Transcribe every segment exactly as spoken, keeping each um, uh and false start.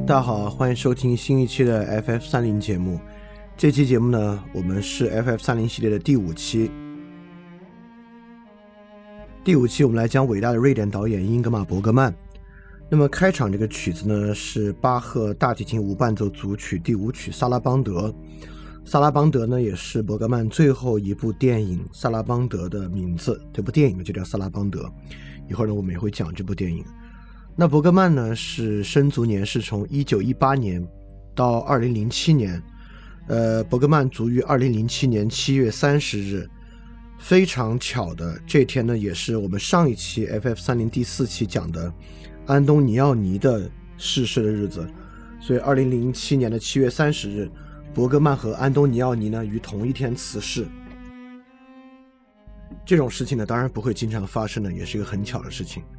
大家好，欢迎收听新一期的 F F 三十 节目。这期节目呢，我们是 F F 三十 系列的第五期。第五期我们来讲伟大的瑞典导演英格玛·伯格曼。那么开场这个曲子呢，是巴赫大提琴无伴奏组曲第五曲《萨拉邦德》。萨拉邦德呢，也是伯格曼最后一部电影《萨拉邦德》的名字，这部电影呢就叫《萨拉邦德》。一会儿呢，我们也会讲这部电影。那伯格曼呢，是生卒年是从一九一八年到二零零七年，呃，伯格曼卒于二零零七年七月三十日。非常巧的，这天呢，也是我们上一期 F F 三十 第四期讲的安东尼奥尼的逝世的日子，所以二零零七年的七月三十日，伯格曼和安东尼奥尼呢于同一天辞世。这种事情呢，当然不会经常发生的，也是一个很巧的事情。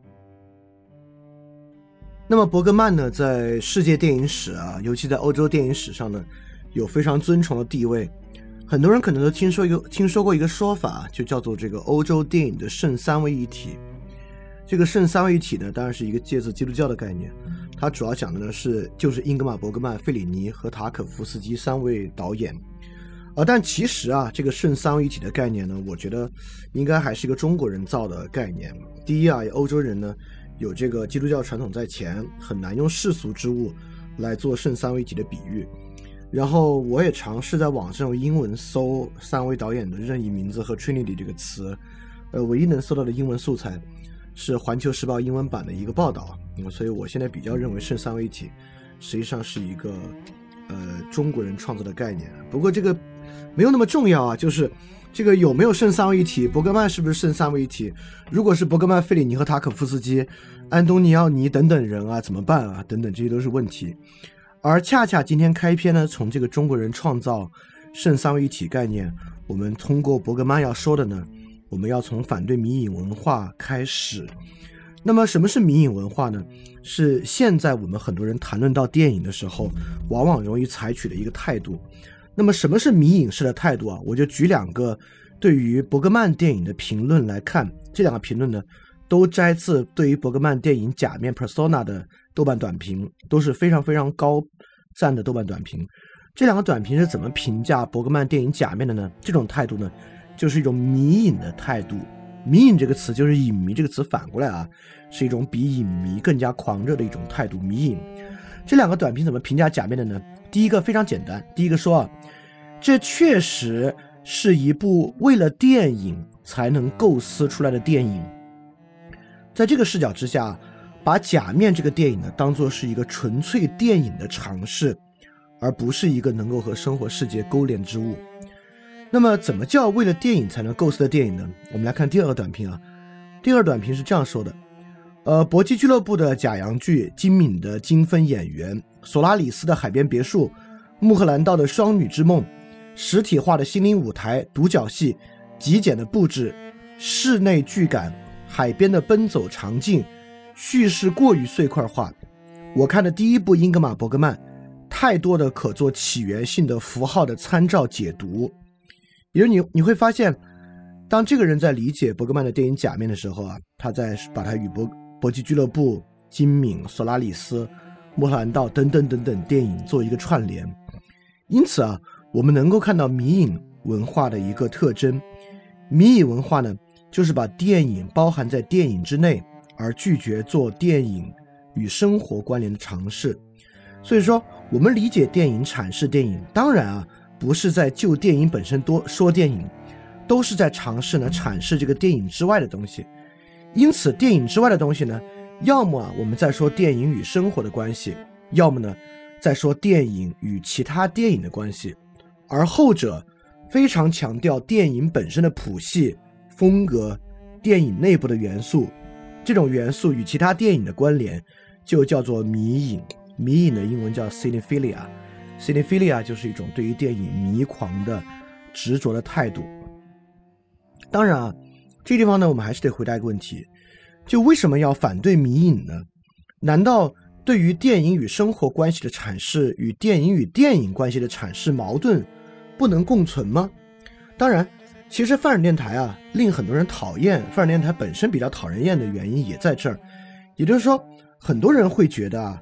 那么伯格曼呢，在世界电影史啊，尤其在欧洲电影史上呢，有非常尊崇的地位。很多人可能都听说一个听说过一个说法，就叫做这个欧洲电影的圣三位一体。这个圣三位一体呢，当然是一个借自基督教的概念，它主要讲的呢是就是英格玛·伯格曼、费里尼和塔可夫斯基三位导演。呃，但其实啊，这个圣三位一体的概念呢，我觉得应该还是一个中国人造的概念。第一啊，欧洲人呢有这个基督教传统在前，很难用世俗之物来做圣三位一体的比喻。然后我也尝试在网上用英文搜三位导演的任意名字和 Trinity 这个词，呃，唯一能搜到的英文素材是环球时报英文版的一个报道，嗯，所以我现在比较认为圣三位一体实际上是一个呃中国人创造的概念。不过这个没有那么重要啊，就是这个有没有圣三位一体，伯格曼是不是圣三位一体，如果是伯格曼、费里尼和塔可夫斯基、安东尼奥尼等等人啊怎么办啊，等等，这些都是问题。而恰恰今天开篇呢，从这个中国人创造圣三位一体概念，我们通过伯格曼要说的呢，我们要从反对迷影文化开始。那么什么是迷影文化呢？是现在我们很多人谈论到电影的时候往往容易采取的一个态度。那么什么是迷影式的态度啊？我就举两个对于伯格曼电影的评论来看，这两个评论呢都摘自对于伯格曼电影假面 Persona 的豆瓣短评，都是非常非常高赞的豆瓣短评。这两个短评是怎么评价伯格曼电影假面的呢？这种态度呢，就是一种迷影的态度。迷影这个词就是影迷这个词反过来啊，是一种比影迷更加狂热的一种态度，迷影。这两个短评怎么评价假面的呢？第一个非常简单，第一个说啊，这确实是一部为了电影才能构思出来的电影。在这个视角之下，把假面这个电影呢当作是一个纯粹电影的尝试，而不是一个能够和生活世界勾连之物。那么怎么叫为了电影才能构思的电影呢？我们来看第二个短评啊。第二短评是这样说的，呃，搏击俱乐部的假洋剧，精敏的精分演员，索拉里斯的海边别墅，穆赫兰道的双女之梦，实体化的心灵舞台，独角戏，极简的布置，室内剧感，海边的奔走场景，叙事过于碎块化。我看的第一部英格玛·伯格曼，太多的可做起源性的符号的参照解读。也就是你你会发现，当这个人在理解伯格曼的电影假面的时候啊，他在把他与搏搏击俱乐部、精敏、索拉里斯、穆赫兰道等等等等电影做一个串联。因此啊，我们能够看到迷影文化的一个特征。迷影文化呢，就是把电影包含在电影之内，而拒绝做电影与生活关联的尝试。所以说我们理解电影、阐释电影，当然啊不是在就电影本身多说电影，都是在尝试呢阐释这个电影之外的东西。因此电影之外的东西呢，要么啊我们在说电影与生活的关系，要么呢在说电影与其他电影的关系。而后者非常强调电影本身的谱系、风格、电影内部的元素，这种元素与其他电影的关联就叫做迷影。迷影的英文叫 cinephilia， cinephilia 就是一种对于电影迷狂的执着的态度。当然啊，这地方呢我们还是得回答一个问题，就为什么要反对迷影呢？难道对于电影与生活关系的阐释与电影与电影关系的阐释矛盾不能共存吗？当然其实泛软电台啊令很多人讨厌，泛软电台本身比较讨人厌的原因也在这儿。也就是说很多人会觉得啊，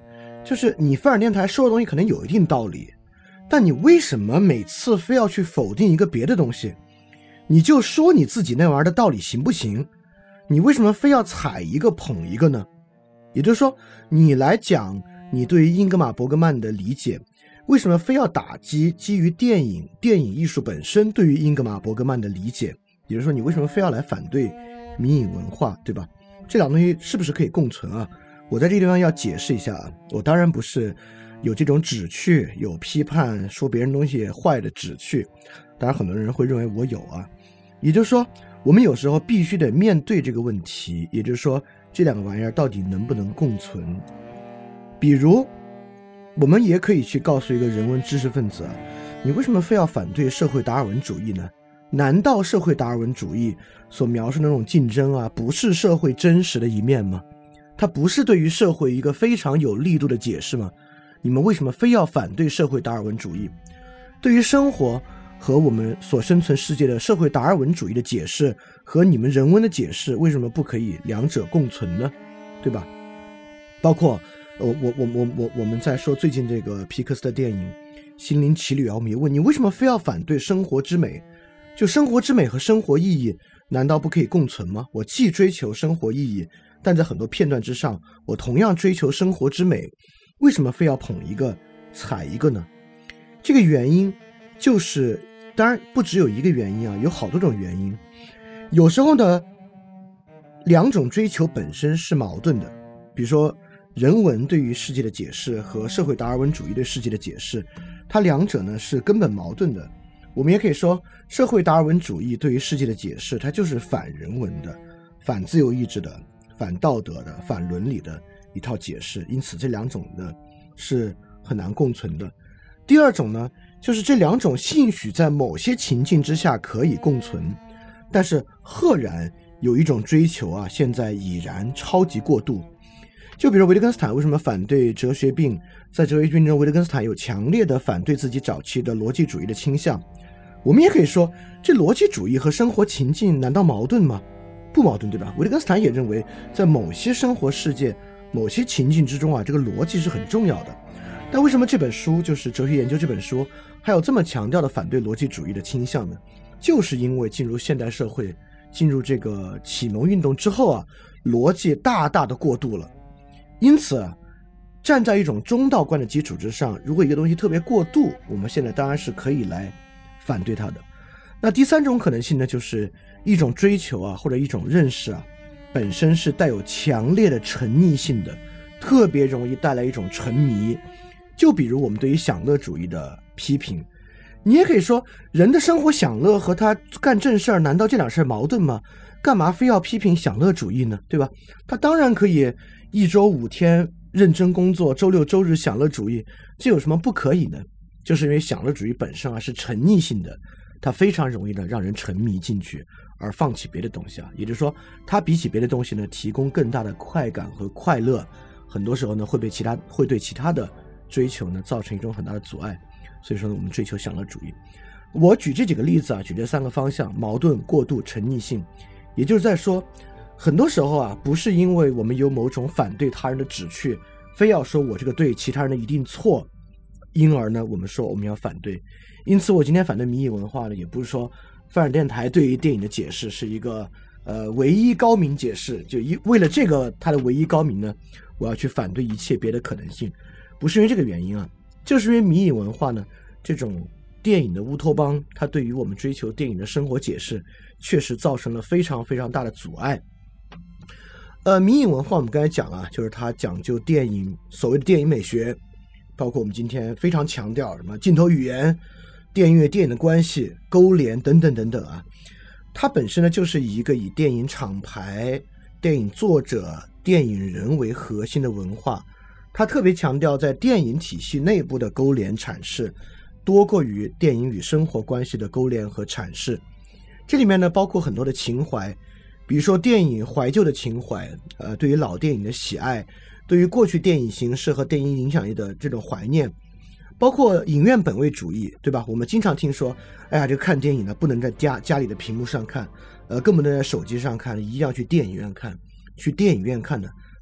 就是你范儿电台说的东西可能有一定道理，但你为什么每次非要去否定一个别的东西？你就说你自己那玩意儿的道理行不行？你为什么非要踩一个捧一个呢？也就是说，你来讲你对于英格玛·伯格曼的理解，为什么非要打击基于电影电影艺术本身对于英格玛·伯格曼的理解？也就是说，你为什么非要来反对迷影文化，对吧？这两个东西是不是可以共存啊？我在这个地方要解释一下啊，我当然不是有这种指去有批判说别人东西坏的指去，当然很多人会认为我有啊。也就是说，我们有时候必须得面对这个问题，也就是说这两个玩意儿到底能不能共存。比如我们也可以去告诉一个人文知识分子啊，你为什么非要反对社会达尔文主义呢？难道社会达尔文主义所描述的那种竞争啊，不是社会真实的一面吗？它不是对于社会一个非常有力度的解释吗？你们为什么非要反对社会达尔文主义？对于生活和我们所生存世界的社会达尔文主义的解释和你们人文的解释，为什么不可以两者共存呢？对吧？包括我我我我我我们在说最近这个皮克斯的电影《心灵奇旅》啊，我们也问你为什么非要反对生活之美？就生活之美和生活意义难道不可以共存吗？我既追求生活意义，但在很多片段之上我同样追求生活之美，为什么非要捧一个踩一个呢？这个原因就是当然不只有一个原因啊，有好多种原因。有时候呢两种追求本身是矛盾的，比如说人文对于世界的解释和社会达尔文主义对世界的解释，它两者呢是根本矛盾的。我们也可以说社会达尔文主义对于世界的解释，它就是反人文的、反自由意志的、反道德的、反伦理的一套解释，因此这两种呢是很难共存的。第二种呢，就是这两种兴许在某些情境之下可以共存，但是赫然有一种追求啊，现在已然超级过度。就比如维特根斯坦为什么反对哲学病，在哲学病中维特根斯坦有强烈的反对自己早期的逻辑主义的倾向。我们也可以说这逻辑主义和生活情境难道矛盾吗？不矛盾，对吧？维特根斯坦也认为在某些生活世界某些情境之中啊，这个逻辑是很重要的。但为什么这本书就是哲学研究这本书还有这么强调的反对逻辑主义的倾向呢？就是因为进入现代社会，进入这个启蒙运动之后啊，逻辑大大的过度了。因此啊，站在一种中道观的基础之上，如果一个东西特别过度，我们现在当然是可以来反对它的。那第三种可能性呢，就是一种追求啊，或者一种认识啊，本身是带有强烈的沉溺性的，特别容易带来一种沉迷。就比如我们对于享乐主义的批评，你也可以说人的生活享乐和他干正事儿，难道这两事矛盾吗？干嘛非要批评享乐主义呢？对吧？他当然可以一周五天认真工作，周六周日享乐主义，这有什么不可以呢？就是因为享乐主义本身啊是沉溺性的，它非常容易的让人沉迷进去，而放弃别的东西啊。也就是说，它比起别的东西呢，提供更大的快感和快乐，很多时候呢会被其他会对其他的追求呢造成一种很大的阻碍。所以说呢，我们追求享乐主义。我举这几个例子啊，举这三个方向：矛盾、过度、沉溺性，也就是在说，很多时候啊，不是因为我们有某种反对他人的旨趣，非要说我这个对，其他人的一定错，因而呢，我们说我们要反对。因此，我今天反对迷影文化呢，也不是说范尔电台对于电影的解释是一个呃唯一高明解释，就一为了这个它的唯一高明呢，我要去反对一切别的可能性，不是因为这个原因啊，就是因为迷影文化呢，这种电影的乌托邦，它对于我们追求电影的生活解释，确实造成了非常非常大的阻碍。呃，迷影文化我们刚才讲啊，就是它讲究电影所谓的电影美学，包括我们今天非常强调什么镜头语言、电影与电影的关系、勾连等等等等啊。它本身呢就是一个以电影厂牌、电影作者、电影人为核心的文化，它特别强调在电影体系内部的勾连阐释，多过于电影与生活关系的勾连和阐释。这里面呢包括很多的情怀，比如说电影怀旧的情怀，呃，对于老电影的喜爱，对于过去电影形式和电影影响力的这种怀念，包括影院本位主义，对吧？我们经常听说，哎呀，这个看电影呢不能在家家里的屏幕上看，呃，更不能在手机上看，一定要去电影院看。去电影院看呢，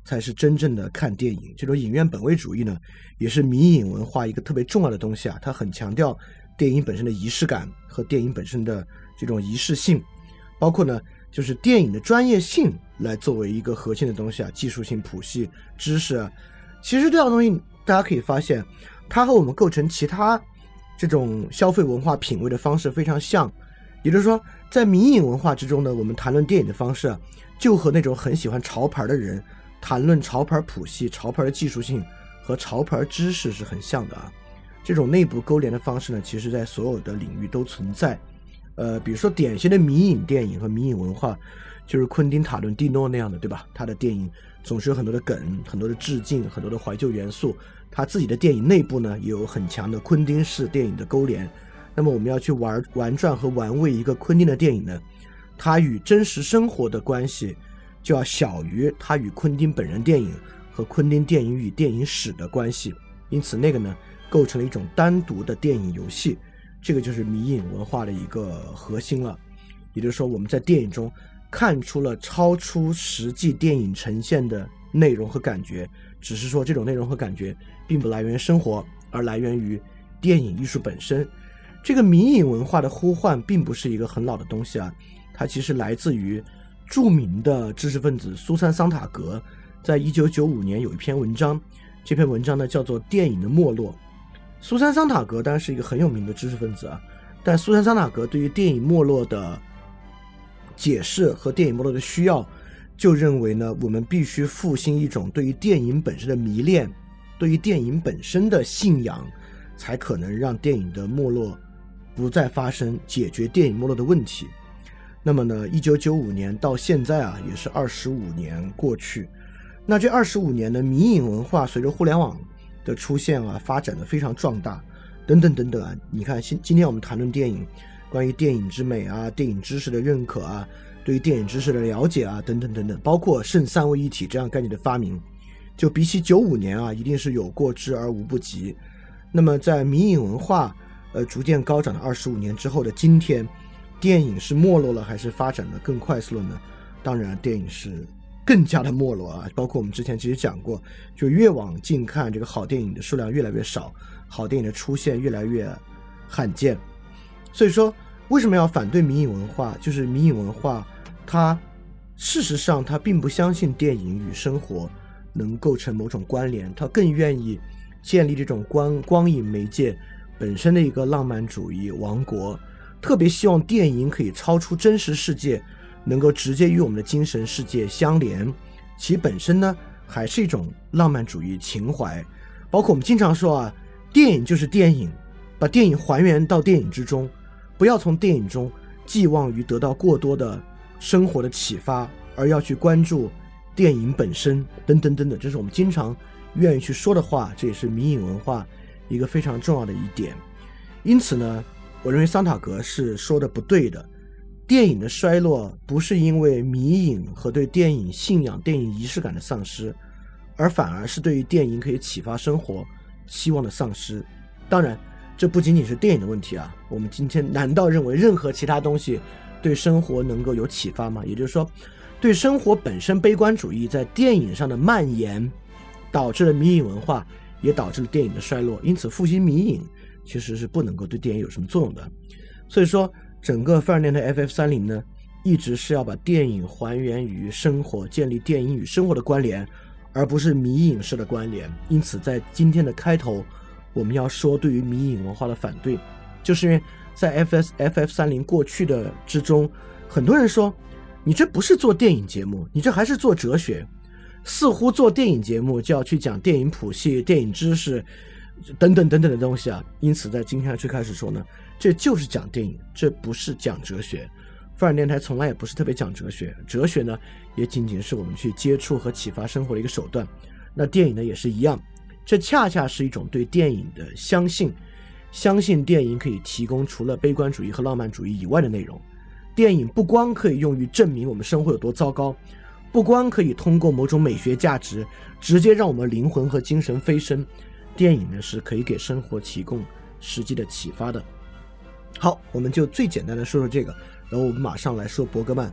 才是真正的看电影。这种影院本位主义呢，也是迷影文化一个特别重要的东西啊，它很强调电影本身的仪式感和电影本身的这种仪式性，包括呢就是电影的专业性来作为一个核心的东西啊，技术性、谱系、知识啊，其实这样的东西大家可以发现，它和我们构成其他这种消费文化品味的方式非常像。也就是说，在迷影文化之中呢，我们谈论电影的方式啊，就和那种很喜欢潮牌的人谈论潮牌谱系、潮牌的技术性和潮牌知识是很像的啊。这种内部勾连的方式呢，其实在所有的领域都存在。呃，比如说典型的迷影电影和迷影文化，就是昆汀塔伦蒂诺那样的，对吧？他的电影总是有很多的梗、很多的致敬、很多的怀旧元素。他自己的电影内部呢，也有很强的昆汀式电影的勾连。那么我们要去玩玩转和玩味一个昆汀的电影呢，它与真实生活的关系就要小于它与昆汀本人电影和昆汀电影与电影史的关系，因此那个呢构成了一种单独的电影游戏，这个就是迷影文化的一个核心了。也就是说，我们在电影中看出了超出实际电影呈现的内容和感觉，只是说这种内容和感觉并不来源于生活，而来源于电影艺术本身。这个迷影文化的呼唤并不是一个很老的东西啊，它其实来自于著名的知识分子苏珊·桑塔格在一九九五年有一篇文章，这篇文章呢叫做《电影的没落》。苏珊·桑塔格当然是一个很有名的知识分子啊，但苏珊·桑塔格对于电影没落的解释和电影没落的需要，就认为呢，我们必须复兴一种对于电影本身的迷恋，对于电影本身的信仰，才可能让电影的没落不再发生，解决电影没落的问题。那么呢，一九九五年到现在啊，也是二十五年过去。那这二十五年呢，迷影文化随着互联网的出现啊，发展的非常壮大，等等等等啊。你看，今天我们谈论电影，关于电影之美啊，电影知识的认可啊，对于电影知识的了解啊，等等等等，包括圣三位一体这样概念的发明，就比起九五年啊，一定是有过之而无不及。那么在迷影文化呃逐渐高涨的二十五年之后的今天，电影是没落了还是发展的更快速了呢？当然电影是更加的没落啊，包括我们之前其实讲过，就越往近看，这个好电影的数量越来越少，好电影的出现越来越罕见。所以说为什么要反对迷影文化，就是迷影文化它事实上它并不相信电影与生活能构成某种关联，它更愿意建立这种光光影媒介本身的一个浪漫主义王国，特别希望电影可以超出真实世界，能够直接与我们的精神世界相连，其本身呢还是一种浪漫主义情怀。包括我们经常说啊，电影就是电影，把电影还原到电影之中，不要从电影中寄望于得到过多的生活的启发，而要去关注电影本身等等等等，这是我们经常愿意去说的话，这也是迷影文化一个非常重要的一点。因此呢，我认为桑塔格是说的不对的，电影的衰落不是因为迷影和对电影信仰、电影仪式感的丧失，而反而是对于电影可以启发生活希望的丧失。当然这不仅仅是电影的问题啊，我们今天难道认为任何其他东西对生活能够有启发吗？也就是说，对生活本身悲观主义在电影上的蔓延，导致了迷影文化，也导致了电影的衰落。因此复兴迷影其实是不能够对电影有什么作用的。所以说整个范尔电台 F F 三十 呢，一直是要把电影还原于生活，建立电影与生活的关联，而不是迷影式的关联。因此在今天的开头我们要说对于迷影文化的反对，就是因为在 F F 三十 过去的之中，很多人说你这不是做电影节目，你这还是做哲学，似乎做电影节目就要去讲电影谱系、电影知识等等等等的东西啊。因此在今天最开始说呢，这就是讲电影，这不是讲哲学。范尔电台从来也不是特别讲哲学，哲学呢也仅仅是我们去接触和启发生活的一个手段。那电影呢也是一样，这恰恰是一种对电影的相信，相信电影可以提供除了悲观主义和浪漫主义以外的内容。电影不光可以用于证明我们生活有多糟糕，不光可以通过某种美学价值直接让我们灵魂和精神飞升，电影呢是可以给生活提供实际的启发的。好，我们就最简单的说说这个，然后我们马上来说伯格曼。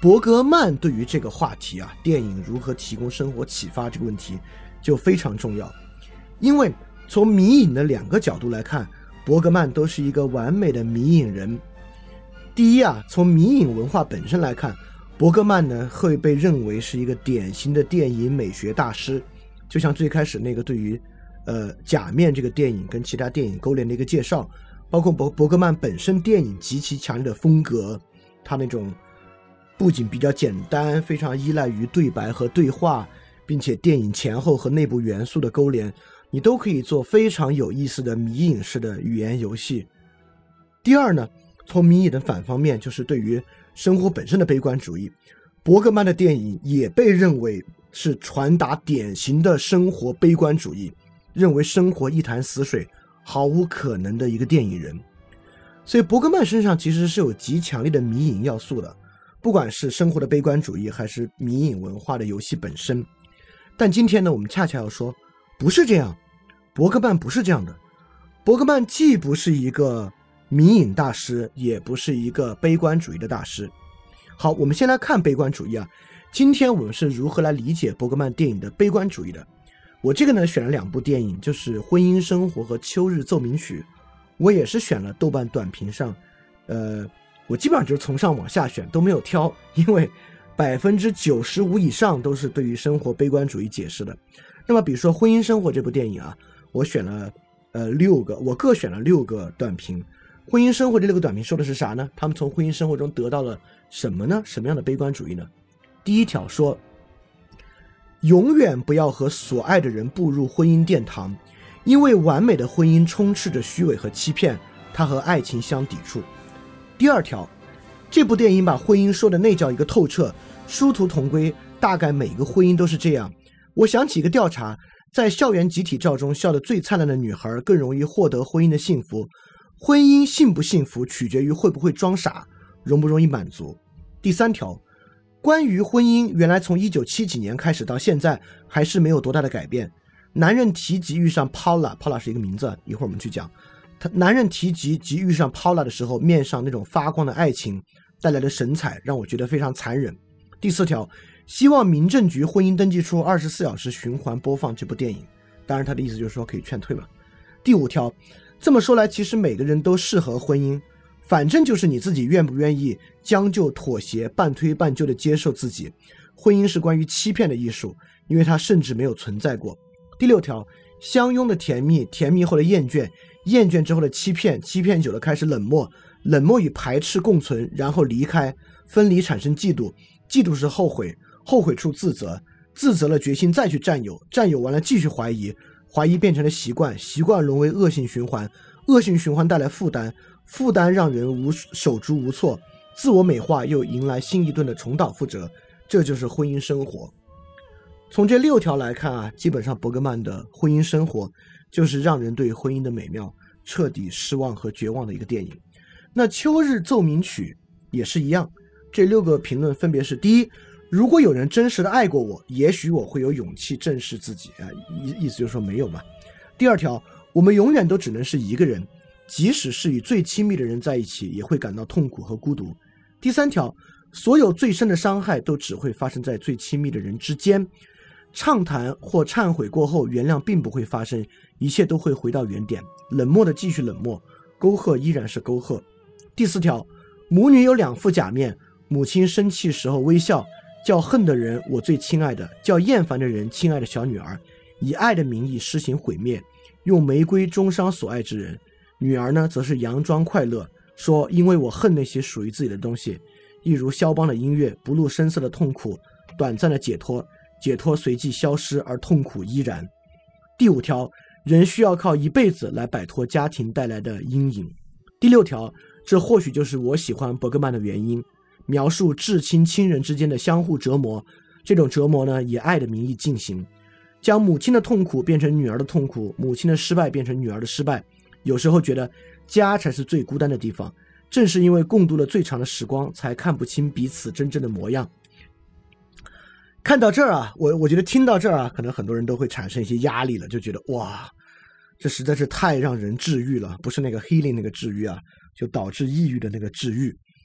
伯格曼对于这个话题啊，电影如何提供生活启发这个问题就非常重要。因为从迷影的两个角度来看，伯格曼都是一个完美的迷影人。第一啊，从迷影文化本身来看，伯格曼呢会被认为是一个典型的电影美学大师，就像最开始那个对于呃假面这个电影跟其他电影勾连的一个介绍，包括伯伯格曼本身电影极其强烈的风格，他那种不仅比较简单，非常依赖于对白和对话，并且电影前后和内部元素的勾连，你都可以做非常有意思的迷影式的语言游戏。第二呢，从迷影的反方面，就是对于生活本身的悲观主义，伯格曼的电影也被认为是传达典型的生活悲观主义，认为生活一潭死水，毫无可能的一个电影人。所以伯格曼身上其实是有极强烈的迷影要素的，不管是生活的悲观主义还是迷影文化的游戏本身。但今天呢，我们恰恰要说不是这样，伯格曼不是这样的。伯格曼既不是一个迷影大师，也不是一个悲观主义的大师。好，我们先来看悲观主义啊。今天我们是如何来理解伯格曼电影的悲观主义的？我这个呢选了两部电影，就是《婚姻生活》和《秋日奏鸣曲》。我也是选了豆瓣短评上，呃，我基本上就是从上往下选，都没有挑，因为百分之九十五以上都是对于生活悲观主义解释的。那么比如说《婚姻生活》这部电影啊，我选了呃六个，我各选了六个短评。婚姻生活这六个短评说的是啥呢？他们从婚姻生活中得到了什么呢？什么样的悲观主义呢？第一条说，永远不要和所爱的人步入婚姻殿堂，因为完美的婚姻充斥着虚伪和欺骗，它和爱情相抵触。第二条，这部电影把婚姻说的那叫一个透彻，殊途同归，大概每个婚姻都是这样。我想起一个调查，在校园集体照中笑得最灿烂的女孩更容易获得婚姻的幸福，婚姻幸不幸福取决于会不会装傻，容不容易满足。第三条，关于婚姻，原来从一九七几年开始到现在还是没有多大的改变。男人提及遇上 Paula， Paula 是一个名字，一会儿我们去讲。他男人提及及遇上 Paula 的时候，面上那种发光的爱情带来的神采，让我觉得非常残忍。第四条，希望民政局婚姻登记处二十四小时循环播放这部电影，当然他的意思就是说可以劝退嘛。第五条，这么说来，其实每个人都适合婚姻，反正就是你自己愿不愿意将就妥协，半推半就的接受自己。婚姻是关于欺骗的艺术，因为它甚至没有存在过。第六条，相拥的甜蜜，甜蜜后的厌倦，厌倦之后的欺骗，欺骗久了开始冷漠，冷漠与排斥共存，然后离开，分离产生嫉妒，嫉妒是后悔，后悔出自责，自责了决心再去占有，占有完了继续怀疑，怀疑变成了习惯，习惯沦为恶性循环，恶性循环带来负担，负担让人无手足无措，自我美化又迎来新一顿的重蹈覆辙，这就是婚姻生活。从这六条来看啊，基本上伯格曼的婚姻生活就是让人对婚姻的美妙彻底失望和绝望的一个电影。那秋日奏鸣曲也是一样，这六个评论分别是：第一，如果有人真实的爱过我，也许我会有勇气正视自己啊，意思就是说没有嘛。第二条，我们永远都只能是一个人，即使是与最亲密的人在一起，也会感到痛苦和孤独。第三条，所有最深的伤害都只会发生在最亲密的人之间，畅谈或忏悔过后，原谅并不会发生，一切都会回到原点，冷漠的继续冷漠，沟壑依然是沟壑。第四条，母女有两副假面，母亲生气时候微笑，叫恨的人我最亲爱的，叫厌烦的人亲爱的小女儿，以爱的名义施行毁灭，用玫瑰中伤所爱之人。女儿呢，则是佯装快乐，说因为我恨那些属于自己的东西，一如肖邦的音乐，不露声色的痛苦，短暂的解脱，解脱随即消失，而痛苦依然。第五条，人需要靠一辈子来摆脱家庭带来的阴影。第六条，这或许就是我喜欢伯格曼的原因，描述至亲亲人之间的相互折磨，这种折磨呢，以爱的名义进行，将母亲的痛苦变成女儿的痛苦，母亲的失败变成女儿的失败。有时候觉得家才是最孤单的地方，正是因为共度了最长的时光，才看不清彼此真正的模样。看到这儿啊，我我觉得听到这儿啊，可能很多人都会产生一些压力了，就觉得哇，这实在是太让人治愈了，不是那个 healing 那个治愈啊，就导致抑郁的那个治愈。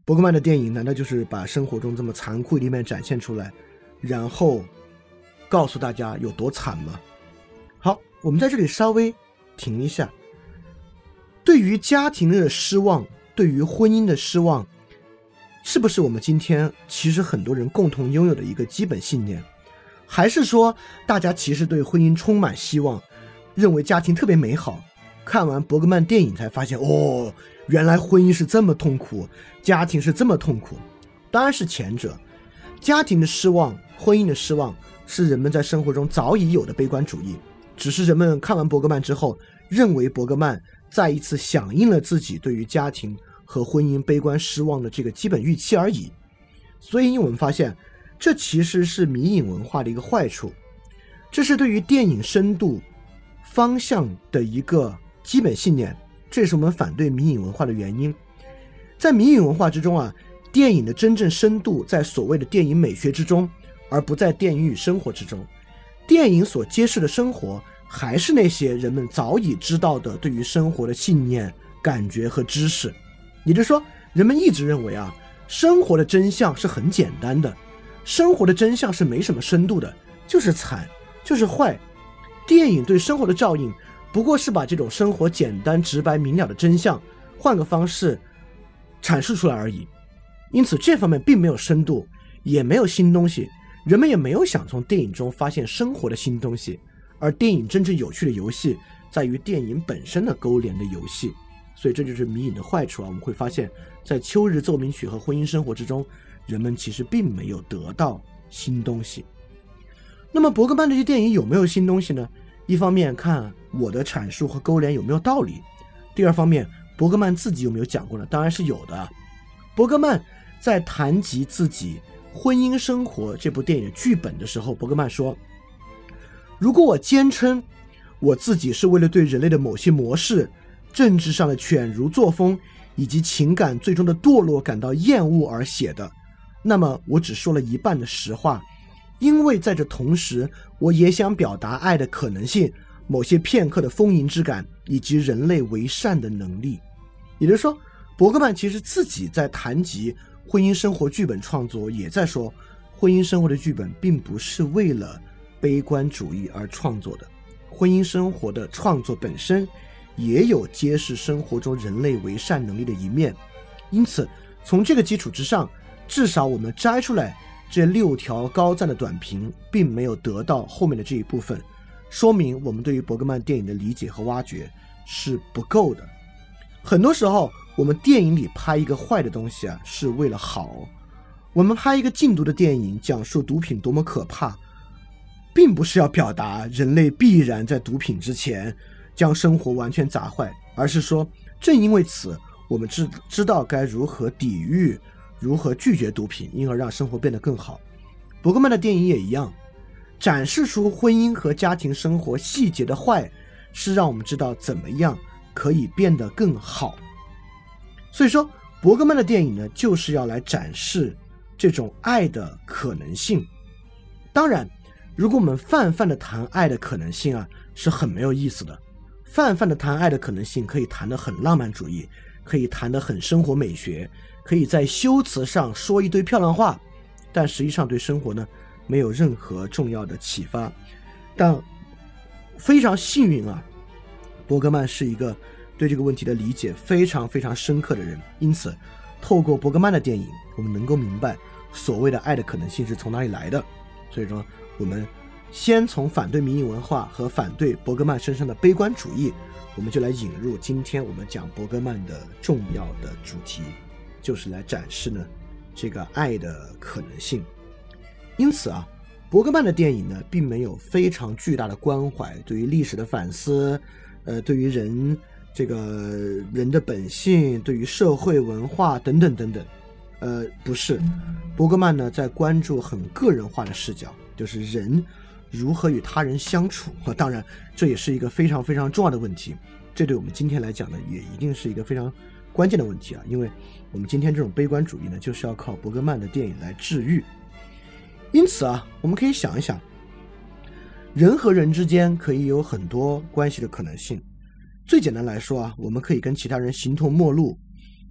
伯格曼的电影难道就是把生活中这么残酷的一面展现出来，然后告诉大家有多惨吗？好，我们在这里稍微停一下。对于家庭的失望，对于婚姻的失望，是不是我们今天其实很多人共同拥有的一个基本信念？还是说大家其实对婚姻充满希望，认为家庭特别美好，看完伯格曼电影才发现，哦，原来婚姻是这么痛苦，家庭是这么痛苦？当然是前者。家庭的失望，婚姻的失望，是人们在生活中早已有的悲观主义，只是人们看完伯格曼之后，认为伯格曼再一次响应了自己对于家庭和婚姻悲观失望的这个基本预期而已。所以我们发现，这其实是迷影文化的一个坏处，这是对于电影深度方向的一个基本信念，这也是我们反对迷影文化的原因。在迷影文化之中啊，电影的真正深度在所谓的电影美学之中，而不在电影与生活之中。电影所揭示的生活，还是那些人们早已知道的对于生活的信念、感觉和知识。也就是说，人们一直认为啊，生活的真相是很简单的，生活的真相是没什么深度的，就是惨，就是坏。电影对生活的照应，不过是把这种生活简单直白明了的真相，换个方式阐述出来而已。因此这方面并没有深度，也没有新东西，人们也没有想从电影中发现生活的新东西。而电影真正有趣的游戏，在于电影本身的勾连的游戏。所以这就是迷影的坏处啊！我们会发现，在秋日奏鸣曲和婚姻生活之中，人们其实并没有得到新东西。那么伯格曼这些电影有没有新东西呢？一方面看我的阐述和勾连有没有道理，第二方面伯格曼自己有没有讲过呢？当然是有的。伯格曼在谈及自己婚姻生活这部电影的剧本的时候，伯格曼说，如果我坚称我自己是为了对人类的某些模式、政治上的犬儒作风以及情感最终的堕落感到厌恶而写的，那么我只说了一半的实话，因为在这同时，我也想表达爱的可能性、某些片刻的丰盈之感以及人类为善的能力。也就是说，伯格曼其实自己在谈及婚姻生活剧本创作，也在说婚姻生活的剧本并不是为了悲观主义而创作的，婚姻生活的创作本身也有揭示生活中人类为善能力的一面。因此从这个基础之上，至少我们摘出来这六条高赞的短评并没有得到后面的这一部分，说明我们对于伯格曼电影的理解和挖掘是不够的。很多时候我们电影里拍一个坏的东西啊，是为了好。我们拍一个禁毒的电影，讲述毒品多么可怕，并不是要表达人类必然在毒品之前将生活完全砸坏，而是说正因为此，我们 知, 知道该如何抵御，如何拒绝毒品，因而让生活变得更好。伯格曼的电影也一样，展示出婚姻和家庭生活细节的坏，是让我们知道怎么样可以变得更好。所以说伯格曼的电影呢，就是要来展示这种爱的可能性。当然如果我们泛泛的谈爱的可能性啊，是很没有意思的。泛泛的谈爱的可能性，可以谈得很浪漫主义，可以谈得很生活美学，可以在修辞上说一堆漂亮话，但实际上对生活呢没有任何重要的启发。但非常幸运啊，伯格曼是一个对这个问题的理解非常非常深刻的人，因此透过伯格曼的电影，我们能够明白所谓的爱的可能性是从哪里来的。所以说我们先从反对迷影文化和反对伯格曼身上的悲观主义，我们就来引入今天我们讲伯格曼的重要的主题，就是来展示呢这个爱的可能性。因此啊，伯格曼的电影呢并没有非常巨大的关怀，对于历史的反思，呃，对于人这个人的本性，对于社会文化等等等等，呃，不是。伯格曼呢在关注很个人化的视角，就是人如何与他人相处。当然这也是一个非常非常重要的问题，这对我们今天来讲呢也一定是一个非常关键的问题啊，因为我们今天这种悲观主义呢就是要靠伯格曼的电影来治愈。因此啊，我们可以想一想，人和人之间可以有很多关系的可能性。最简单来说啊，我们可以跟其他人形同陌路，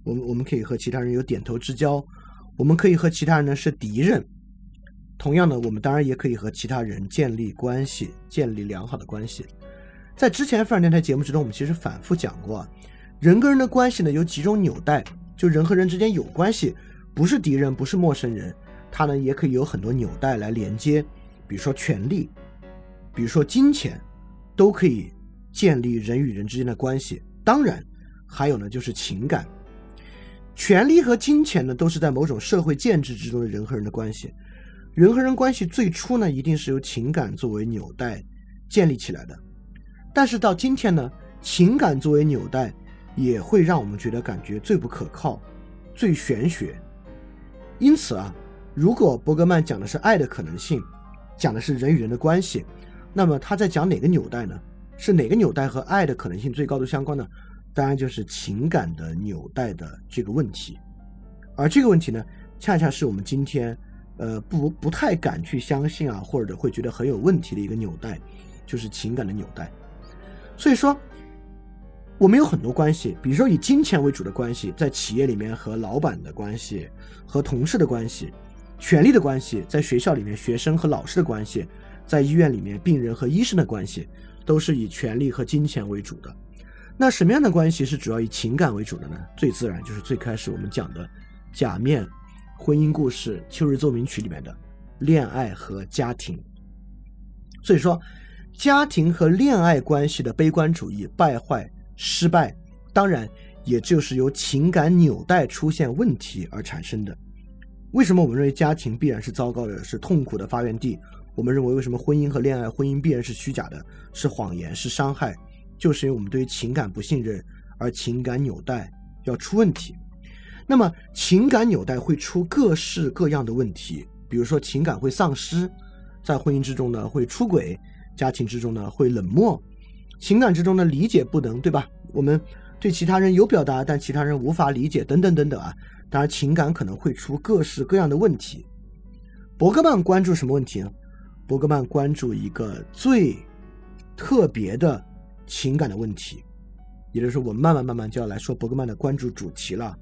我们我们可以和其他人有点头之交，我们可以和其他人呢是敌人。同样呢，我们当然也可以和其他人建立关系，建立良好的关系。在之前泛电台节目之中，我们其实反复讲过啊，人跟人的关系呢有几种纽带，就人和人之间有关系，不是敌人，不是陌生人，它呢也可以有很多纽带来连接，比如说权力，比如说金钱，都可以建立人与人之间的关系。当然还有呢就是情感，权力和金钱呢都是在某种社会建制之中的人和人的关系。人和人关系最初呢一定是由情感作为纽带建立起来的，但是到今天呢，情感作为纽带也会让我们觉得感觉最不可靠，最玄学。因此啊，如果伯格曼讲的是爱的可能性，讲的是人与人的关系，那么他在讲哪个纽带呢？是哪个纽带和爱的可能性最高度相关呢？当然就是情感的纽带的这个问题。而这个问题呢，恰恰是我们今天呃不不太敢去相信啊，或者会觉得很有问题的一个纽带，就是情感的纽带。所以说我们有很多关系，比如说以金钱为主的关系，在企业里面和老板的关系，和同事的关系，权力的关系，在学校里面学生和老师的关系，在医院里面病人和医生的关系，都是以权力和金钱为主的。那什么样的关系是主要以情感为主的呢？最自然就是最开始我们讲的假面婚姻故事秋日奏鸣曲里面的恋爱和家庭。所以说家庭和恋爱关系的悲观主义败坏失败，当然也就是由情感纽带出现问题而产生的。为什么我们认为家庭必然是糟糕的，是痛苦的发源地？我们认为为什么婚姻和恋爱，婚姻必然是虚假的，是谎言，是伤害，就是因为我们对于情感不信任，而情感纽带要出问题。那么情感纽带会出各式各样的问题，比如说情感会丧失，在婚姻之中呢会出轨，家庭之中呢会冷漠，情感之中呢理解不能，对吧？我们对其他人有表达，但其他人无法理解，等等等等啊。当然情感可能会出各式各样的问题。伯格曼关注什么问题呢？伯格曼关注一个最特别的情感的问题，也就是说我们慢慢慢慢就要来说伯格曼的关注主题了。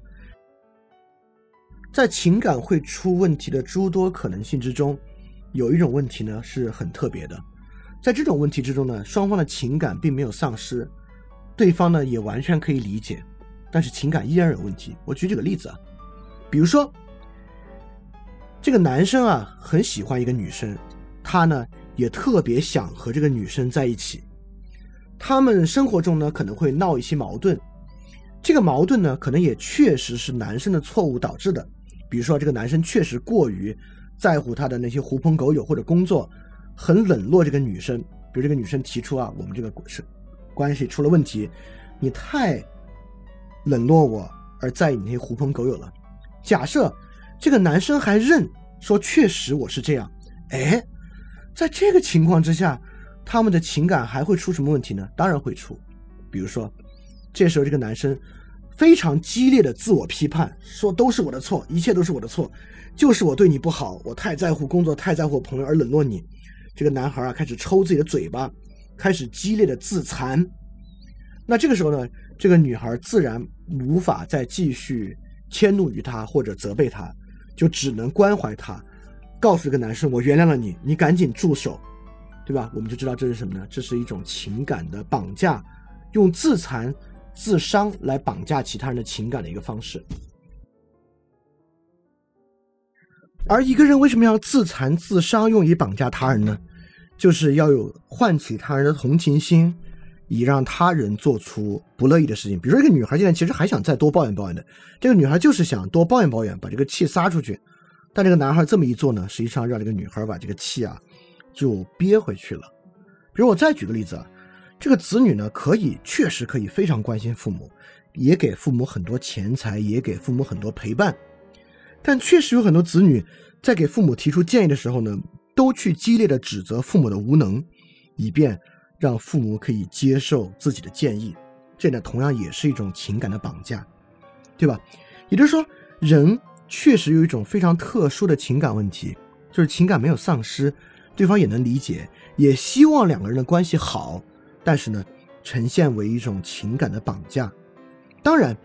在情感会出问题的诸多可能性之中，有一种问题呢是很特别的。在这种问题之中呢，双方的情感并没有丧失，对方呢也完全可以理解，但是情感依然有问题。我举几个例子啊，比如说这个男生啊很喜欢一个女生，他呢也特别想和这个女生在一起，他们生活中呢可能会闹一些矛盾，这个矛盾呢可能也确实是男生的错误导致的，比如说这个男生确实过于在乎他的那些狐朋狗友或者工作，很冷落这个女生。比如这个女生提出啊，我们这个关系出了问题，你太冷落我，而在意你那些狐朋狗友了。假设这个男生还认说确实我是这样，哎，在这个情况之下，他们的情感还会出什么问题呢？当然会出。比如说这时候这个男生非常激烈的自我批判，说都是我的错，一切都是我的错，就是我对你不好，我太在乎工作，太在乎朋友而冷落你。这个男孩啊开始抽自己的嘴巴，开始激烈的自残。那这个时候呢，这个女孩自然无法再继续迁怒于他或者责备他，就只能关怀他，告诉这个男生我原谅了你，你赶紧住手，对吧？我们就知道这是什么呢？这是一种情感的绑架，用自残自伤来绑架其他人的情感的一个方式。而一个人为什么要自残自伤用以绑架他人呢？就是要有唤起他人的同情心，以让他人做出不乐意的事情。比如说这个女孩现在其实还想再多抱怨抱怨的，这个女孩就是想多抱怨抱怨，把这个气撒出去，但这个男孩这么一做呢，实际上让这个女孩把这个气啊就憋回去了。比如我再举个例子啊，这个子女呢可以确实可以非常关心父母，也给父母很多钱财，也给父母很多陪伴，但确实有很多子女在给父母提出建议的时候呢，都去激烈的指责父母的无能，以便让父母可以接受自己的建议。这呢同样也是一种情感的绑架，对吧？也就是说人确实有一种非常特殊的情感问题，就是情感没有丧失，对方也能理解，也希望两个人的关系好，但是呢呈现为一种情感的绑架。当然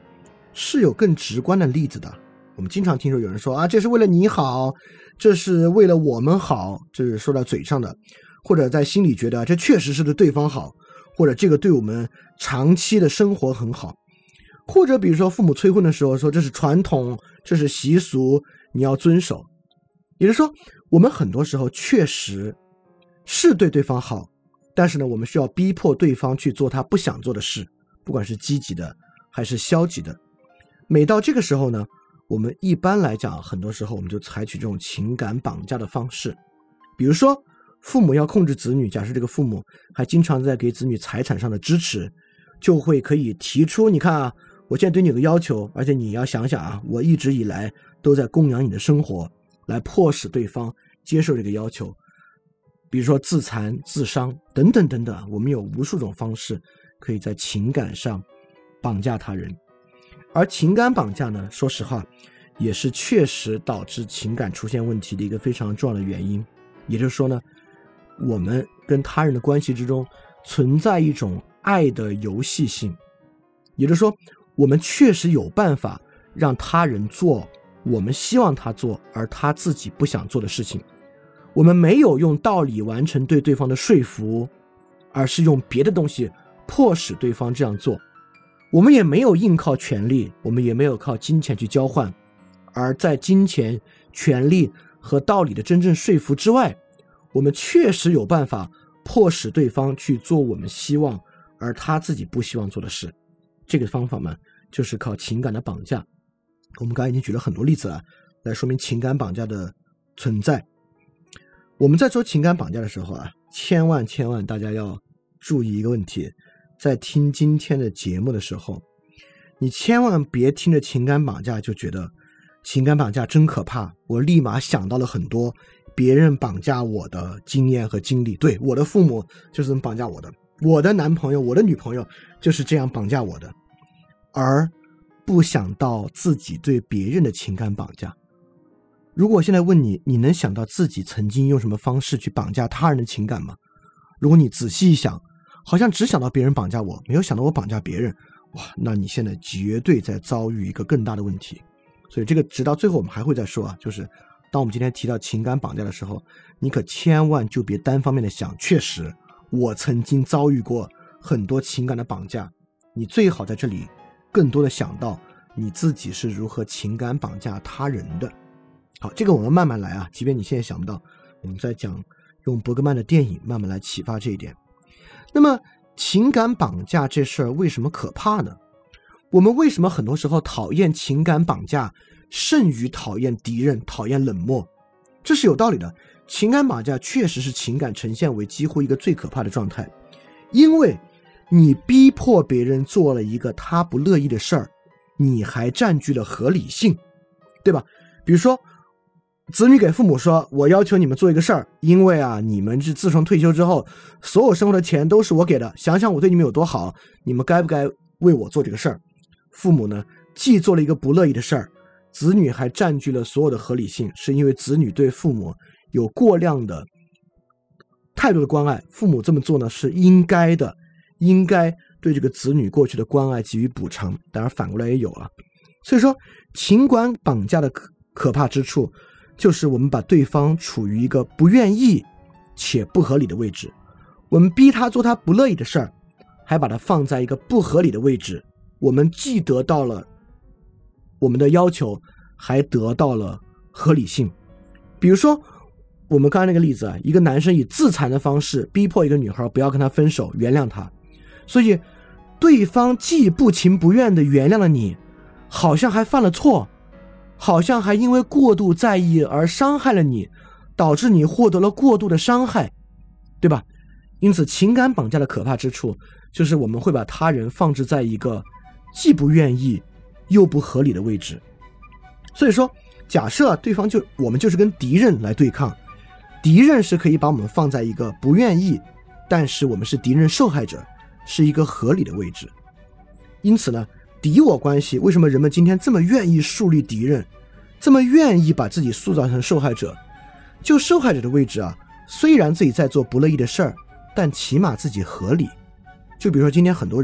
是有更直观的例子的。我们经常听说有人说啊，这是为了你好，这是为了我们好，这是说到嘴上的，或者在心里觉得这确实是对对方好，或者这个对我们长期的生活很好，或者比如说父母催婚的时候说这是传统，这是习俗，你要遵守。也就是说我们很多时候确实是对对方好，但是呢我们需要逼迫对方去做他不想做的事，不管是积极的还是消极的。每到这个时候呢，我们一般来讲很多时候我们就采取这种情感绑架的方式。比如说父母要控制子女，假设这个父母还经常在给子女财产上的支持，就会可以提出，你看啊，我现在对你有个要求，而且你要想想啊，我一直以来都在供养你的生活，来迫使对方接受这个要求。比如说自残自伤等等等等，我们有无数种方式可以在情感上绑架他人。而情感绑架呢，说实话也是确实导致情感出现问题的一个非常重要的原因。也就是说呢，我们跟他人的关系之中存在一种爱的游戏性，也就是说我们确实有办法让他人做我们希望他做而他自己不想做的事情。我们没有用道理完成对对方的说服，而是用别的东西迫使对方这样做。我们也没有硬靠权力，我们也没有靠金钱去交换，而在金钱、权力和道理的真正说服之外，我们确实有办法迫使对方去做我们希望而他自己不希望做的事。这个方法嘛，就是靠情感的绑架。我们刚才已经举了很多例子了，来说明情感绑架的存在。我们在说情感绑架的时候啊，千万千万大家要注意一个问题，在听今天的节目的时候，你千万别听着情感绑架就觉得情感绑架真可怕，我立马想到了很多别人绑架我的经验和经历。对，我的父母就是这么绑架我的，我的男朋友我的女朋友就是这样绑架我的，而不想到自己对别人的情感绑架。如果我现在问你，你能想到自己曾经用什么方式去绑架他人的情感吗？如果你仔细一想，好像只想到别人绑架我，没有想到我绑架别人，哇，那你现在绝对在遭遇一个更大的问题。所以这个直到最后我们还会再说啊，就是当我们今天提到情感绑架的时候，你可千万就别单方面的想，确实我曾经遭遇过很多情感的绑架，你最好在这里更多的想到你自己是如何情感绑架他人的。好，这个我们慢慢来啊，即便你现在想不到，我们在讲用伯格曼的电影慢慢来启发这一点。那么情感绑架这事儿为什么可怕呢？我们为什么很多时候讨厌情感绑架胜于讨厌敌人，讨厌冷漠？这是有道理的。情感绑架确实是情感呈现为几乎一个最可怕的状态，因为你逼迫别人做了一个他不乐意的事儿，你还占据了合理性，对吧？比如说子女给父母说，我要求你们做一个事儿，因为啊，你们是自从退休之后，所有生活的钱都是我给的，想想我对你们有多好，你们该不该为我做这个事儿？父母呢，既做了一个不乐意的事儿，子女还占据了所有的合理性，是因为子女对父母有过量的太多的关爱，父母这么做呢是应该的，应该对这个子女过去的关爱给予补偿，当然反过来也有了。所以说情感绑架的可可怕之处，就是我们把对方处于一个不愿意且不合理的位置，我们逼他做他不乐意的事儿，还把他放在一个不合理的位置，我们既得到了我们的要求，还得到了合理性。比如说我们刚才那个例子啊，一个男生以自残的方式逼迫一个女孩不要跟他分手，原谅他，所以对方既不情不愿地原谅了你，好像还犯了错，好像还因为过度在意而伤害了你，导致你获得了过度的伤害，对吧？因此情感绑架的可怕之处，就是我们会把他人放置在一个既不愿意又不合理的位置。所以说假设对方就我们就是跟敌人来对抗，敌人是可以把我们放在一个不愿意，但是我们是敌人受害者，是一个合理的位置。因此呢，敌我关系为什么人们今天这么愿意树立敌人，这么愿意把自己塑造成受害者？就受害者的位置啊，虽然自己在做不乐意的事儿，但起码自己合理。就比如说今天很多人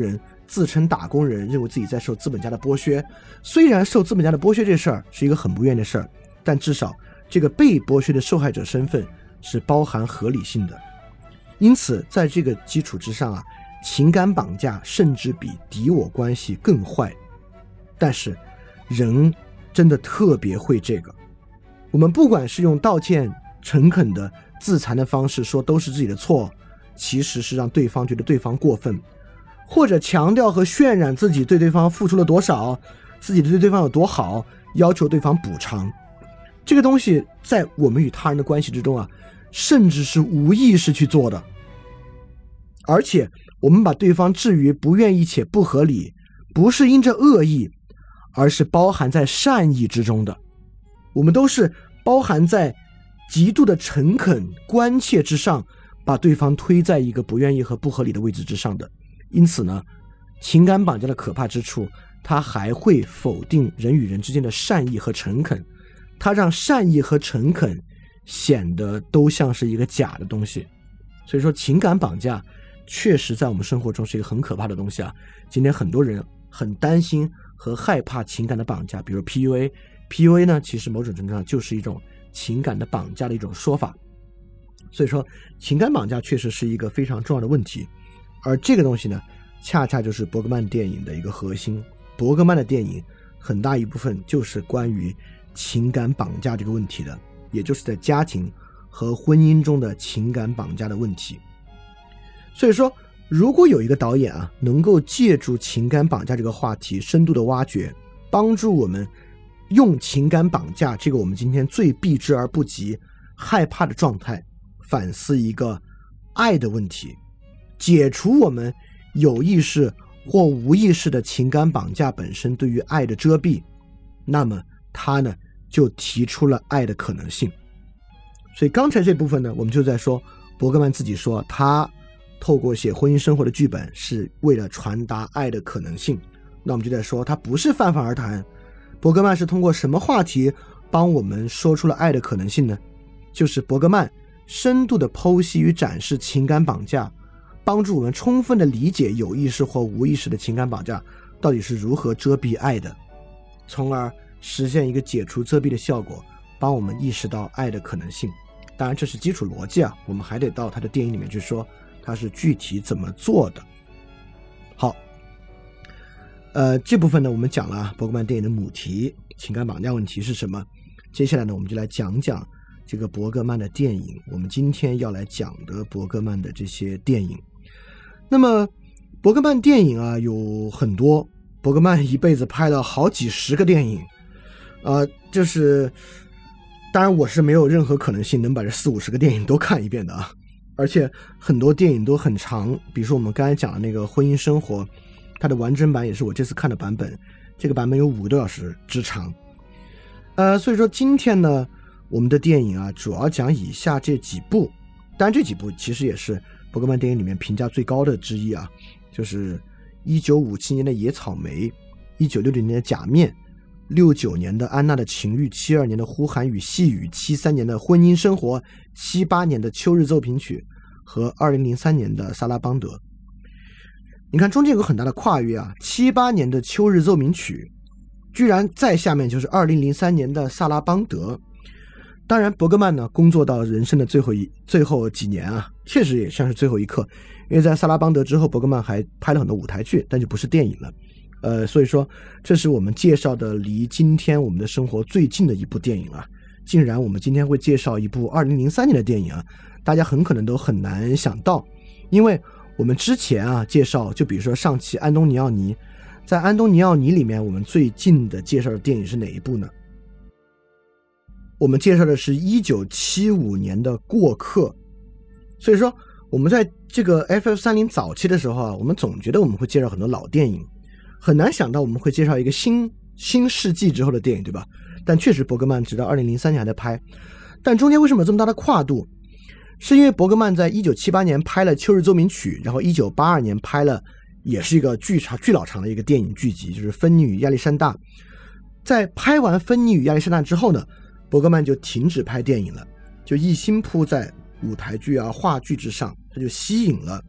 自称打工人，认为自己在受资本家的剥削。虽然受资本家的剥削这事儿是一个很不愿意的事儿，但至少这个被剥削的受害者身份是包含合理性的。因此在这个基础之上啊，情感绑架甚至比敌我关系更坏。但是人真的特别会这个，我们不管是用道歉诚恳的自残的方式说都是自己的错，其实是让对方觉得对方过分，或者强调和渲染自己对对方付出了多少，自己对对方有多好，要求对方补偿。这个东西在我们与他人的关系之中啊，甚至是无意识去做的，而且我们把对方置于不愿意且不合理，不是因着恶意，而是包含在善意之中的。我们都是包含在极度的诚恳关切之上，把对方推在一个不愿意和不合理的位置之上的。因此呢，情感绑架的可怕之处，它还会否定人与人之间的善意和诚恳，它让善意和诚恳显得都像是一个假的东西。所以说情感绑架确实在我们生活中是一个很可怕的东西啊。今天很多人很担心和害怕情感的绑架，比如 P U A P U A 呢，其实某种程度上就是一种情感的绑架的一种说法。所以说情感绑架确实是一个非常重要的问题，而这个东西呢，恰恰就是伯格曼电影的一个核心。伯格曼的电影很大一部分就是关于情感绑架这个问题的，也就是在家庭和婚姻中的情感绑架的问题。所以说如果有一个导演啊，能够借助情感绑架这个话题深度的挖掘，帮助我们用情感绑架这个我们今天最避之而不及害怕的状态，反思一个爱的问题，解除我们有意识或无意识的情感绑架本身对于爱的遮蔽，那么他呢就提出了爱的可能性。所以刚才这部分呢，我们就在说伯格曼自己说他透过写婚姻生活的剧本是为了传达爱的可能性。那我们就在说他不是泛泛而谈，伯格曼是通过什么话题帮我们说出了爱的可能性呢？就是伯格曼深度的剖析与展示情感绑架，帮助我们充分的理解有意识或无意识的情感绑架到底是如何遮蔽爱的，从而实现一个解除遮蔽的效果，帮我们意识到爱的可能性。当然这是基础逻辑啊，我们还得到他的电影里面去说他是具体怎么做的。好，呃，这部分呢我们讲了伯格曼电影的母题情感绑架问题是什么。接下来呢我们就来讲讲这个伯格曼的电影，我们今天要来讲的伯格曼的这些电影。那么伯格曼电影啊有很多，伯格曼一辈子拍了好几十个电影，呃，就是当然我是没有任何可能性能把这四五十个电影都看一遍的啊，而且很多电影都很长，比如说我们刚才讲的那个婚姻生活，它的完整版也是我这次看的版本，这个版本有五个多小时之长。呃，所以说今天呢我们的电影啊主要讲以下这几部，当然这几部其实也是伯格曼电影里面评价最高的之一啊，就是一九五七年的野草莓，一九六零年的假面，六九年的安娜的情欲，七二年的呼喊与细雨，七三年的婚姻生活，七八年的秋日奏鸣曲和二零零三年的萨拉邦德。你看中间有个很大的跨越啊，七八年的秋日奏鸣曲居然在下面就是二零零三年的萨拉邦德。当然伯格曼呢工作到人生的最后一最后几年啊，确实也像是最后一刻，因为在萨拉邦德之后伯格曼还拍了很多舞台剧，但就不是电影了。呃，所以说这是我们介绍的离今天我们的生活最近的一部电影啊。竟然我们今天会介绍一部二零零三年的电影啊，大家很可能都很难想到，因为我们之前啊介绍，就比如说上期安东尼奥尼，在安东尼奥尼里面我们最近的介绍的电影是哪一部呢？我们介绍的是一九七五年的过客。所以说我们在这个 F F 三十 早期的时候啊，我们总觉得我们会介绍很多老电影，很难想到我们会介绍一个新新世纪之后的电影，对吧？但确实伯格曼直到二零零三年还在拍，但中间为什么有这么大的跨度？是因为伯格曼在一九七八年拍了秋日奏鸣曲，然后一九八二年拍了也是一个巨长巨老长的一个电影剧集，就是芬妮与亚历山大。在拍完芬妮与亚历山大之后呢，伯格曼就停止拍电影了，就一心扑在舞台剧啊话剧之上，他就吸引了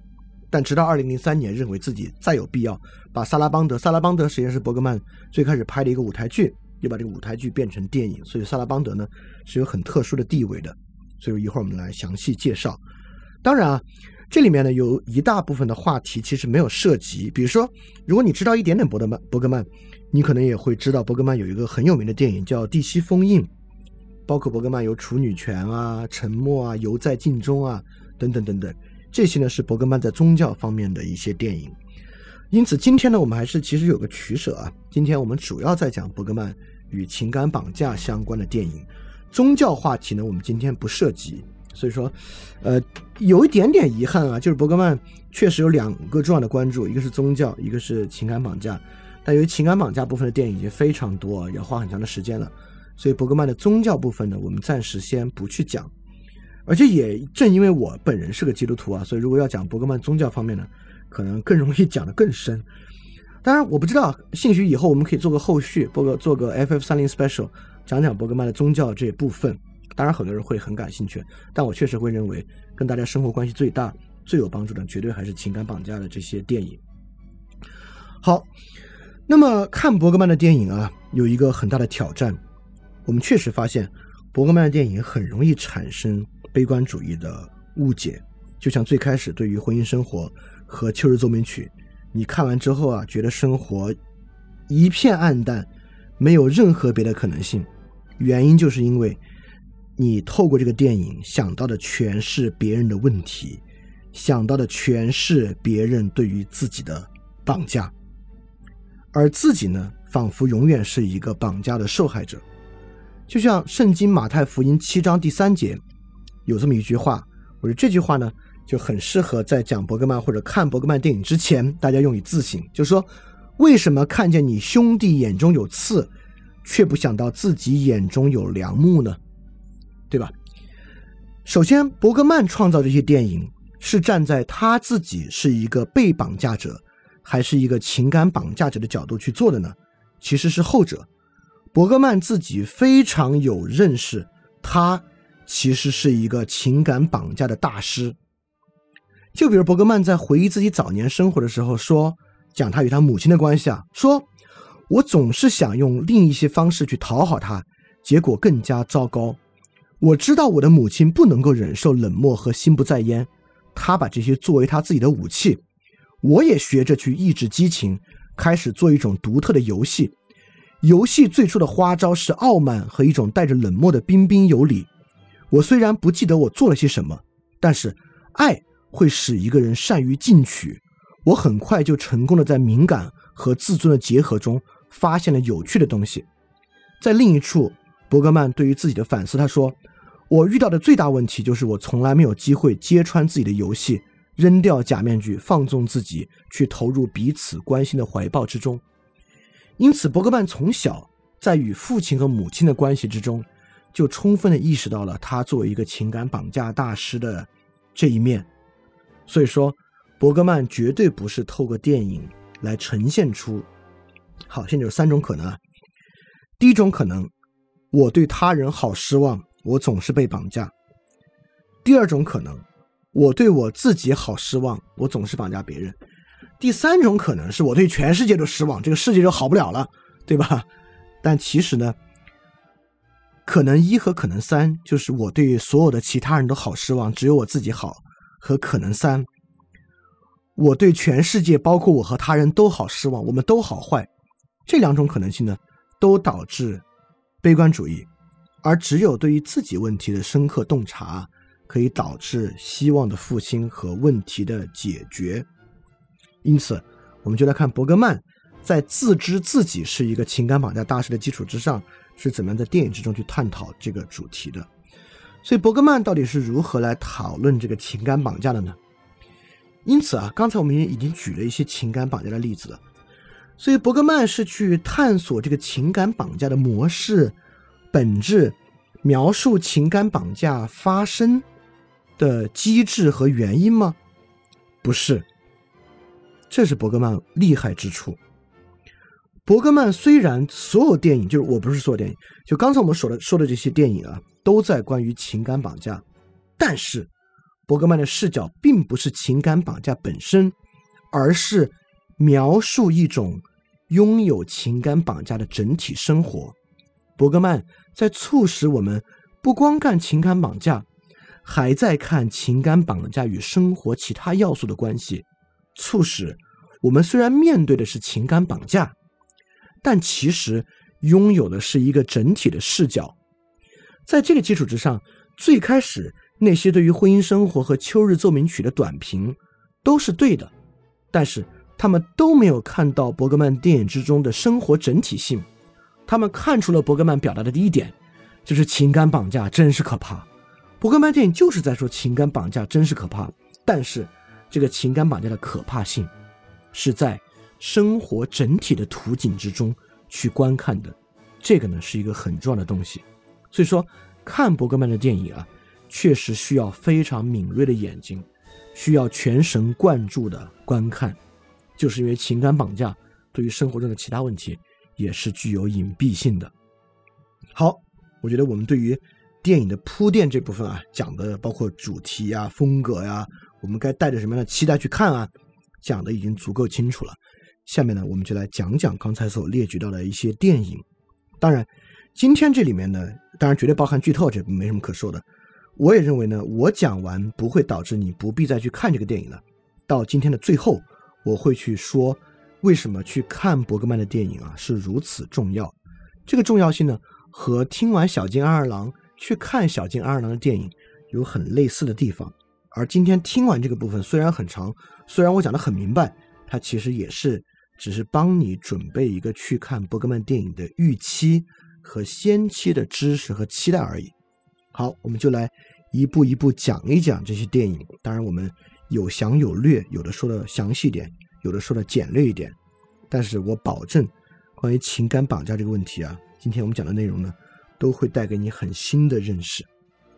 但直到二零零三年认为自己再有必要把萨拉邦德萨拉邦德实际上是伯格曼最开始拍的一个舞台剧，又把这个舞台剧变成电影，所以萨拉邦德呢是有很特殊的地位的，所以一会儿我们来详细介绍。当然啊，这里面呢有一大部分的话题其实没有涉及，比如说如果你知道一点点伯德曼伯格曼，你可能也会知道伯格曼有一个很有名的电影叫《地西封印》，包括伯格曼有《处女泉》啊、沉默啊、游在镜中啊等等等等，这些呢是伯格曼在宗教方面的一些电影。因此今天呢我们还是其实有个取舍啊，今天我们主要在讲伯格曼与情感绑架相关的电影，宗教话题呢我们今天不涉及。所以说呃，有一点点遗憾啊，就是伯格曼确实有两个重要的关注，一个是宗教，一个是情感绑架，但由于情感绑架部分的电影已经非常多，要花很长的时间了，所以伯格曼的宗教部分呢我们暂时先不去讲。而且也正因为我本人是个基督徒啊，所以如果要讲伯格曼宗教方面呢可能更容易讲得更深。当然我不知道，兴许以后我们可以做个后续，做个 F F 三十 Special 讲讲伯格曼的宗教这部分，当然很多人会很感兴趣，但我确实会认为跟大家生活关系最大最有帮助的绝对还是情感绑架的这些电影。好，那么看伯格曼的电影啊有一个很大的挑战，我们确实发现伯格曼的电影很容易产生悲观主义的误解，就像最开始对于婚姻生活和秋日奏鸣曲，你看完之后啊觉得生活一片暗淡，没有任何别的可能性，原因就是因为你透过这个电影想到的全是别人的问题，想到的全是别人对于自己的绑架，而自己呢仿佛永远是一个绑架的受害者。就像圣经马太福音七章第三节有这么一句话，我觉得这句话呢就很适合在讲伯格曼或者看伯格曼电影之前大家用以自省，就是说为什么看见你兄弟眼中有刺却不想到自己眼中有梁木呢？对吧？首先伯格曼创造这些电影是站在他自己是一个被绑架者还是一个情感绑架者的角度去做的呢？其实是后者。伯格曼自己非常有认识，他其实是一个情感绑架的大师。就比如伯格曼在回忆自己早年生活的时候说，讲他与他母亲的关系啊，说我总是想用另一些方式去讨好他，结果更加糟糕。我知道我的母亲不能够忍受冷漠和心不在焉，他把这些作为他自己的武器，我也学着去抑制激情，开始做一种独特的游戏。游戏最初的花招是傲慢和一种带着冷漠的彬彬有礼。我虽然不记得我做了些什么，但是爱会使一个人善于进取。我很快就成功的在敏感和自尊的结合中发现了有趣的东西。在另一处，伯格曼对于自己的反思，他说，我遇到的最大问题就是我从来没有机会揭穿自己的游戏，扔掉假面具，放纵自己，去投入彼此关心的怀抱之中。因此伯格曼从小在与父亲和母亲的关系之中就充分的意识到了他作为一个情感绑架大师的这一面。所以说伯格曼绝对不是透过电影来呈现出，好，现在有三种可能啊。第一种可能，我对他人好失望，我总是被绑架。第二种可能，我对我自己好失望，我总是绑架别人。第三种可能是我对全世界都失望，这个世界就好不了了，对吧？但其实呢，可能一和可能三就是我对所有的其他人都好失望，只有我自己好，和可能三我对全世界包括我和他人都好失望，我们都好坏。这两种可能性呢都导致悲观主义，而只有对于自己问题的深刻洞察可以导致希望的复兴和问题的解决。因此我们就来看伯格曼在自知自己是一个情感绑架大师的基础之上是怎么样在电影之中去探讨这个主题的。所以伯格曼到底是如何来讨论这个情感绑架的呢？因此啊，刚才我们已经举了一些情感绑架的例子了，所以伯格曼是去探索这个情感绑架的模式、本质，描述情感绑架发生的机制和原因吗？不是，这是伯格曼厉害之处。伯格曼虽然所有电影，就是我不是所有电影，就刚才我们说的说的这些电影啊，都在关于情感绑架，但是伯格曼的视角并不是情感绑架本身，而是描述一种拥有情感绑架的整体生活。伯格曼在促使我们不光看情感绑架，还在看情感绑架与生活其他要素的关系，促使我们虽然面对的是情感绑架，但其实拥有的是一个整体的视角。在这个基础之上，最开始那些对于婚姻生活和秋日奏鸣曲的短评都是对的，但是他们都没有看到伯格曼电影之中的生活整体性。他们看出了伯格曼表达的第一点，就是情感绑架真是可怕。伯格曼电影就是在说情感绑架真是可怕，但是这个情感绑架的可怕性是在生活整体的图景之中去观看的，这个呢是一个很重要的东西。所以说看伯格曼的电影啊，确实需要非常敏锐的眼睛，需要全神贯注的观看，就是因为情感绑架对于生活中的其他问题也是具有隐蔽性的。好，我觉得我们对于电影的铺垫这部分啊，讲的包括主题啊、风格呀、啊，我们该带着什么样的期待去看啊，讲的已经足够清楚了。下面呢，我们就来讲讲刚才所列举到的一些电影。当然，今天这里面呢，当然绝对包含剧透，这没什么可说的。我也认为呢，我讲完不会导致你不必再去看这个电影了。到今天的最后，我会去说为什么去看伯格曼的电影啊是如此重要。这个重要性呢，和听完小津安二郎去看小津安二郎的电影有很类似的地方。而今天听完这个部分虽然很长，虽然我讲得很明白，它其实也是只是帮你准备一个去看伯格曼电影的预期和先期的知识和期待而已。好，我们就来一步一步讲一讲这些电影。当然我们有详有略，有的说的详细一点，有的说的简略一点，但是我保证关于情感绑架这个问题啊，今天我们讲的内容呢，都会带给你很新的认识。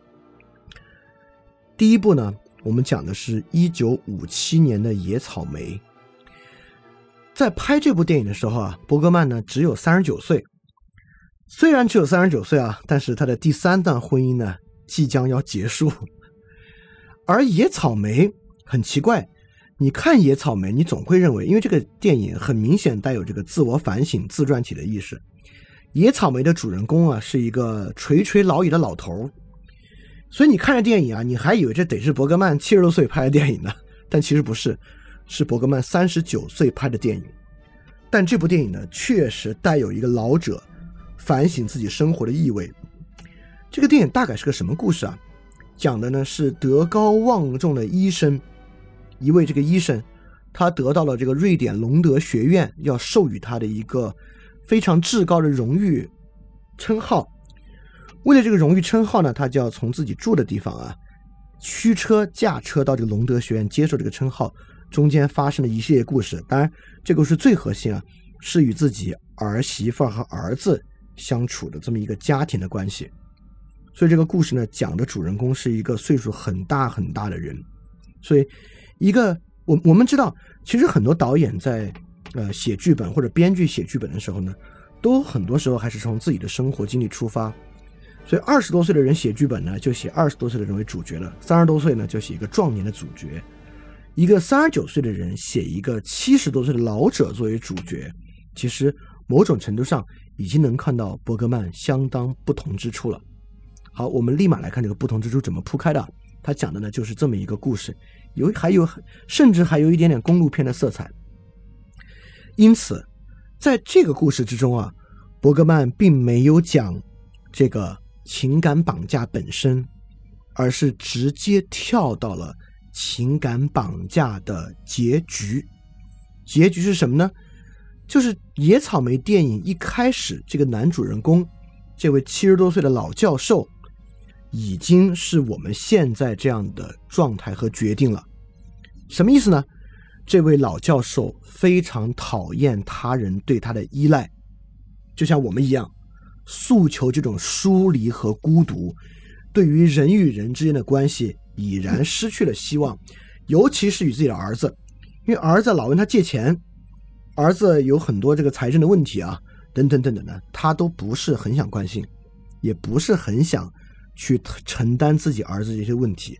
第一部呢，我们讲的是一九五七年的野草莓。在拍这部电影的时候啊，伯格曼呢只有三十九岁。虽然只有三十九岁啊，但是他的第三段婚姻呢即将要结束。而野草莓很奇怪，你看野草莓，你总会认为，因为这个电影很明显带有这个自我反省、自传体的意识。野草莓的主人公啊是一个垂垂老矣的老头，所以你看着电影啊，你还以为这得是伯格曼七十多岁拍的电影呢，但其实不是，是伯格曼三十九岁拍的电影。但这部电影呢，确实带有一个老者反省自己生活的意味。这个电影大概是个什么故事啊？讲的呢是德高望重的医生，一位这个医生，他得到了这个瑞典隆德学院要授予他的一个非常至高的荣誉称号。为了这个荣誉称号呢，他就要从自己住的地方啊，驱车驾车到这个隆德学院接受这个称号。中间发生了一系列故事，当然这个故事最核心啊，是与自己儿媳妇和儿子相处的这么一个家庭的关系。所以这个故事呢，讲的主人公是一个岁数很大很大的人。所以一个我我们知道，其实很多导演在呃写剧本或者编剧写剧本的时候呢，都很多时候还是从自己的生活经历出发。所以二十多岁的人写剧本呢，就写二十多岁的人为主角了；三十多岁呢，就写一个壮年的主角。一个三十九岁的人写一个七十多岁的老者作为主角，其实某种程度上已经能看到伯格曼相当不同之处了。好，我们立马来看这个不同之处怎么铺开的。他讲的呢就是这么一个故事，有还有甚至还有一点点公路片的色彩。因此在这个故事之中啊，伯格曼并没有讲这个情感绑架本身，而是直接跳到了情感绑架的结局。结局是什么呢？就是野草莓电影一开始，这个男主人公这位七十多岁的老教授已经是我们现在这样的状态和决定了。什么意思呢？这位老教授非常讨厌他人对他的依赖，就像我们一样，诉求这种疏离和孤独，对于人与人之间的关系已然失去了希望，尤其是与自己的儿子，因为儿子老问他借钱，儿子有很多这个财政的问题啊，等等等等的，他都不是很想关心，也不是很想去承担自己儿子这些问题。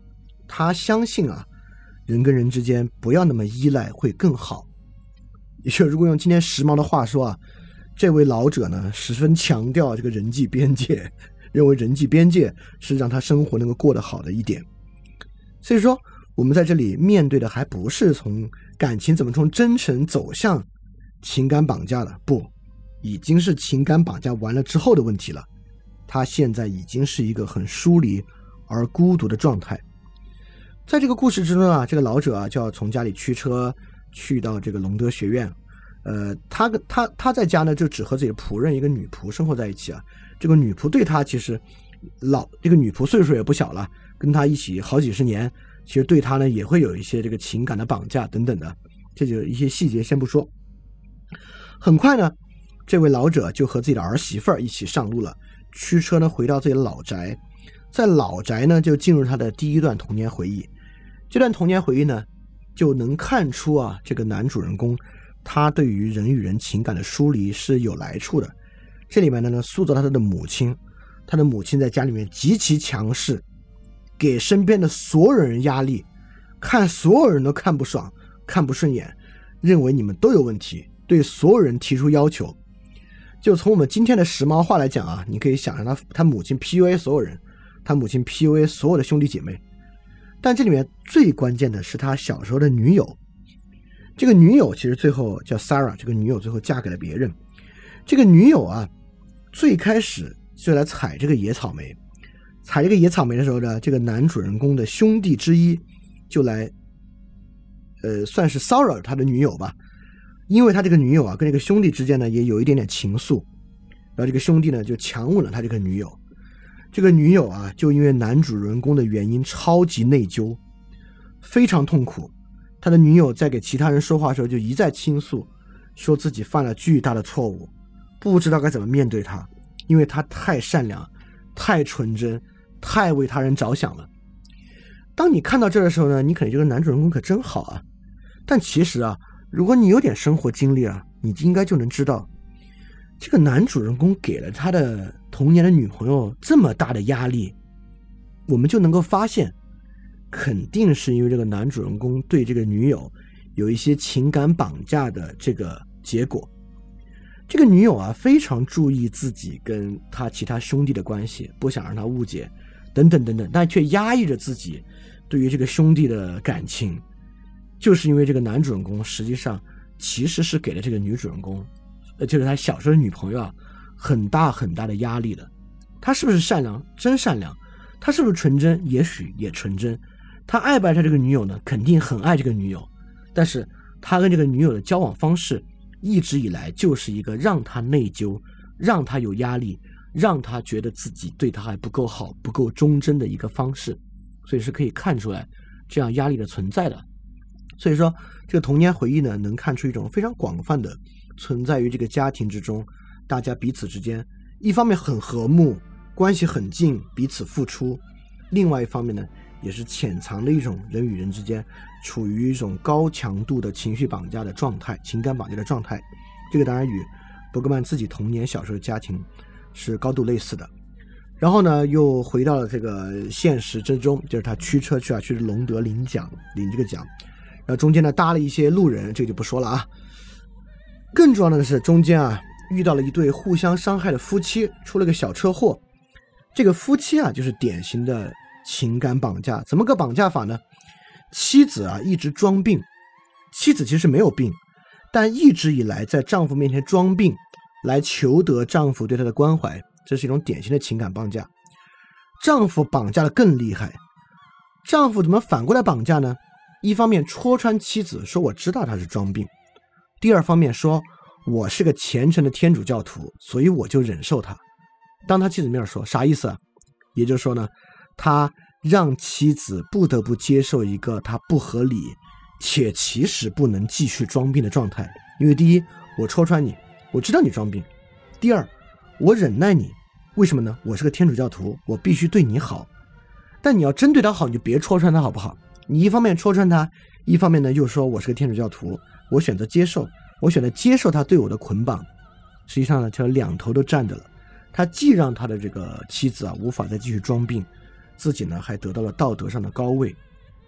他相信啊，人跟人之间不要那么依赖会更好。也就是如果用今天时髦的话说啊，这位老者呢十分强调这个人际边界，认为人际边界是让他生活能够过得好的一点。所以说我们在这里面对的还不是从感情怎么从真诚走向情感绑架了，不，已经是情感绑架完了之后的问题了。他现在已经是一个很疏离而孤独的状态。在这个故事之中啊，这个老者啊就要从家里驱车去到这个隆德学院。呃，他他他在家呢就只和自己的仆人一个女仆生活在一起啊。这个女仆对他其实老这个女仆岁数也不小了，跟他一起好几十年，其实对他呢也会有一些这个情感的绑架等等的，这就一些细节先不说。很快呢，这位老者就和自己的儿媳妇儿一起上路了，驱车呢回到自己的老宅。在老宅呢就进入他的第一段童年回忆。这段童年回忆呢就能看出啊，这个男主人公他对于人与人情感的疏离是有来处的。这里面呢塑造他的母亲，他的母亲在家里面极其强势，给身边的所有人压力，看所有人都看不爽看不顺眼，认为你们都有问题，对所有人提出要求。就从我们今天的时髦话来讲啊，你可以想象他他母亲 P U A 所有人，他母亲 P U A 所有的兄弟姐妹。但这里面最关键的是他小时候的女友。这个女友其实最后叫 Sarah， 这个女友最后嫁给了别人。这个女友啊最开始就来采这个野草莓，采这个野草莓的时候呢，这个男主人公的兄弟之一就来呃，算是骚扰他的女友吧。因为他这个女友啊跟这个兄弟之间呢也有一点点情愫，然后这个兄弟呢就强吻了他这个女友。这个女友啊就因为男主人公的原因超级内疚，非常痛苦。他的女友在给其他人说话的时候就一再倾诉，说自己犯了巨大的错误，不知道该怎么面对他，因为他太善良太纯真太为他人着想了。当你看到这的时候呢，你肯定觉得男主人公可真好啊。但其实啊，如果你有点生活经历啊，你应该就能知道，这个男主人公给了他的童年的女朋友这么大的压力，我们就能够发现，肯定是因为这个男主人公对这个女友有一些情感绑架的这个结果。这个女友啊非常注意自己跟他其他兄弟的关系，不想让他误解等等等等，但却压抑着自己对于这个兄弟的感情。就是因为这个男主人公实际上其实是给了这个女主人公，呃，就是他小时候的女朋友啊，很大很大的压力的。他是不是善良？真善良。他是不是纯真？也许也纯真。他爱不爱他这个女友呢？肯定很爱这个女友。但是他跟这个女友的交往方式一直以来就是一个让他内疚，让他有压力，让他觉得自己对他还不够好不够忠贞的一个方式。所以是可以看出来这样压力的存在的。所以说这个童年回忆呢，能看出一种非常广泛的存在于这个家庭之中，大家彼此之间一方面很和睦，关系很近，彼此付出，另外一方面呢也是潜藏的一种人与人之间处于一种高强度的情绪绑架的状态，情感绑架的状态。这个当然与伯格曼自己童年小时候的家庭是高度类似的。然后呢又回到了这个现实之中，就是他驱车去啊去隆德领奖领这个奖，然后中间呢搭了一些路人，这个就不说了啊。更重要的是中间啊遇到了一对互相伤害的夫妻，出了个小车祸。这个夫妻啊就是典型的情感绑架。怎么个绑架法呢？妻子啊一直装病，妻子其实没有病，但一直以来在丈夫面前装病，来求得丈夫对她的关怀，这是一种典型的情感绑架。丈夫绑架的更厉害，丈夫怎么反过来绑架呢？一方面戳穿妻子说我知道她是装病，第二方面说我是个虔诚的天主教徒，所以我就忍受她。当他妻子面说啥意思啊？也就是说呢，他让妻子不得不接受一个他不合理且其实不能继续装病的状态。因为第一，我戳穿你，我知道你装病；第二，我忍耐你，为什么呢？我是个天主教徒，我必须对你好。但你要真对他好，你就别戳穿他好不好？你一方面戳穿他，一方面呢又说我是个天主教徒，我选择接受，我选择接受他对我的捆绑。实际上呢，就两头都站着了。他既让他的这个妻子啊无法再继续装病，自己呢还得到了道德上的高位。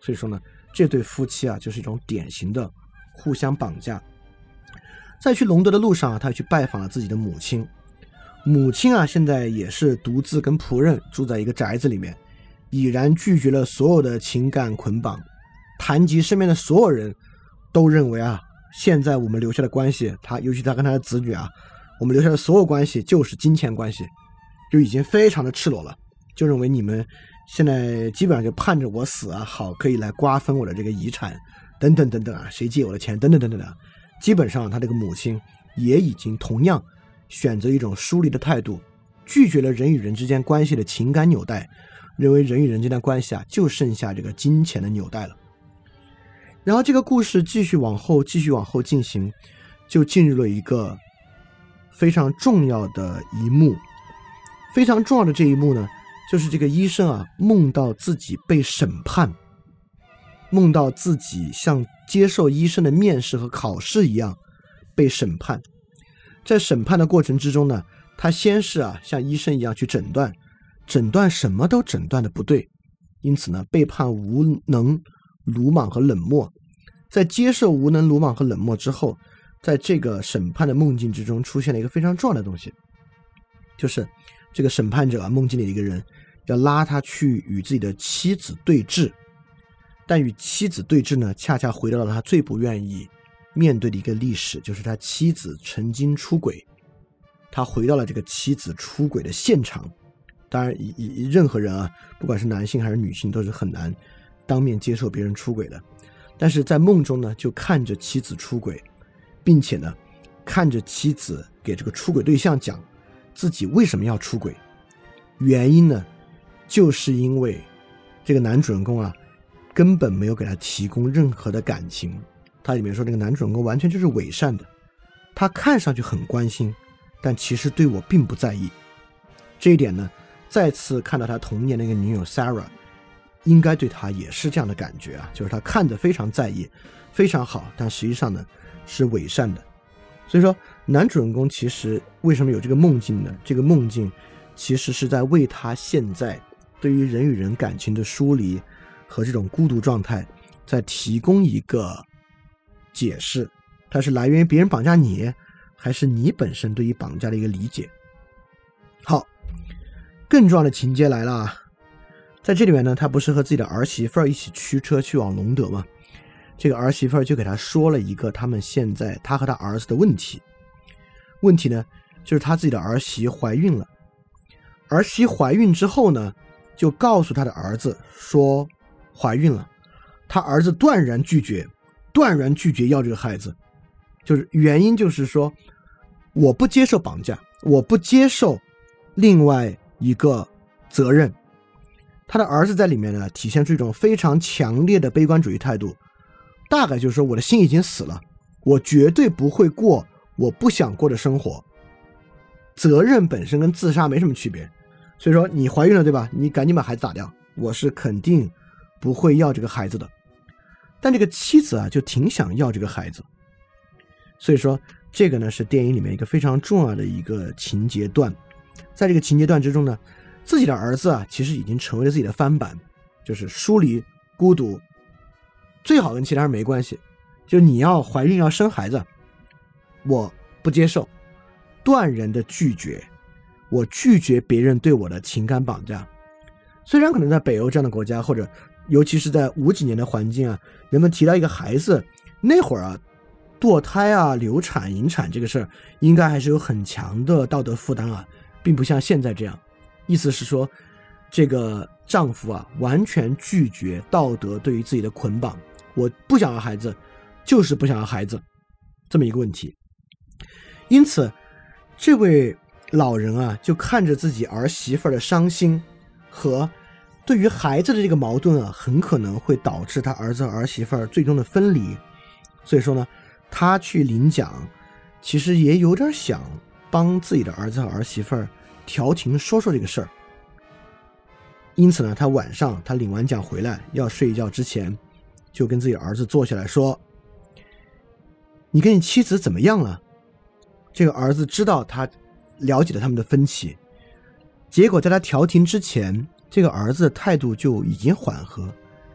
所以说呢，这对夫妻啊就是一种典型的互相绑架。在去隆德的路上啊，他去拜访了自己的母亲。母亲啊，现在也是独自跟仆人住在一个宅子里面，已然拒绝了所有的情感捆绑。谈及身边的所有人都认为啊，现在我们留下的关系，他尤其他跟他的子女啊，我们留下的所有关系就是金钱关系，就已经非常的赤裸了，就认为你们现在基本上就盼着我死啊，好可以来瓜分我的这个遗产等等等等啊，谁借我的钱等等等等的。基本上他这个母亲也已经同样选择一种疏离的态度，拒绝了人与人之间关系的情感纽带，认为人与人之间的关系啊就剩下这个金钱的纽带了。然后这个故事继续往后继续往后进行，就进入了一个非常重要的一幕。非常重要的这一幕呢，就是这个医生啊梦到自己被审判，梦到自己像接受医生的面试和考试一样被审判。在审判的过程之中呢，他先是啊像医生一样去诊断，诊断什么都诊断的不对，因此呢被判无能、鲁莽和冷漠。在接受无能、鲁莽和冷漠之后，在这个审判的梦境之中出现了一个非常重要的东西，就是这个审判者啊梦境里的一个人要拉他去与自己的妻子对峙，但与妻子对峙呢，恰恰回到了他最不愿意面对的一个历史，就是他妻子曾经出轨。他回到了这个妻子出轨的现场。当然以以任何人啊，不管是男性还是女性，都是很难当面接受别人出轨的。但是在梦中呢，就看着妻子出轨，并且呢看着妻子给这个出轨对象讲自己为什么要出轨。原因呢就是因为这个男主人公啊根本没有给他提供任何的感情。他里面说这个男主人公完全就是伪善的，他看上去很关心，但其实对我并不在意。这一点呢再次看到他童年那个女友 Sarah 应该对他也是这样的感觉啊，就是他看着非常在意非常好，但实际上呢是伪善的。所以说男主人公其实为什么有这个梦境呢？这个梦境其实是在为他现在对于人与人感情的疏离和这种孤独状态在提供一个解释，它是来源于别人绑架你，还是你本身对于绑架的一个理解。好，更重要的情节来了啊！在这里面呢，他不是和自己的儿媳妇儿一起驱车去往隆德吗？这个儿媳妇儿就给他说了一个他们现在他和他儿子的问题。问题呢，就是他自己的儿媳怀孕了。儿媳怀孕之后呢，就告诉他的儿子说怀孕了。他儿子断然拒绝，断然拒绝要这个孩子。就是原因就是说，我不接受绑架，我不接受另外一个责任。他的儿子在里面呢体现出一种非常强烈的悲观主义态度，大概就是说我的心已经死了，我绝对不会过我不想过的生活。责任本身跟自杀没什么区别，所以说你怀孕了对吧，你赶紧把孩子打掉，我是肯定不会要这个孩子的。但这个妻子啊就挺想要这个孩子，所以说这个呢是电影里面一个非常重要的一个情节段。在这个情节段之中呢，自己的儿子啊其实已经成为了自己的翻版，就是疏离孤独，最好跟其他人没关系，就你要怀孕要生孩子我不接受，断然的拒绝，我拒绝别人对我的情感绑架。虽然可能在北欧这样的国家，或者尤其是在五几年的环境啊，人们提到一个孩子，那会儿啊堕胎啊流产引产这个事儿应该还是有很强的道德负担啊，并不像现在这样。意思是说这个丈夫啊完全拒绝道德对于自己的捆绑，我不想要孩子就是不想要孩子，这么一个问题。因此这位老人啊就看着自己儿媳妇的伤心和对于孩子的这个矛盾啊，很可能会导致他儿子和儿媳妇最终的分离。所以说呢他去领奖其实也有点想帮自己的儿子和儿媳妇调停说说这个事儿。因此呢他晚上他领完奖回来要睡一觉之前，就跟自己的儿子坐下来说，你跟你妻子怎么样了？这个儿子知道他了解了他们的分歧，结果在他调停之前，这个儿子的态度就已经缓和，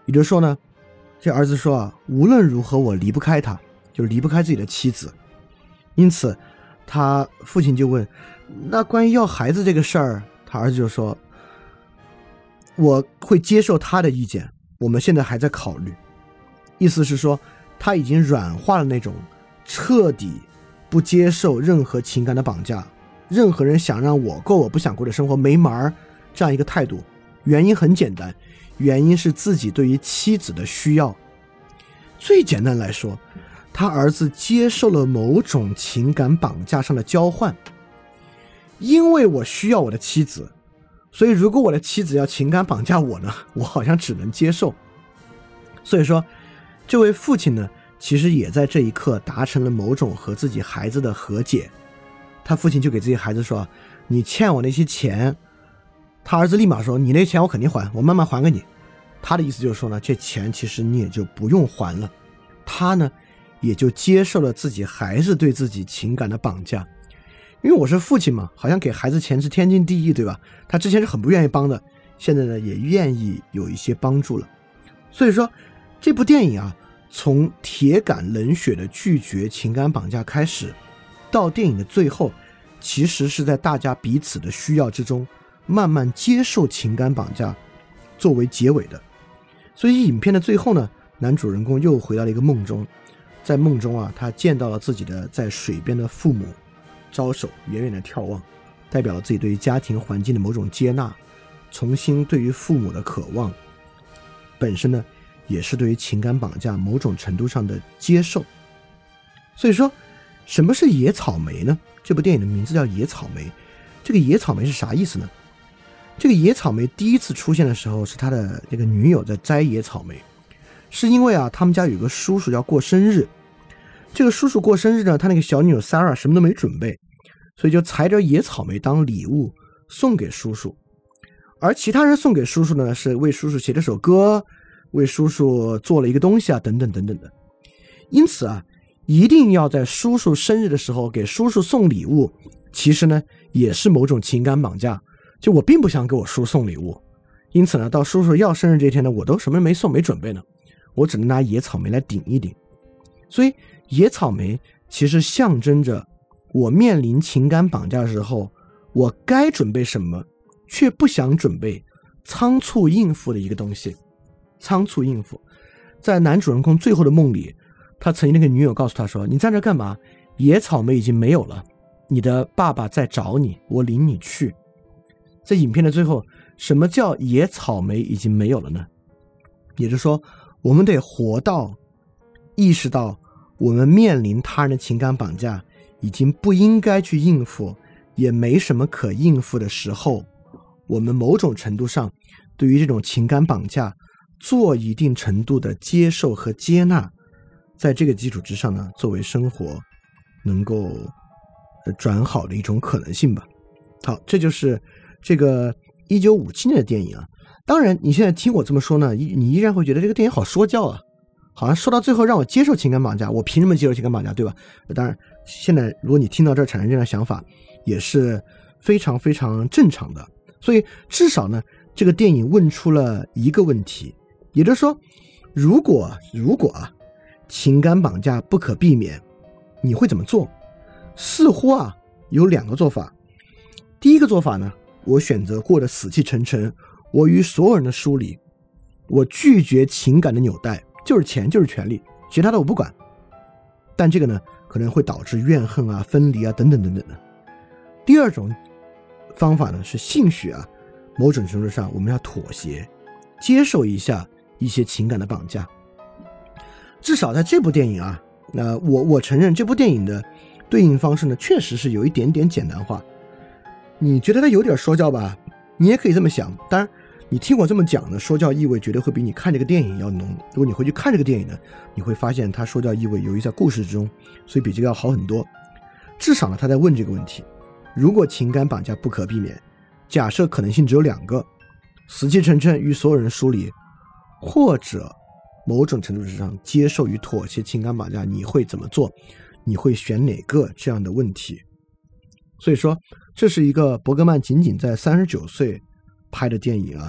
也就是说呢，这儿子说啊，无论如何我离不开他，就离不开自己的妻子。因此他父亲就问，那关于要孩子这个事儿，他儿子就说，我会接受他的意见，我们现在还在考虑。意思是说他已经软化了那种彻底不接受任何情感的绑架，任何人想让我过我不想过的生活没门儿这样一个态度。原因很简单，原因是自己对于妻子的需要。最简单来说，他儿子接受了某种情感绑架上的交换。因为我需要我的妻子，所以如果我的妻子要情感绑架我呢，我好像只能接受。所以说这位父亲呢，其实也在这一刻达成了某种和自己孩子的和解。他父亲就给自己孩子说，你欠我那些钱，他儿子立马说，你那钱我肯定还，我慢慢还给你。他的意思就是说呢，这钱其实你也就不用还了。他呢也就接受了自己孩子对自己情感的绑架。因为我是父亲嘛，好像给孩子钱是天经地义，对吧？他之前是很不愿意帮的，现在呢也愿意有一些帮助了。所以说这部电影啊，从铁杆冷血的拒绝情感绑架开始，到电影的最后，其实是在大家彼此的需要之中慢慢接受情感绑架作为结尾的。所以影片的最后呢，男主人公又回到了一个梦中，在梦中啊，他见到了自己的在水边的父母，招手远远的眺望，代表了自己对于家庭环境的某种接纳，重新对于父母的渴望，本身呢也是对于情感绑架某种程度上的接受。所以说什么是野草莓呢？这部电影的名字叫野草莓，这个野草莓是啥意思呢？这个野草莓第一次出现的时候是他的这个女友在摘野草莓，是因为啊他们家有一个叔叔要过生日，这个叔叔过生日呢，他那个小女友 Sarah 什么都没准备，所以就采点野草莓当礼物送给叔叔。而其他人送给叔叔呢，是为叔叔写了首歌，为叔叔做了一个东西啊，等等等等的。因此啊，一定要在叔叔生日的时候给叔叔送礼物，其实呢也是某种情感绑架。就我并不想给我叔送礼物，因此呢到叔叔要生日这天呢，我都什么没送没准备呢，我只能拿野草莓来顶一顶。所以野草莓其实象征着我面临情感绑架的时候，我该准备什么却不想准备，仓促应付的一个东西。仓促应付，在男主人公最后的梦里，他曾经那个女友告诉他说，你在这干嘛？野草莓已经没有了，你的爸爸在找你，我领你去。在影片的最后，什么叫野草莓已经没有了呢？也就是说，我们得活到意识到我们面临他人的情感绑架已经不应该去应付，也没什么可应付的时候，我们某种程度上对于这种情感绑架做一定程度的接受和接纳，在这个基础之上呢，作为生活能够转好的一种可能性吧。好，这就是这个一九五七年的电影啊。当然你现在听我这么说呢，你依然会觉得这个电影好说教啊，好像说到最后让我接受情感绑架，我凭什么接受情感绑架，对吧？当然现在如果你听到这儿产生这样的想法，也是非常非常正常的。所以至少呢，这个电影问出了一个问题，也就是说，如果如果啊情感绑架不可避免，你会怎么做？似乎啊有两个做法。第一个做法呢，我选择过得死气沉沉，我与所有人的疏离，我拒绝情感的纽带，就是钱就是权利，其他的我不管。但这个呢可能会导致怨恨啊、分离啊等等等等的。第二种方法呢是兴许啊某种程度上我们要妥协，接受一下一些情感的绑架。至少在这部电影啊，那我我承认这部电影的对应方式呢确实是有一点点简单化。你觉得它有点说教吧，你也可以这么想。当然你听我这么讲呢，说教意味绝对会比你看这个电影要浓。如果你回去看这个电影呢，你会发现它说教意味由于在故事之中，所以比这个要好很多。至少呢他在问这个问题，如果情感绑架不可避免，假设可能性只有两个，死气沉沉与所有人疏离，或者某种程度上接受与妥协情感绑架，你会怎么做？你会选哪个？这样的问题。所以说这是一个伯格曼仅仅在三十九岁拍的电影啊，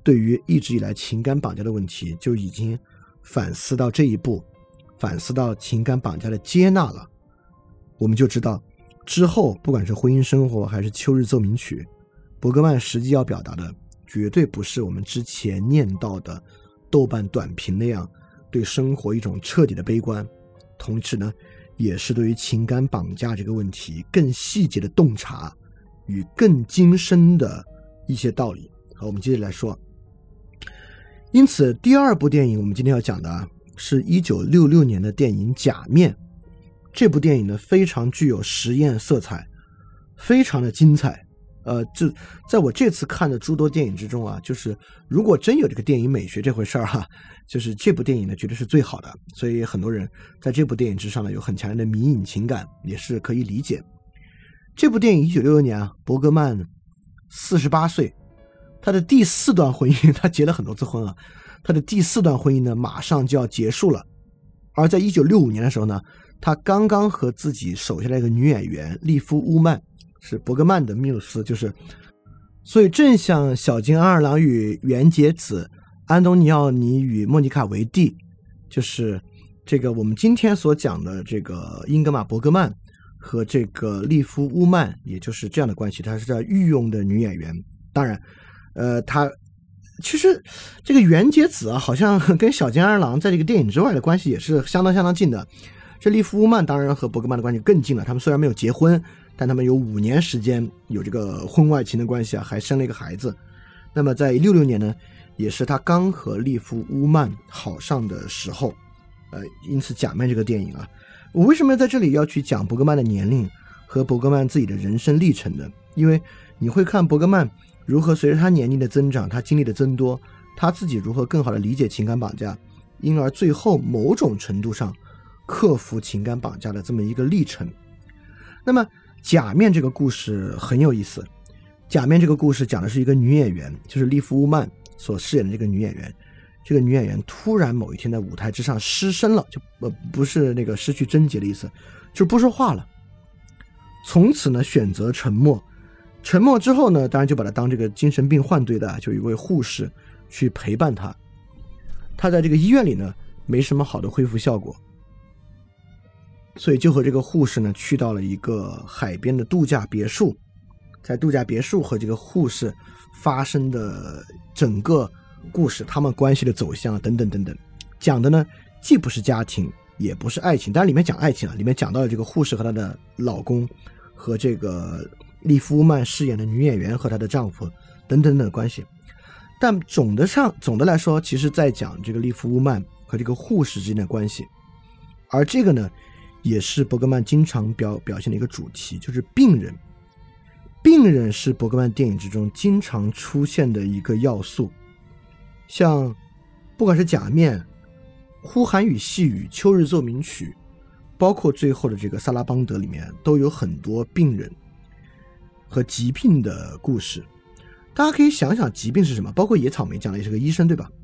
对于一直以来情感绑架的问题就已经反思到这一步，反思到情感绑架的接纳了，我们就知道之后不管是婚姻生活还是秋日奏鸣曲，伯格曼实际要表达的绝对不是我们之前念到的豆瓣短评那样对生活一种彻底的悲观，同时呢也是对于情感绑架这个问题更细节的洞察与更精深的一些道理。好，我们接着来说。因此第二部电影我们今天要讲的啊，是一九六六年的电影《假面》。这部电影呢非常具有实验色彩，非常的精彩。呃，这在我这次看的诸多电影之中啊，就是如果真有这个电影美学这回事儿哈，就是这部电影呢绝对是最好的，所以很多人在这部电影之上呢有很强烈的迷影情感，也是可以理解。这部电影一九六六年啊，伯格曼四十八岁，他的第四段婚姻，他结了很多次婚啊，他的第四段婚姻呢马上就要结束了。而在一九六五年的时候呢，他刚刚和自己手下的一个女演员利夫乌曼，是伯格曼的缪斯，就是所以正像小津安二郎与原节子，安东尼奥尼与莫妮卡维蒂，就是这个我们今天所讲的这个英格玛伯格曼和这个利夫乌曼，也就是这样的关系，她是在御用的女演员。当然呃，她其实这个原节子啊，好像跟小津安二郎在这个电影之外的关系也是相当相当近的。这利夫乌曼当然和伯格曼的关系更近了，他们虽然没有结婚，但他们有五年时间有这个婚外情的关系啊，还生了一个孩子。那么在六六年呢，也是他刚和利夫乌曼好上的时候。呃，因此假面这个电影啊，我为什么在这里要去讲伯格曼的年龄和伯格曼自己的人生历程呢？因为你会看伯格曼如何随着他年龄的增长，他经历的增多，他自己如何更好的理解情感绑架，因而最后某种程度上克服情感绑架的这么一个历程。那么假面这个故事很有意思，假面这个故事讲的是一个女演员，就是利夫乌曼所饰演的这个女演员。这个女演员突然某一天在舞台之上失声了，就呃不是那个失去贞洁的意思，就是不说话了。从此呢选择沉默，沉默之后呢，当然就把她当这个精神病患对待，就有一位护士去陪伴她。她在这个医院里呢没什么好的恢复效果，所以就和这个护士呢去到了一个海边的度假别墅。在度假别墅和这个护士发生的整个故事，他们关系的走向等等等等，讲的呢既不是家庭也不是爱情，当然里面讲爱情啊，里面讲到了这个护士和她的老公和这个利夫曼饰演的女演员和她的丈夫等等等的关系。但总的上总的来说，其实在讲这个利夫曼和这个护士之间的关系。而这个呢也是伯格曼经常表表现的一个主题，就是病人。病人是伯格曼电影之中经常出现的一个要素，像不管是假面、呼喊与细雨、秋日奏鸣曲，包括最后的这个萨拉邦德里面，都有很多病人和疾病的故事。大家可以想想疾病是什么，包括野草莓讲的也是个医生，对吧？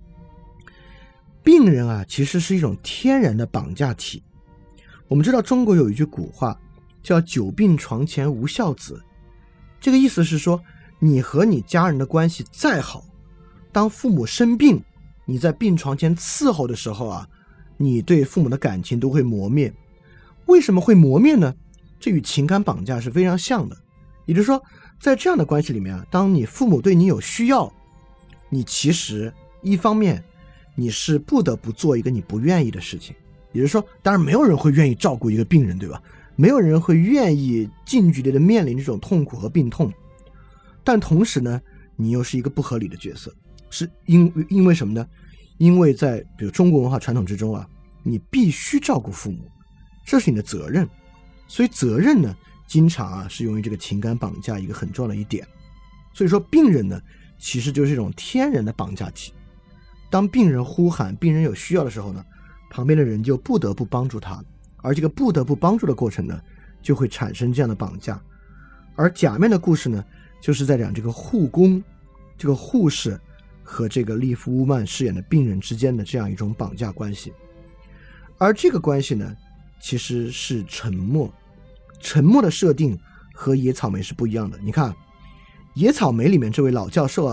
病人啊其实是一种天然的绑架体。我们知道中国有一句古话叫久病床前无孝子，这个意思是说，你和你家人的关系再好，当父母生病，你在病床前伺候的时候啊，你对父母的感情都会磨灭。为什么会磨灭呢？这与情感绑架是非常像的。也就是说，在这样的关系里面啊，当你父母对你有需要，你其实一方面你是不得不做一个你不愿意的事情。也就是说，当然没有人会愿意照顾一个病人，对吧？没有人会愿意近距离的面临这种痛苦和病痛，但同时呢，你又是一个不合理的角色，是因因为什么呢？因为在比如中国文化传统之中啊，你必须照顾父母，这是你的责任，所以责任呢，经常啊是用于这个情感绑架一个很重要的一点。所以说，病人呢，其实就是一种天然的绑架体。当病人呼喊、病人有需要的时候呢，旁边的人就不得不帮助他。而这个不得不帮助的过程呢，就会产生这样的绑架。而假面的故事呢，就是在讲这个护工、这个护士和这个利夫乌曼饰演的病人之间的这样一种绑架关系。而这个关系呢，其实是沉默。沉默的设定和野草莓是不一样的。你看，野草莓里面这位老教授啊，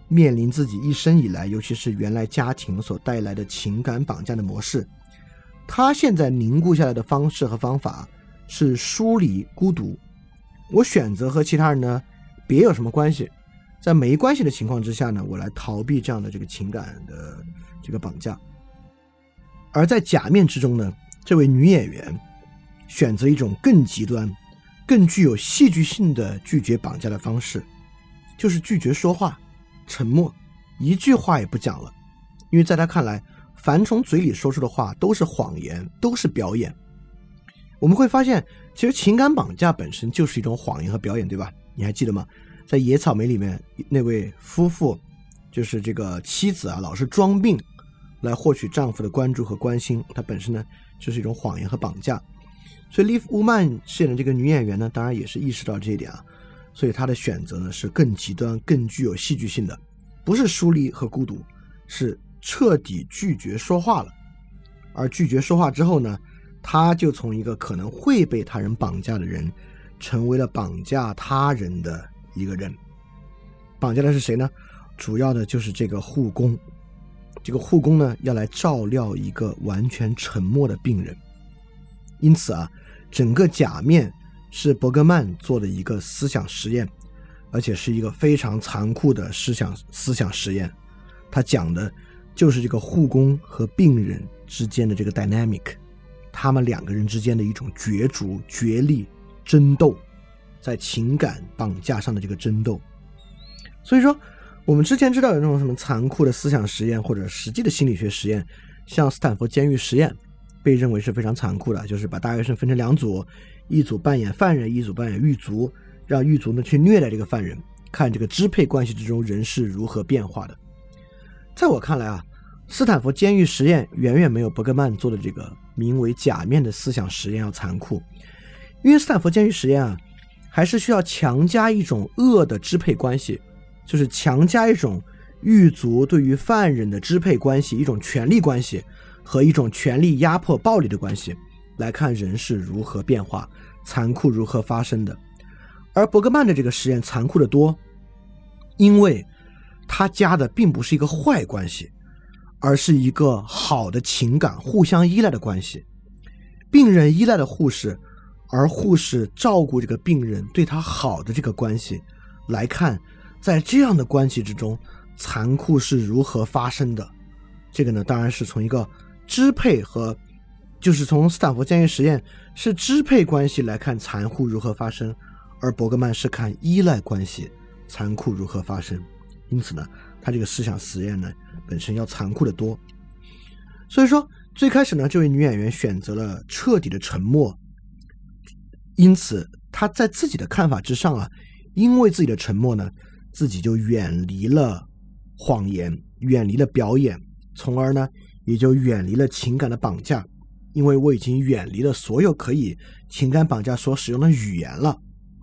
面临自己一生以来，尤其是原来家庭所带来的情感绑架的模式，他现在凝固下来的方式和方法是疏离孤独。我选择和其他人呢别有什么关系，在没关系的情况之下呢，我来逃避这样的这个情感的这个绑架。而在假面之中呢，这位女演员选择一种更极端更具有戏剧性的拒绝绑架的方式，就是拒绝说话，沉默，一句话也不讲了。因为在他看来，凡从嘴里说出的话都是谎言，都是表演。我们会发现其实情感绑架本身就是一种谎言和表演，对吧？你还记得吗？在野草莓里面那位夫妇，就是这个妻子啊，老是装病来获取丈夫的关注和关心，它本身呢就是一种谎言和绑架。所以利夫乌曼饰演的这个女演员呢，当然也是意识到这一点啊，所以她的选择呢是更极端更具有戏剧性的，不是疏离和孤独，是彻底拒绝说话了。而拒绝说话之后呢，她就从一个可能会被他人绑架的人成为了绑架他人的一个人。绑架的是谁呢？主要的就是这个护工。这个护工呢要来照料一个完全沉默的病人。因此啊，整个假面是伯格曼做的一个思想实验，而且是一个非常残酷的思想思想实验。他讲的就是这个护工和病人之间的这个 dynamic， 他们两个人之间的一种角逐、角力、争斗，在情感绑架上的这个争斗。所以说我们之前知道有那种什么残酷的思想实验或者实际的心理学实验，像斯坦福监狱实验被认为是非常残酷的，就是把大学生分成两组，一组扮演犯人，一组扮演狱卒，让狱卒呢去虐待这个犯人，看这个支配关系之中人是如何变化的。在我看来啊，斯坦福监狱实验远远没有伯格曼做的这个名为假面的思想实验要残酷。因为斯坦福监狱实验啊，还是需要强加一种恶的支配关系，就是强加一种狱卒对于犯人的支配关系，一种权力关系和一种权力压迫暴力的关系，来看人是如何变化，残酷如何发生的。而伯格曼的这个实验残酷得多，因为他加的并不是一个坏关系，而是一个好的情感互相依赖的关系。病人依赖的护士，而护士照顾这个病人对他好的这个关系，来看在这样的关系之中残酷是如何发生的。这个呢当然是从一个支配和就是从斯坦福监狱实验是支配关系来看残酷如何发生，而伯格曼是看依赖关系残酷如何发生。因此呢他这个思想实验呢本身要残酷得多。所以说最开始呢这位女演员选择了彻底的沉默，因此她在自己的看法之上啊，因为自己的沉默呢，自己就远离了谎言，远离了表演，从而呢也就远离了情感的绑架。因为我已经远离了所有可以情感绑架所使用的语言了。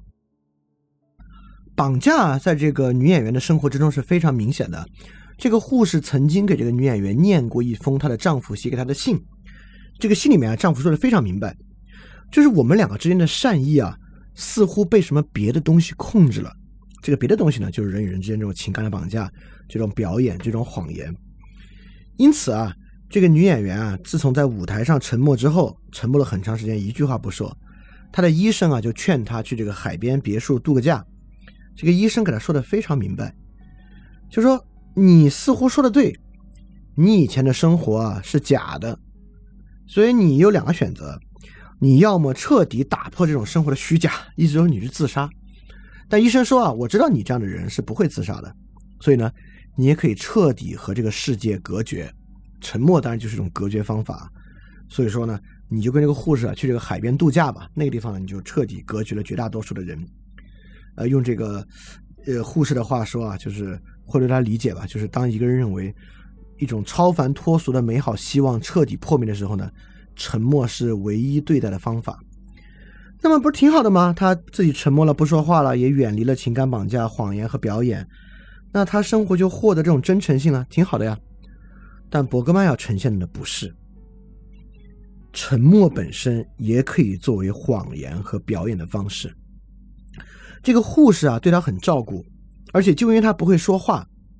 绑架在这个女演员的生活之中是非常明显的。这个护士曾经给这个女演员念过一封她的丈夫写给她的信，这个信里面啊，丈夫说的非常明白，就是我们两个之间的善意啊，似乎被什么别的东西控制了。这个别的东西呢，就是人与人之间这种情感的绑架，这种表演，这种谎言。因此啊，这个女演员啊，自从在舞台上沉默之后，沉默了很长时间，一句话不说。她的医生啊，就劝她去这个海边别墅度个假。这个医生给她说的非常明白，就说你似乎说的对，你以前的生活啊是假的，所以你有两个选择，你要么彻底打破这种生活的虚假，意思就是你去自杀。但医生说啊，我知道你这样的人是不会自杀的，所以呢你也可以彻底和这个世界隔绝。沉默当然就是一种隔绝方法，所以说呢你就跟这个护士啊去这个海边度假吧，那个地方呢你就彻底隔绝了绝大多数的人。呃，用这个呃护士的话说啊，就是或者他理解吧，就是当一个人认为一种超凡脱俗的美好希望彻底破灭的时候呢，沉默是唯一对待的方法。那么不是挺好的吗？他自己沉默了，不说话了，也远离了情感绑架、谎言和表演，那他生活就获得这种真诚性了，挺好的呀。但伯格曼要呈现的不是，沉默本身也可以作为谎言和表演的方式。这个护士啊对他很照顾，而且就因为他不会说话，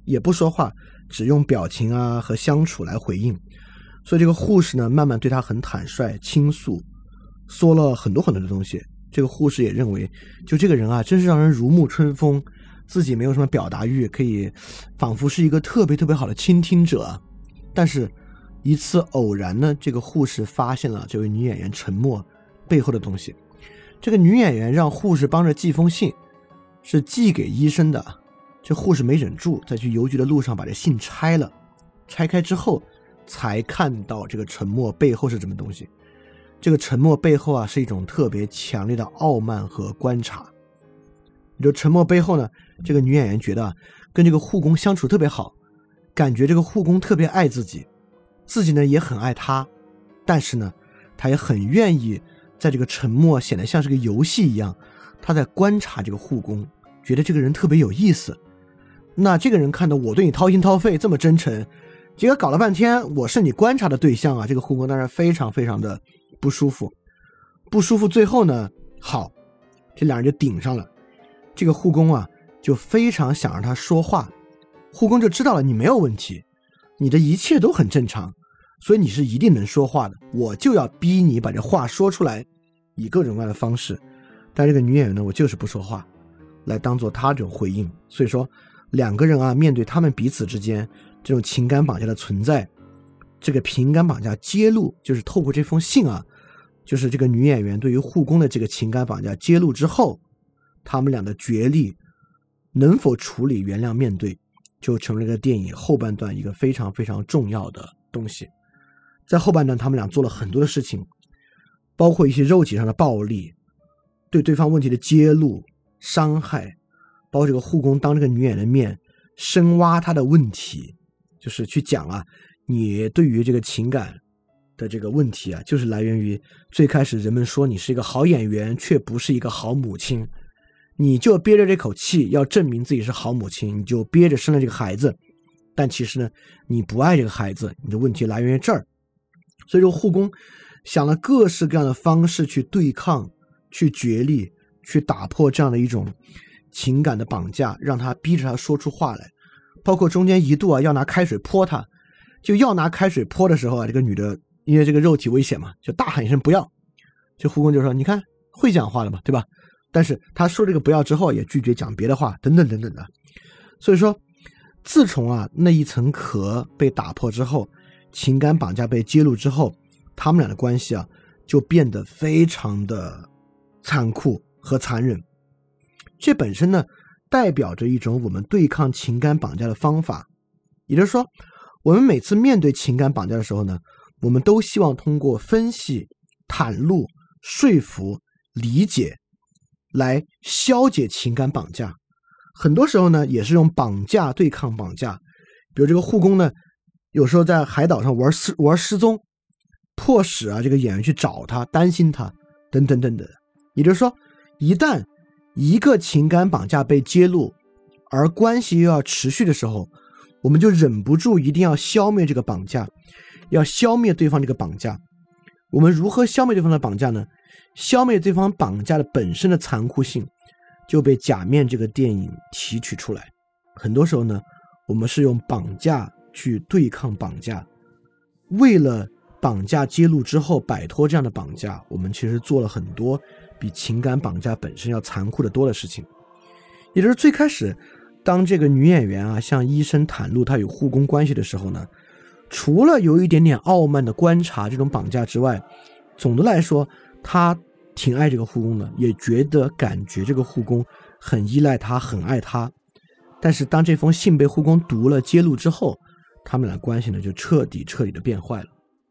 也不说话，只用表情啊和相处来回应。所以这个护士呢，慢慢对他很坦率倾诉，说了很多很多的东西。这个护士也认为，就这个人啊，真是让人如沐春风，自己没有什么表达欲，可以仿佛是一个特别特别好的倾听者。但是一次偶然呢，这个护士发现了这位女演员沉默背后的东西。这个女演员让护士帮着寄封信，是寄给医生的。这护士没忍住，在去邮局的路上把这信拆了，拆开之后才看到这个沉默背后是什么东西。这个沉默背后啊，是一种特别强烈的傲慢和观察。就沉默背后呢，这个女演员觉得跟这个护工相处特别好，感觉这个护工特别爱自己，自己呢也很爱他，但是呢他也很愿意在这个沉默显得像是个游戏一样，他在观察这个护工，觉得这个人特别有意思。那这个人看到我对你掏心掏肺这么真诚，结果搞了半天我是你观察的对象啊，这个护工当然非常非常的不舒服。不舒服最后呢，好，这两人就顶上了。这个护工啊就非常想让他说话，护工就知道了你没有问题，你的一切都很正常，所以你是一定能说话的，我就要逼你把这话说出来，以各种各样的方式。但这个女演员呢，我就是不说话，来当做他这种回应。所以说两个人啊，面对他们彼此之间这种情感绑架的存在，这个情感绑架揭露，就是透过这封信啊，就是这个女演员对于护工的这个情感绑架揭露之后，他们俩的决力能否处理原谅面对，就成了这个电影后半段一个非常非常重要的东西。在后半段他们俩做了很多的事情，包括一些肉体上的暴力，对对方问题的揭露伤害，包括这个护工当这个女演员的面深挖她的问题，就是去讲啊，你对于这个情感的这个问题啊，就是来源于最开始人们说你是一个好演员却不是一个好母亲，你就憋着这口气要证明自己是好母亲，你就憋着生了这个孩子，但其实呢你不爱这个孩子，你的问题来源于这儿。所以说护工想了各式各样的方式去对抗，去决力，去打破这样的一种情感的绑架，让他逼着他说出话来。包括中间一度啊要拿开水泼他，就要拿开水泼的时候啊，这个女的因为这个肉体危险嘛，就大喊一声不要，就护工就说你看会讲话了嘛，对吧？但是他说这个不要之后也拒绝讲别的话等等等等的。所以说自从啊那一层壳被打破之后，情感绑架被揭露之后，他们俩的关系啊就变得非常的残酷和残忍。这本身呢代表着一种我们对抗情感绑架的方法，也就是说我们每次面对情感绑架的时候呢，我们都希望通过分析、袒露、说服、理解来消解情感绑架。很多时候呢也是用绑架对抗绑架，比如这个护工呢有时候在海岛上玩失玩失踪，迫使啊这个演员去找他，担心他等等等等。也就是说一旦一个情感绑架被揭露，而关系又要持续的时候，我们就忍不住一定要消灭这个绑架，要消灭对方这个绑架。我们如何消灭对方的绑架呢？消灭对方绑架的本身的残酷性就被假面这个电影提取出来。很多时候呢我们是用绑架去对抗绑架，为了绑架揭露之后摆脱这样的绑架，我们其实做了很多比情感绑架本身要残酷的多的事情。也就是最开始当这个女演员啊向医生袒露她与护工关系的时候呢，除了有一点点傲慢的观察这种绑架之外，总的来说她挺爱这个护工的，也觉得感觉这个护工很依赖她，很爱她。但是当这封信被护工读了揭露之后，他们俩关系呢就彻底彻底的变坏了。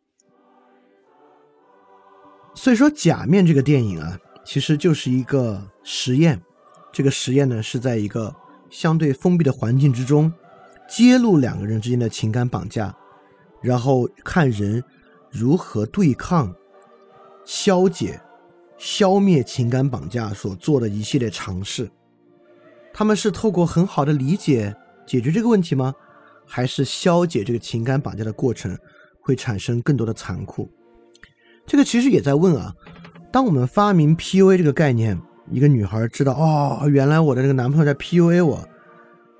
所以说假面这个电影啊其实就是一个实验，这个实验呢是在一个相对封闭的环境之中揭露两个人之间的情感绑架，然后看人如何对抗、消解、消灭情感绑架所做的一系列尝试。他们是透过很好的理解解决这个问题吗？还是消解这个情感绑架的过程会产生更多的残酷？这个其实也在问啊，当我们发明 P U A 这个概念，一个女孩知道哦，原来我的这个男朋友在 P U A 我，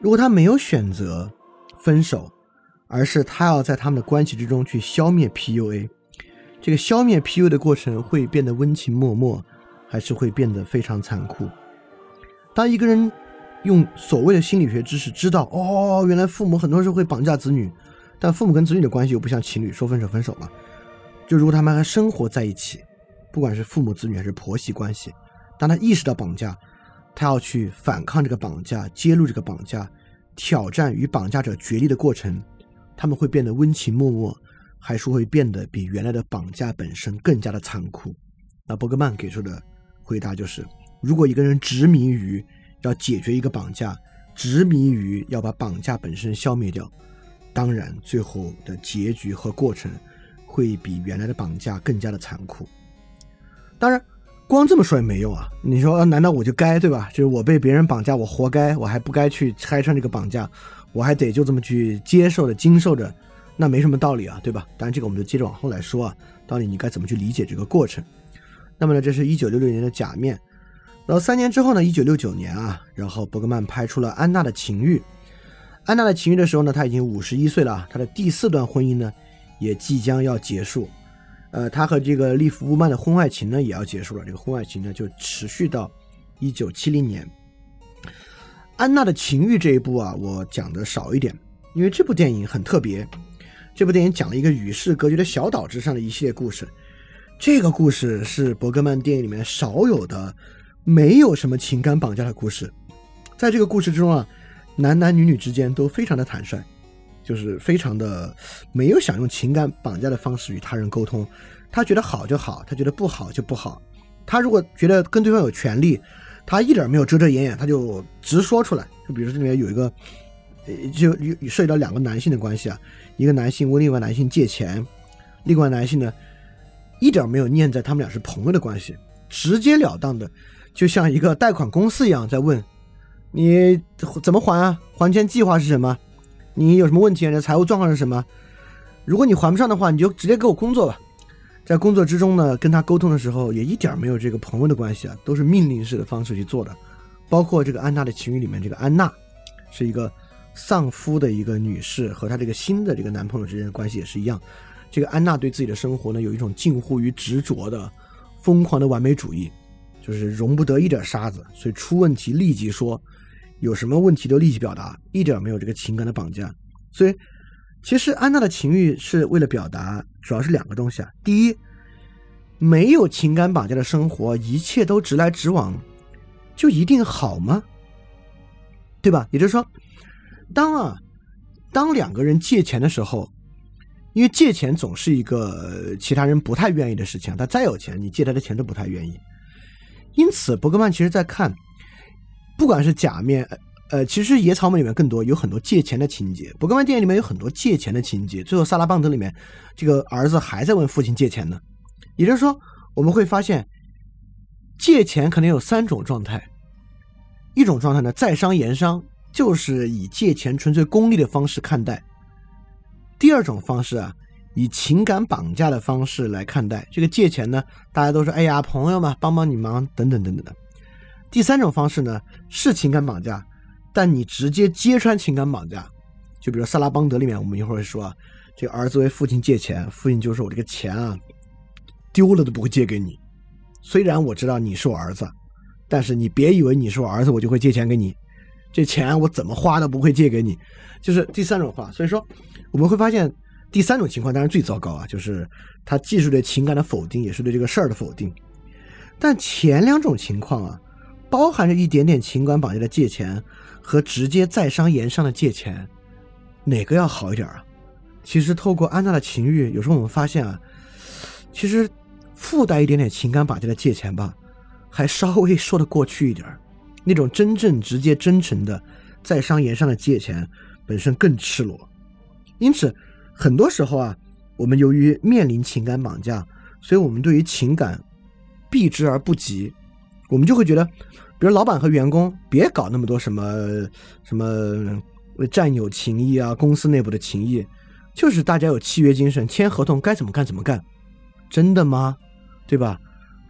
如果他没有选择分手，而是他要在他们的关系之中去消灭 P U A， 这个消灭 P U A 的过程会变得温情脉脉，还是会变得非常残酷？当一个人用所谓的心理学知识知道，哦，原来父母很多时候会绑架子女，但父母跟子女的关系又不像情侣说分手分手嘛，就如果他们还生活在一起，不管是父母子女还是婆媳关系，当他意识到绑架，他要去反抗这个绑架，揭露这个绑架，挑战与绑架者决裂的过程，他们会变得温情脉脉，还是会变得比原来的绑架本身更加的残酷？那伯格曼给出的回答就是，如果一个人执迷于要解决一个绑架，执迷于要把绑架本身消灭掉，当然最后的结局和过程会比原来的绑架更加的残酷。当然光这么说也没用啊，你说难道我就该，对吧？就是我被别人绑架我活该，我还不该去拆穿这个绑架，我还得就这么去接受着经受着，那没什么道理啊，对吧？当然这个我们就接着往后来说啊，到底你该怎么去理解这个过程。那么呢，这是一九六六年的假面。然后三年之后呢，一九六九年啊，然后伯格曼拍出了安娜的情欲。安娜的情欲的时候呢，他已经五十一岁了，他的第四段婚姻呢也即将要结束。呃，他和这个利弗乌曼的婚外情呢也要结束了，这个婚外情呢就持续到一九七零年。安娜的情欲这一部啊，我讲的少一点，因为这部电影很特别。这部电影讲了一个与世隔绝的小岛之上的一系列故事。这个故事是伯格曼电影里面少有的没有什么情感绑架的故事。在这个故事之中啊，男男女女之间都非常的坦率，就是非常的没有想用情感绑架的方式与他人沟通。他觉得好就好，他觉得不好就不好。他如果觉得跟对方有权利，他一点没有遮遮掩掩，他就直说出来。就比如说这里面有一个就涉及到两个男性的关系啊，一个男性问另外男性借钱，另外男性呢一点没有念在他们俩是朋友的关系，直截了当的就像一个贷款公司一样在问你怎么还啊，还钱计划是什么，你有什么问题啊，你的财务状况是什么，如果你还不上的话你就直接给我工作吧。在工作之中呢，跟他沟通的时候也一点没有这个朋友的关系啊，都是命令式的方式去做的。包括这个安娜的情欲里面，这个安娜是一个丧夫的一个女士，和她这个新的这个男朋友之间的关系也是一样。这个安娜对自己的生活呢有一种近乎于执着的疯狂的完美主义，就是容不得一点沙子，所以出问题立即说，有什么问题都立即表达，一点没有这个情感的绑架。所以其实安娜的情欲是为了表达主要是两个东西啊。第一，没有情感绑架的生活，一切都直来直往，就一定好吗？对吧？也就是说，当啊当两个人借钱的时候，因为借钱总是一个其他人不太愿意的事情，他再有钱你借他的钱都不太愿意。因此伯格曼其实在看不管是假面呃，其实野草们里面更多有很多借钱的情节，伯格曼电影里面有很多借钱的情节，最后萨拉邦德里面这个儿子还在问父亲借钱呢。也就是说我们会发现借钱可能有三种状态，一种状态呢在商言商，就是以借钱纯粹功利的方式看待。第二种方式啊，以情感绑架的方式来看待这个借钱呢，大家都说哎呀朋友嘛帮帮你忙等等等等的。第三种方式呢是情感绑架，但你直接揭穿情感绑架，就比如萨拉邦德里面我们一会儿会说啊，这个儿子为父亲借钱，父亲就说我这个钱啊丢了都不会借给你，虽然我知道你是我儿子，但是你别以为你是我儿子我就会借钱给你，这钱我怎么花都不会借给你，就是第三种话。所以说我们会发现第三种情况当然最糟糕啊，就是他既是对情感的否定，也是对这个事儿的否定。但前两种情况啊，包含着一点点情感绑架的借钱和直接在商言商的借钱，哪个要好一点啊？其实透过安娜的情欲，有时候我们发现啊，其实附带一点点情感绑架的借钱吧，还稍微说得过去一点。那种真正直接真诚的在商言商的借钱本身更赤裸。因此很多时候啊，我们由于面临情感绑架，所以我们对于情感避之而不及，我们就会觉得比如老板和员工别搞那么多什么什么战友情谊啊，公司内部的情谊，就是大家有契约精神，签合同该怎么干怎么干。真的吗？对吧？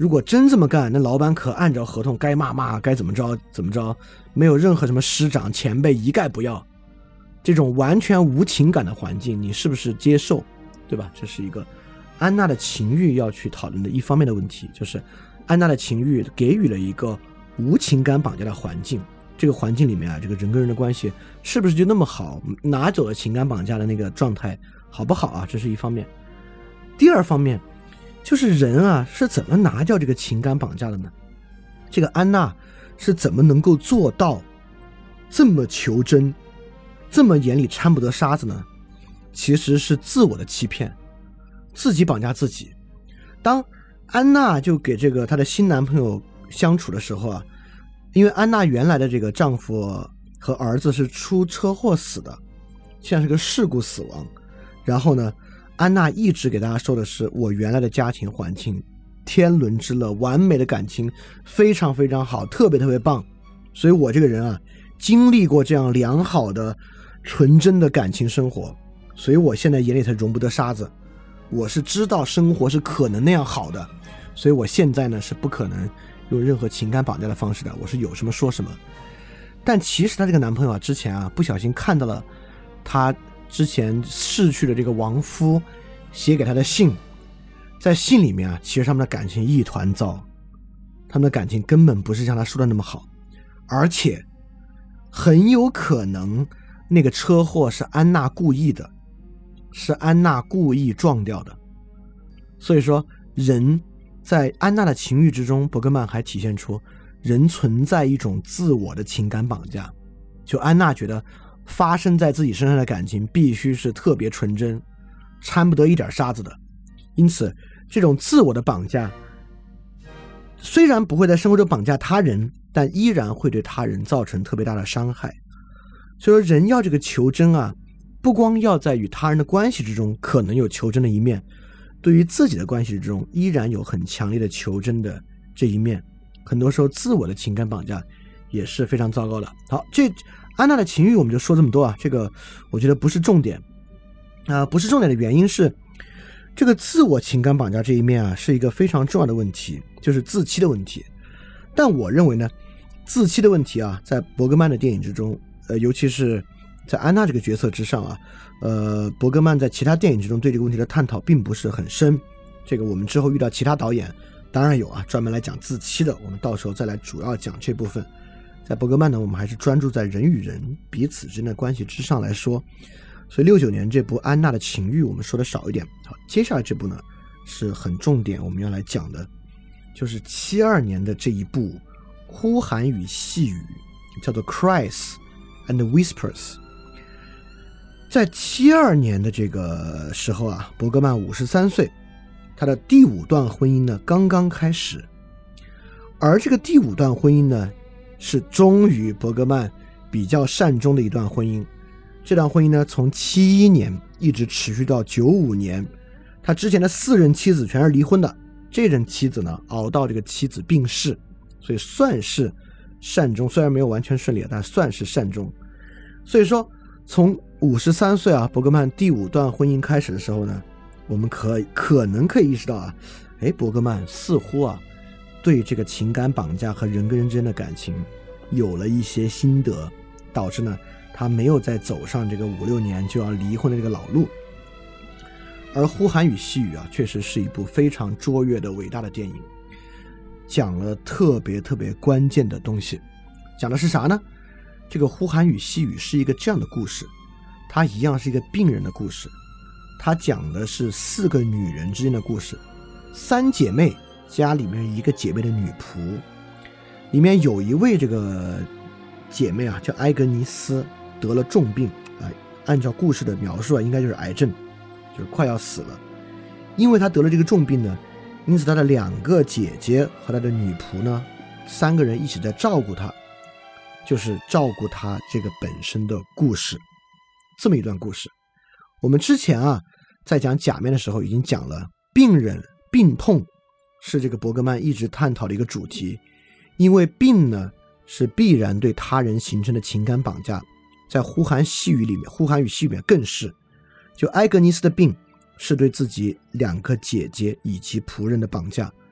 如果真这么干，那老板可按照合同该骂骂，该怎么着怎么着，没有任何什么师长前辈一概不要。这种完全无情感的环境，你是不是接受，对吧？这是一个安娜的情欲要去讨论的一方面的问题，就是安娜的情欲给予了一个无情感绑架的环境，这个环境里面啊，这个人跟人的关系是不是就那么好？拿走了情感绑架的那个状态好不好啊？这是一方面。第二方面就是人啊是怎么拿掉这个情感绑架的呢？这个安娜是怎么能够做到这么求真，这么眼里掺不得沙子呢？其实是自我的欺骗，自己绑架自己。当安娜就给这个她的新男朋友相处的时候啊，因为安娜原来的这个丈夫和儿子是出车祸死的，像是个事故死亡。然后呢，安娜一直给大家说的是，我原来的家庭环境天伦之乐，完美的感情，非常非常好，特别特别棒。所以我这个人啊，经历过这样良好的纯真的感情生活，所以我现在眼里才容不得沙子。我是知道生活是可能那样好的，所以我现在呢是不可能用任何情感绑架的方式的，我是有什么说什么。但其实她这个男朋友啊，之前啊不小心看到了她之前逝去的这个亡夫写给她的信，在信里面啊，其实他们的感情一团糟，他们的感情根本不是像他说的那么好，而且很有可能那个车祸是安娜故意的，是安娜故意撞掉的。所以说人在安娜的情欲之中，伯格曼还体现出人存在一种自我的情感绑架。就安娜觉得发生在自己身上的感情必须是特别纯真，掺不得一点沙子的。因此这种自我的绑架虽然不会在生活中绑架他人，但依然会对他人造成特别大的伤害。所以说人要这个求真啊，不光要在与他人的关系之中可能有求真的一面，对于自己的关系之中依然有很强烈的求真的这一面。很多时候自我的情感绑架也是非常糟糕的。好，这安娜的情欲我们就说这么多啊，这个我觉得不是重点啊、呃，不是重点的原因是这个自我情感绑架这一面啊，是一个非常重要的问题，就是自欺的问题。但我认为呢，自欺的问题啊，在伯格曼的电影之中，呃，尤其是在安娜这个角色之上啊，呃，伯格曼在其他电影之中对这个问题的探讨并不是很深。这个我们之后遇到其他导演，当然有啊，专门来讲自欺的，我们到时候再来主要讲这部分。在伯格曼呢，我们还是专注在人与人彼此之间的关系之上来说。所以六九年这部安娜的情欲我们说的少一点。好，接下来这部呢是很重点我们要来讲的，就是七二年的这一部呼喊与细语，叫做 Cries and Whispers。 在七二年的这个时候啊，伯格曼五十三岁，他的第五段婚姻呢刚刚开始。而这个第五段婚姻呢是终于伯格曼比较善终的一段婚姻。这段婚姻呢从七一年一直持续到九五年，他之前的四任妻子全是离婚的，这任妻子呢熬到这个妻子病逝，所以算是善终，虽然没有完全顺利，但算是善终。所以说从五十三岁啊，伯格曼第五段婚姻开始的时候呢，我们可可能可以意识到啊，哎，伯格曼似乎啊对这个情感绑架和人跟人之间的感情有了一些心得，导致呢他没有再走上这个五六年就要离婚的这个老路。而呼喊与细语啊，确实是一部非常卓越的伟大的电影，讲了特别特别关键的东西。讲的是啥呢？这个呼喊与细语是一个这样的故事，它一样是一个病人的故事，它讲的是四个女人之间的故事，三姐妹家里面一个姐妹的女仆，里面有一位这个姐妹啊叫埃格尼斯，得了重病啊，按照故事的描述啊，应该就是癌症，就是快要死了。因为她得了这个重病呢，因此她的两个姐姐和她的女仆呢，三个人一起在照顾她，就是照顾她这个本身的故事。这么一段故事，我们之前啊在讲假面的时候已经讲了，病人病痛是这个伯格曼一直探讨的一个主题，因为病呢是必然对他人形成的情感绑架，在呼喊细语里面，呼喊与细语里面更是。就埃格尼斯的病是对自己两个姐姐以及仆人的绑架，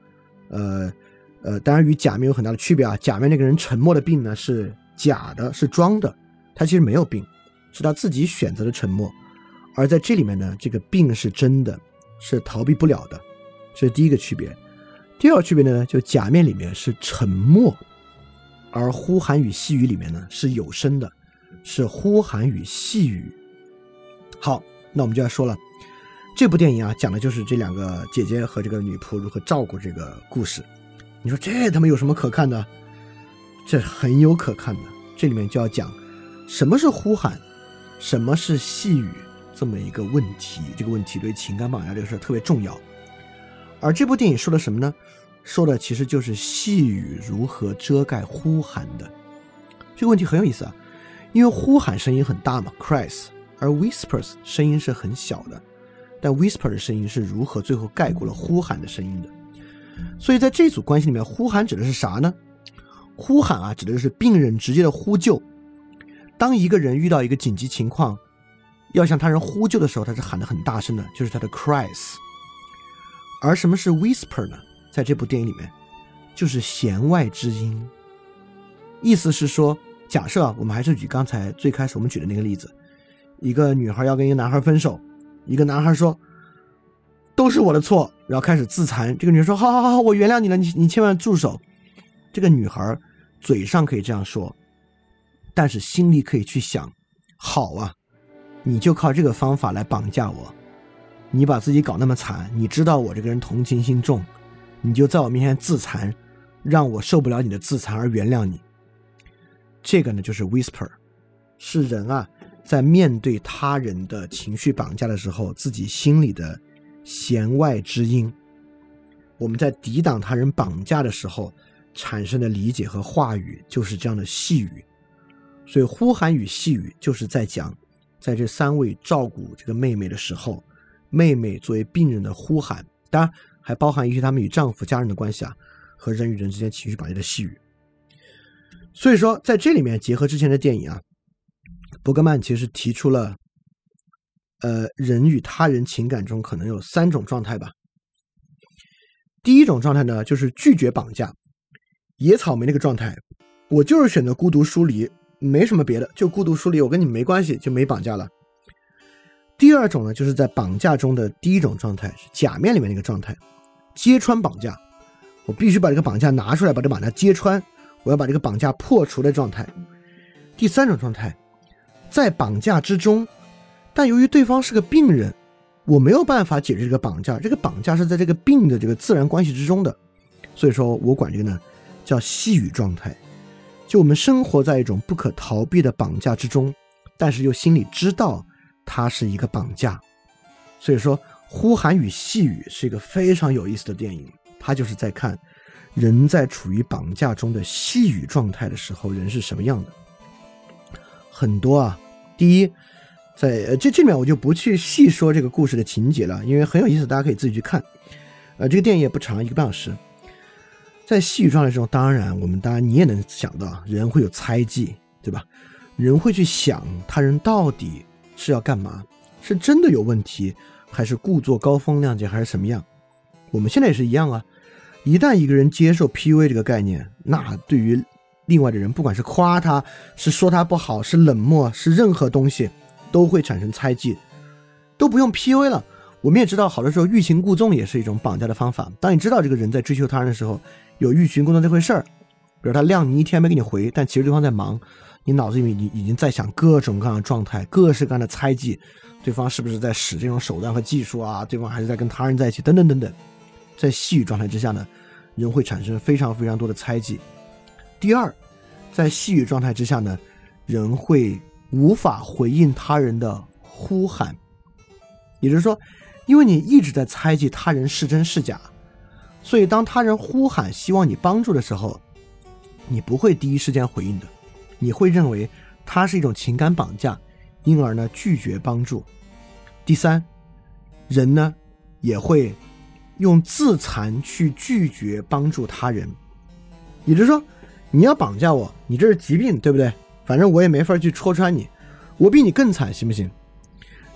呃呃，当然与假面有很大的区别啊。假面那个人沉默的病呢是假的，是装的，他其实没有病，是他自己选择的沉默。而在这里面呢，这个病是真的，是逃避不了的，这是第一个区别。第二个区别呢，就假面里面是沉默，而呼喊与细语里面呢是有声的，是呼喊与细语。好，那我们就要说了，这部电影啊，讲的就是这两个姐姐和这个女仆如何照顾这个故事。你说这他们有什么可看的？这很有可看的。这里面就要讲什么是呼喊，什么是细语，这么一个问题。这个问题对情感绑架这个事特别重要。而这部电影说的什么呢？说的其实就是细语如何遮盖呼喊的。这个问题很有意思啊，因为呼喊声音很大嘛 cries， 而 whispers 声音是很小的，但 whisper 的声音是如何最后盖过了呼喊的声音的。所以在这组关系里面，呼喊指的是啥呢？呼喊啊，指的是病人直接的呼救。当一个人遇到一个紧急情况，要向他人呼救的时候，他是喊得很大声的，就是他的 cries。 而什么是 whisper 呢？在这部电影里面就是弦外之音。意思是说，假设啊，我们还是举刚才最开始我们举的那个例子，一个女孩要跟一个男孩分手，一个男孩说都是我的错，然后开始自残。这个女孩说好好好，我原谅你了，你你千万住手。这个女孩嘴上可以这样说，但是心里可以去想，好啊，你就靠这个方法来绑架我，你把自己搞那么惨，你知道我这个人同情心重，你就在我面前自残，让我受不了你的自残而原谅你。这个呢就是 whisper， 是人啊在面对他人的情绪绑架的时候自己心里的弦外之音。我们在抵挡他人绑架的时候产生的理解和话语就是这样的细语。所以呼喊与细语就是在讲，在这三位照顾这个妹妹的时候，妹妹作为病人的呼喊，当然还包含一些他们与丈夫家人的关系啊，和人与人之间情绪绑架的细语。所以说在这里面结合之前的电影啊，伯格曼其实提出了呃，人与他人情感中可能有三种状态吧。第一种状态呢，就是拒绝绑架，野草莓那个状态，我就是选择孤独疏离，没什么别的，就孤独疏离，我跟你没关系，就没绑架了。第二种呢，就是在绑架中的第一种状态，是假面里面那个状态，揭穿绑架，我必须把这个绑架拿出来，把这绑架揭穿，我要把这个绑架破除的状态。第三种状态，在绑架之中，但由于对方是个病人，我没有办法解决这个绑架，这个绑架是在这个病的这个自然关系之中的，所以说我管这个呢叫细语状态。就我们生活在一种不可逃避的绑架之中，但是又心里知道它是一个绑架。所以说呼喊与细语是一个非常有意思的电影，它就是在看人在处于绑架中的细语状态的时候人是什么样的。很多啊，第一在呃这这里面我就不去细说这个故事的情节了，因为很有意思，大家可以自己去看。呃，这个电影也不长，一个半小时。在细语状态中，当然我们当然你也能想到，人会有猜忌，对吧？人会去想他人到底是要干嘛，是真的有问题，还是故作高风亮节，还是什么样？我们现在也是一样啊。一旦一个人接受 P U A 这个概念，那对于另外的人，不管是夸他，是说他不好，是冷漠，是任何东西，都会产生猜忌，都不用 P U A 了。我们也知道，好多时候欲擒故纵也是一种绑架的方法。当你知道这个人在追求他人的时候，有欲擒故纵这回事儿，比如他晾你一天没给你回，但其实对方在忙，你脑子里面已经在想各种各样的状态，各式各样的猜忌，对方是不是在使这种手段和技术啊？对方还是在跟他人在一起，等等等等。在细语状态之下呢，人会产生非常非常多的猜忌。第二，在细语状态之下呢，人会无法回应他人的呼喊，也就是说，因为你一直在猜忌他人是真是假，所以当他人呼喊希望你帮助的时候，你不会第一时间回应的，你会认为它是一种情感绑架，因而呢拒绝帮助。第三，人呢也会用自残去拒绝帮助他人，也就是说，你要绑架我，你这是疾病，对不对？反正我也没法去戳穿你，我比你更惨，行不行？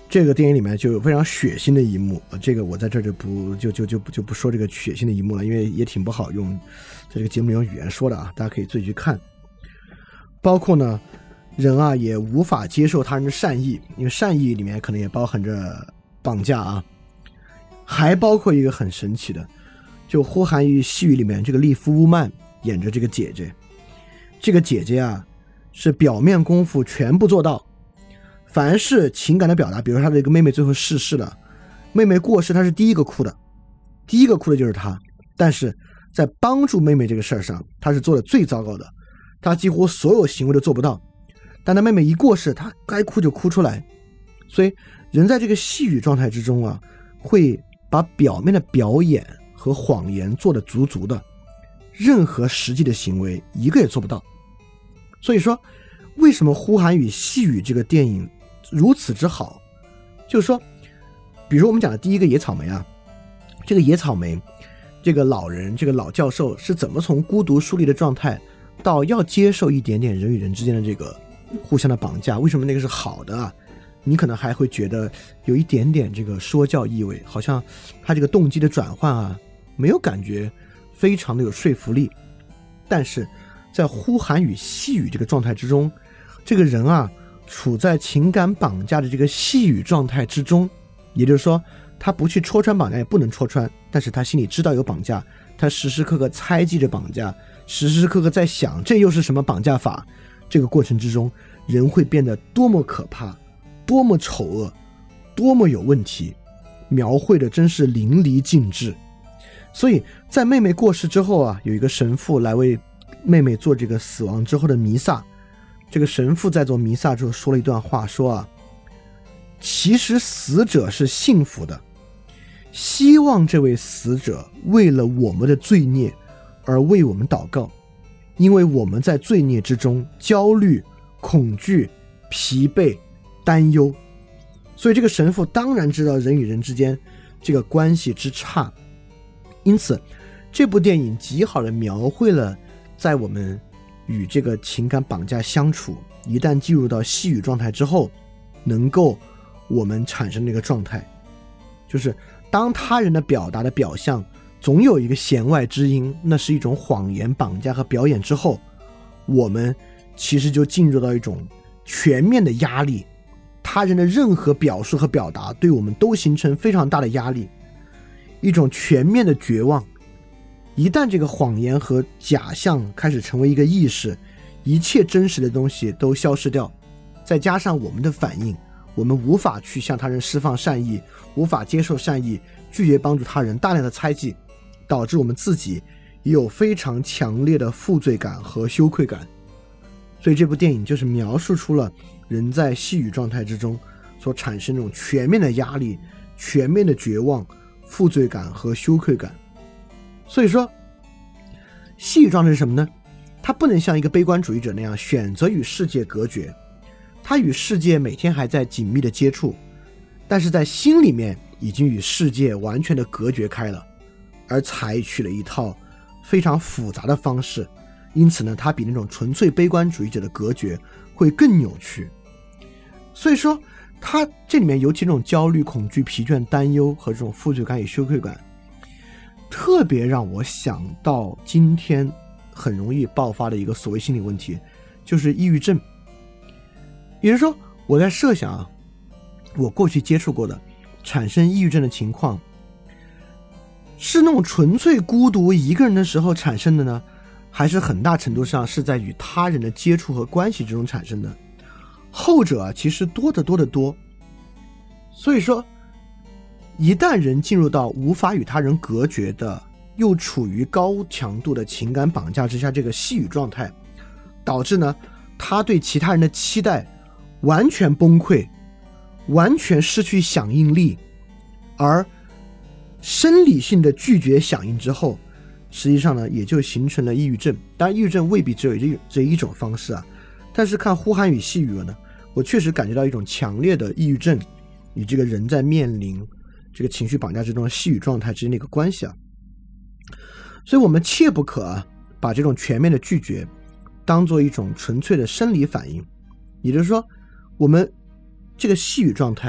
这个电影里面就有非常血腥的一幕，这个我在这儿就不就就就就不说这个血腥的一幕了，因为也挺不好用在这个节目里用语言说的啊，大家可以自己去看。包括呢，人啊也无法接受他人的善意，因为善意里面可能也包含着绑架啊。还包括一个很神奇的，就《呼韩语细语》里面这个利夫乌曼演着这个姐姐，这个姐姐啊是表面功夫全部做到，凡是情感的表达，比如说她的一个妹妹最后逝世了，妹妹过世她是第一个哭的，第一个哭的就是她，但是在帮助妹妹这个事儿上她是做的最糟糕的，她几乎所有行为都做不到，但她妹妹一过世她该哭就哭出来。所以人在这个细语状态之中啊，会把表面的表演和谎言做得足足的，任何实际的行为一个也做不到。所以说为什么《呼韩语细语》这个电影如此之好，就是说比如我们讲的第一个野草莓啊，这个野草莓这个老人这个老教授是怎么从孤独疏离的状态到要接受一点点人与人之间的这个互相的绑架，为什么那个是好的啊？你可能还会觉得有一点点这个说教意味，好像他这个动机的转换啊没有感觉非常的有说服力。但是在呼韩语细语这个状态之中，这个人啊处在情感绑架的这个细语状态之中，也就是说他不去戳穿绑架也不能戳穿，但是他心里知道有绑架，他时时刻刻猜忌着绑架，时时刻刻在想这又是什么绑架法。这个过程之中人会变得多么可怕，多么丑恶，多么有问题，描绘的真是淋漓尽致。所以在妹妹过世之后啊，有一个神父来为妹妹做这个死亡之后的弥撒，这个神父在做弥撒之后说了一段话，说啊，其实死者是幸福的，希望这位死者为了我们的罪孽而为我们祷告，因为我们在罪孽之中焦虑、恐惧、疲惫、担忧。所以这个神父当然知道人与人之间这个关系之差，因此这部电影极好的描绘了在我们与这个情感绑架相处，一旦进入到细语状态之后能够我们产生那个状态，就是当他人的表达的表象总有一个弦外之音，那是一种谎言、绑架和表演之后，我们其实就进入到一种全面的压力，他人的任何表述和表达对我们都形成非常大的压力，一种全面的绝望。一旦这个谎言和假象开始成为一个意识，一切真实的东西都消失掉，再加上我们的反应，我们无法去向他人释放善意，无法接受善意，拒绝帮助他人，大量的猜忌，导致我们自己也有非常强烈的负罪感和羞愧感。所以这部电影就是描述出了人在细语状态之中所产生那种全面的压力、全面的绝望、负罪感和羞愧感。所以说细语状态是什么呢？他不能像一个悲观主义者那样选择与世界隔绝，他与世界每天还在紧密的接触，但是在心里面已经与世界完全的隔绝开了，而采取了一套非常复杂的方式。因此呢，他比那种纯粹悲观主义者的隔绝会更扭曲。所以说他这里面尤其这种焦虑、恐惧、疲倦、担忧和这种负罪感与羞愧感，特别让我想到今天很容易爆发的一个所谓心理问题，就是抑郁症。也就是说我在设想啊，我过去接触过的产生抑郁症的情况，是那种纯粹孤独一个人的时候产生的呢，还是很大程度上是在与他人的接触和关系之中产生的？后者啊，其实多得多得多。所以说一旦人进入到无法与他人隔绝的，又处于高强度的情感绑架之下这个细语状态，导致呢他对其他人的期待完全崩溃，完全失去响应力，而生理性的拒绝响应之后，实际上呢也就形成了抑郁症。当然抑郁症未必只有这一种方式啊，但是看呼韩语细语呢，我确实感觉到一种强烈的抑郁症与这个人在面临这个情绪绑架之中的细语状态之间的一个关系啊。所以我们切不可啊把这种全面的拒绝当做一种纯粹的生理反应，也就是说我们这个细语状态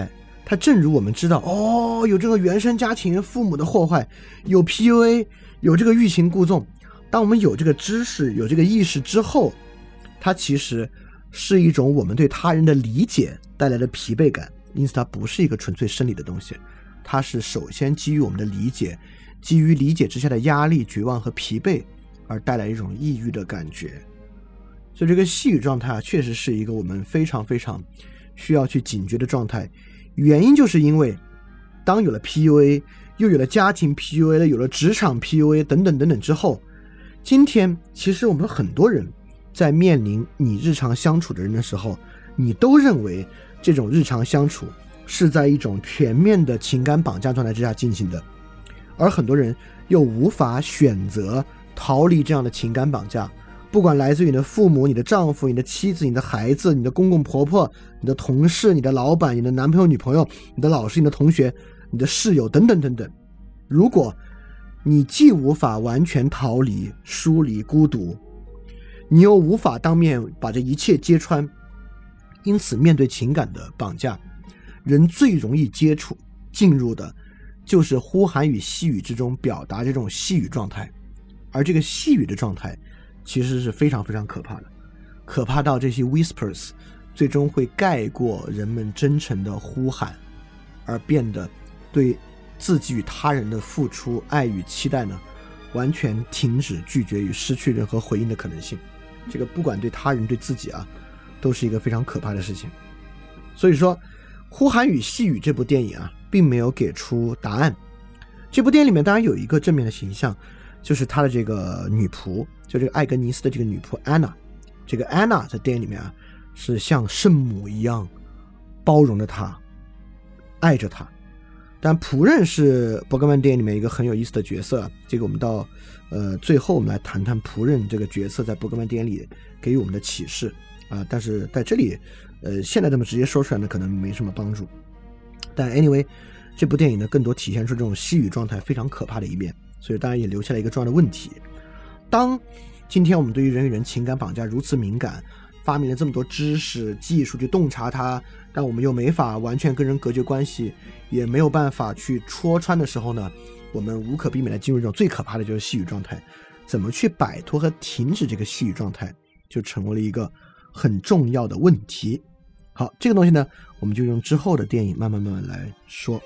它正如我们知道，哦，有这个原生家庭父母的祸害，有 P U A， 有这个欲擒故纵。当我们有这个知识有这个意识之后，它其实是一种我们对他人的理解带来的疲惫感，因此它不是一个纯粹生理的东西，它是首先基于我们的理解，基于理解之下的压力、绝望和疲惫而带来一种抑郁的感觉。所以这个细语状态啊，确实是一个我们非常非常需要去警觉的状态。原因就是因为当有了 P U A， 又有了家庭 P U A， 有了职场 P U A 等等等等之后，今天其实我们很多人在面临你日常相处的人的时候，你都认为这种日常相处是在一种全面的情感绑架状态之下进行的，而很多人又无法选择逃离这样的情感绑架，不管来自于你的父母、你的丈夫、你的妻子、你的孩子、你的公公婆婆、你的同事、你的老板、你的男朋友女朋友、你的老师、你的同学、你的室友等等等等。如果你既无法完全逃离、疏离、孤独，你又无法当面把这一切揭穿，因此面对情感的绑架，人最容易接触进入的就是呼喊与细语之中表达这种细语状态。而这个细语的状态其实是非常非常可怕的，可怕到这些 whispers 最终会盖过人们真诚的呼喊，而变得对自己与他人的付出、爱与期待呢，完全停止、拒绝与失去任何回应的可能性。这个不管对他人对自己啊，都是一个非常可怕的事情。所以说《呼喊与细语》这部电影啊，并没有给出答案。这部电影里面当然有一个正面的形象，就是他的这个女仆，就这个艾格尼斯的这个女仆安娜。这个安娜在电影里面啊，是像圣母一样包容着她，爱着她。但仆人是伯格曼电影里面一个很有意思的角色，这个我们到呃最后我们来谈谈仆人这个角色在伯格曼电影里给予我们的启示啊、呃，但是在这里呃现在这么直接说出来呢，可能没什么帮助。但 anyway， 这部电影呢更多体现出这种细语状态非常可怕的一面，所以当然也留下了一个重要的问题：当今天我们对于人与人情感绑架如此敏感，发明了这么多知识技术去洞察它，但我们又没法完全跟人隔绝关系，也没有办法去戳穿的时候呢，我们无可避免的进入一种最可怕的就是细语状态。怎么去摆脱和停止这个细语状态，就成为了一个很重要的问题。好，这个东西呢，我们就用之后的电影慢慢慢慢来说。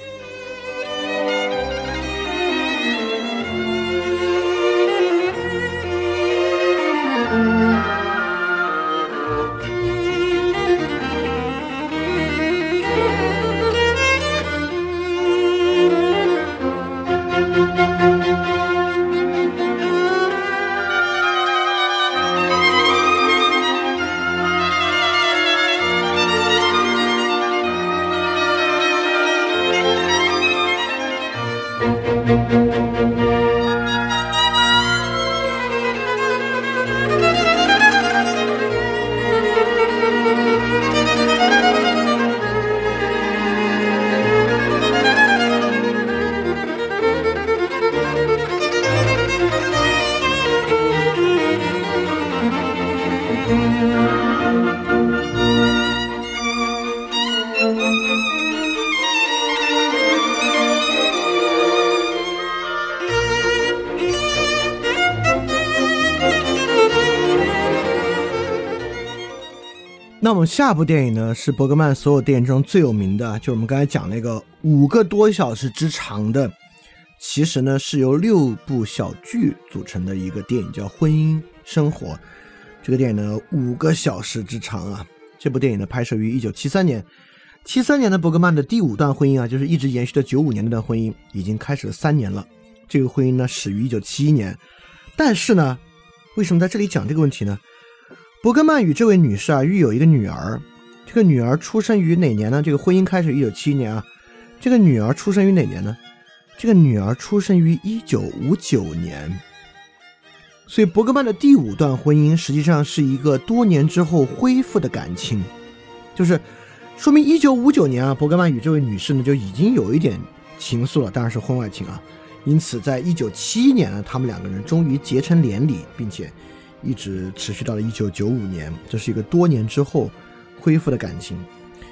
那我们下部电影呢，是伯格曼所有电影中最有名的，就是我们刚才讲那个五个多小时之长的，其实呢是由六部小剧组成的一个电影，叫《婚姻生活》。这个电影呢五个小时之长啊。这部电影呢拍摄于一九七三年，七三年的伯格曼的第五段婚姻啊，就是一直延续的九五年那段婚姻，已经开始了三年了。这个婚姻呢始于一九七一年，但是呢，为什么在这里讲这个问题呢？伯格曼与这位女士啊育有一个女儿，这个女儿出生于哪年呢？这个婚姻开始于一九七一年啊，这个女儿出生于哪年呢？这个女儿出生于一九五九年。所以伯格曼的第五段婚姻实际上是一个多年之后恢复的感情，就是说明一九五九年啊，伯格曼与这位女士呢就已经有一点情愫了，当然是婚外情啊。因此在一九七一年呢，他们两个人终于结成连理，并且一直持续到了一九九五年，这是一个多年之后恢复的感情。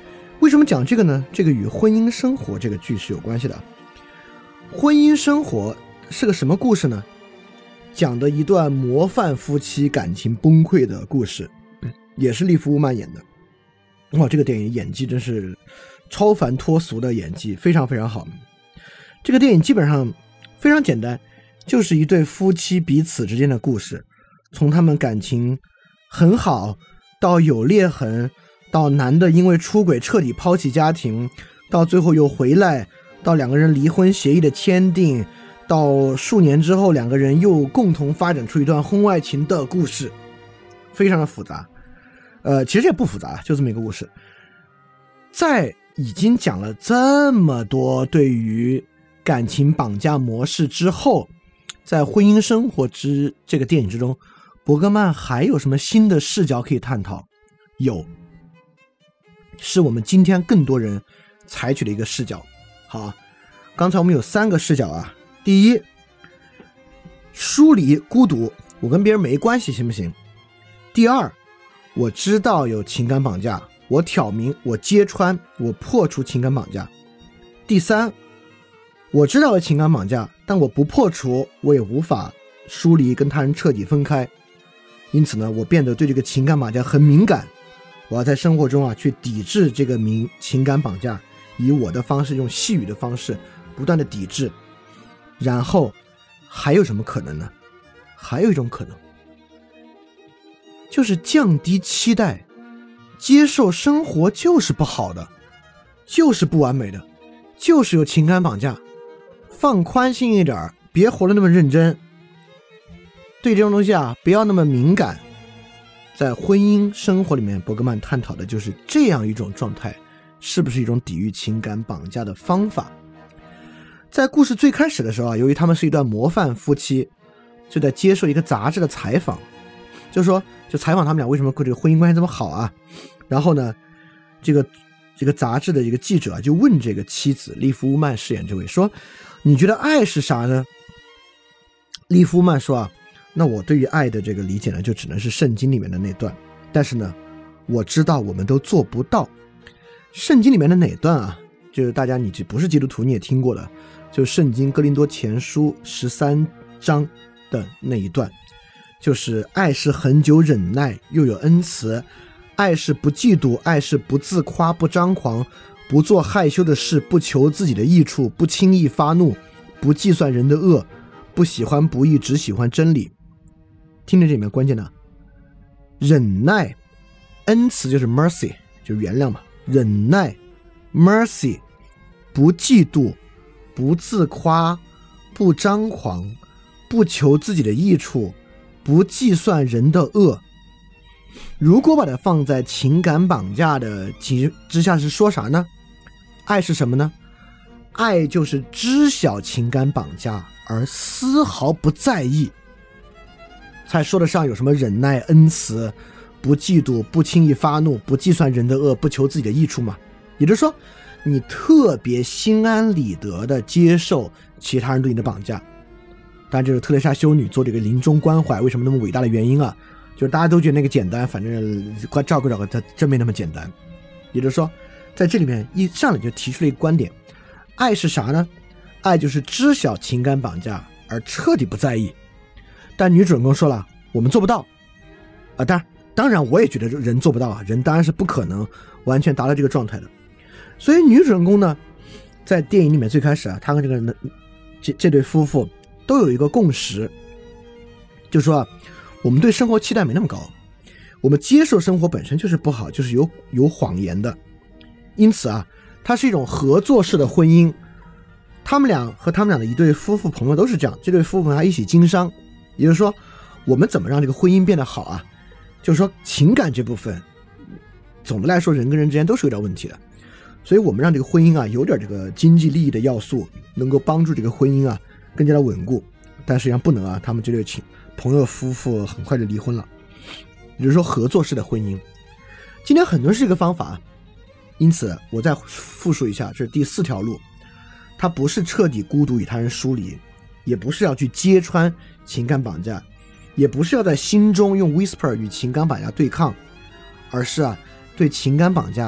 为什么讲这个呢？这个与婚姻生活这个剧是有关系的。婚姻生活是个什么故事呢？讲的一段模范夫妻感情崩溃的故事，也是利弗·乌曼演的。哇，这个电影演技真是超凡脱俗的演技，非常非常好。这个电影基本上非常简单，就是一对夫妻彼此之间的故事，从他们感情很好到有裂痕，到男的因为出轨彻底抛弃家庭，到最后又回来，到两个人离婚协议的签订，到数年之后两个人又共同发展出一段婚外情的故事，非常的复杂。呃，其实也不复杂，就这么一个故事。在已经讲了这么多对于感情绑架模式之后，在婚姻生活之这个电影之中，伯格曼还有什么新的视角可以探讨？有，是我们今天更多人采取的一个视角。好，刚才我们有三个视角啊。第一，疏离孤独，我跟别人没关系行不行？第二，我知道有情感绑架，我挑明，我揭穿，我破除情感绑架。第三，我知道有情感绑架，但我不破除，我也无法疏离跟他人彻底分开。因此呢，我变得对这个情感绑架很敏感，我要在生活中啊去抵制这个名情感绑架，以我的方式，用细语的方式不断的抵制。然后还有什么可能呢？还有一种可能，就是降低期待，接受生活就是不好的，就是不完美的，就是有情感绑架，放宽心一点，别活得那么认真，对这种东西啊不要那么敏感。在婚姻生活里面，伯格曼探讨的就是这样一种状态是不是一种抵御情感绑架的方法。在故事最开始的时候啊，由于他们是一段模范夫妻，就在接受一个杂志的采访，就是说就采访他们俩为什么这个婚姻关系这么好啊。然后呢，这个这个杂志的一个记者啊，就问这个妻子利弗·乌曼饰演这位说，你觉得爱是啥呢？利弗·乌曼说啊，那我对于爱的这个理解呢，就只能是圣经里面的那段，但是呢，我知道我们都做不到。圣经里面的哪段啊？就是大家你不是基督徒你也听过的，就是圣经哥林多前书十三章的那一段，就是爱是恒久忍耐，又有恩慈，爱是不嫉妒，爱是不自夸，不张狂，不做害羞的事，不求自己的益处，不轻易发怒，不计算人的恶，不喜欢不义，只喜欢真理。听着这里面关键的忍耐，恩慈就是 mercy， 就是原谅嘛，忍耐 mercy， 不嫉妒，不自夸，不张狂，不求自己的益处，不计算人的恶。如果把它放在情感绑架的之下是说啥呢？爱是什么呢？爱就是知晓情感绑架而丝毫不在意，才说得上有什么忍耐、恩慈，不嫉妒，不轻易发怒，不计算人的恶，不求自己的益处嘛。也就是说，你特别心安理得地接受其他人对你的绑架。当然这是特蕾莎修女做这个临终关怀为什么那么伟大的原因啊，就是大家都觉得那个简单，反正快照顾照顾它真没那么简单。也就是说，在这里面一上来就提出了一个观点，爱是啥呢？爱就是知晓情感绑架而彻底不在意。但女主人公说了，我们做不到啊！当然，当然我也觉得人做不到啊，人当然是不可能完全达到这个状态的。所以女主人公呢，在电影里面最开始啊，她跟这个这这对夫妇都有一个共识，就是说啊，我们对生活期待没那么高，我们接受生活本身就是不好，就是有有谎言的。因此啊，它是一种合作式的婚姻。他们俩和他们俩的一对夫妇朋友都是这样，这对夫妇朋友还一起经商。也就是说，我们怎么让这个婚姻变得好啊？就是说情感这部分，总的来说人跟人之间都是有点问题的，所以我们让这个婚姻啊有点这个经济利益的要素，能够帮助这个婚姻啊更加的稳固。但实际上不能啊，他们这对情朋友夫妇很快就离婚了。也就是说合作式的婚姻，今天很多人是这个方法。因此我再复述一下，这是第四条路，它不是彻底孤独与他人疏离，也不是要去揭穿情感绑架，也不是要在心中用 whisper 与情感绑架对抗，而是啊对情感绑架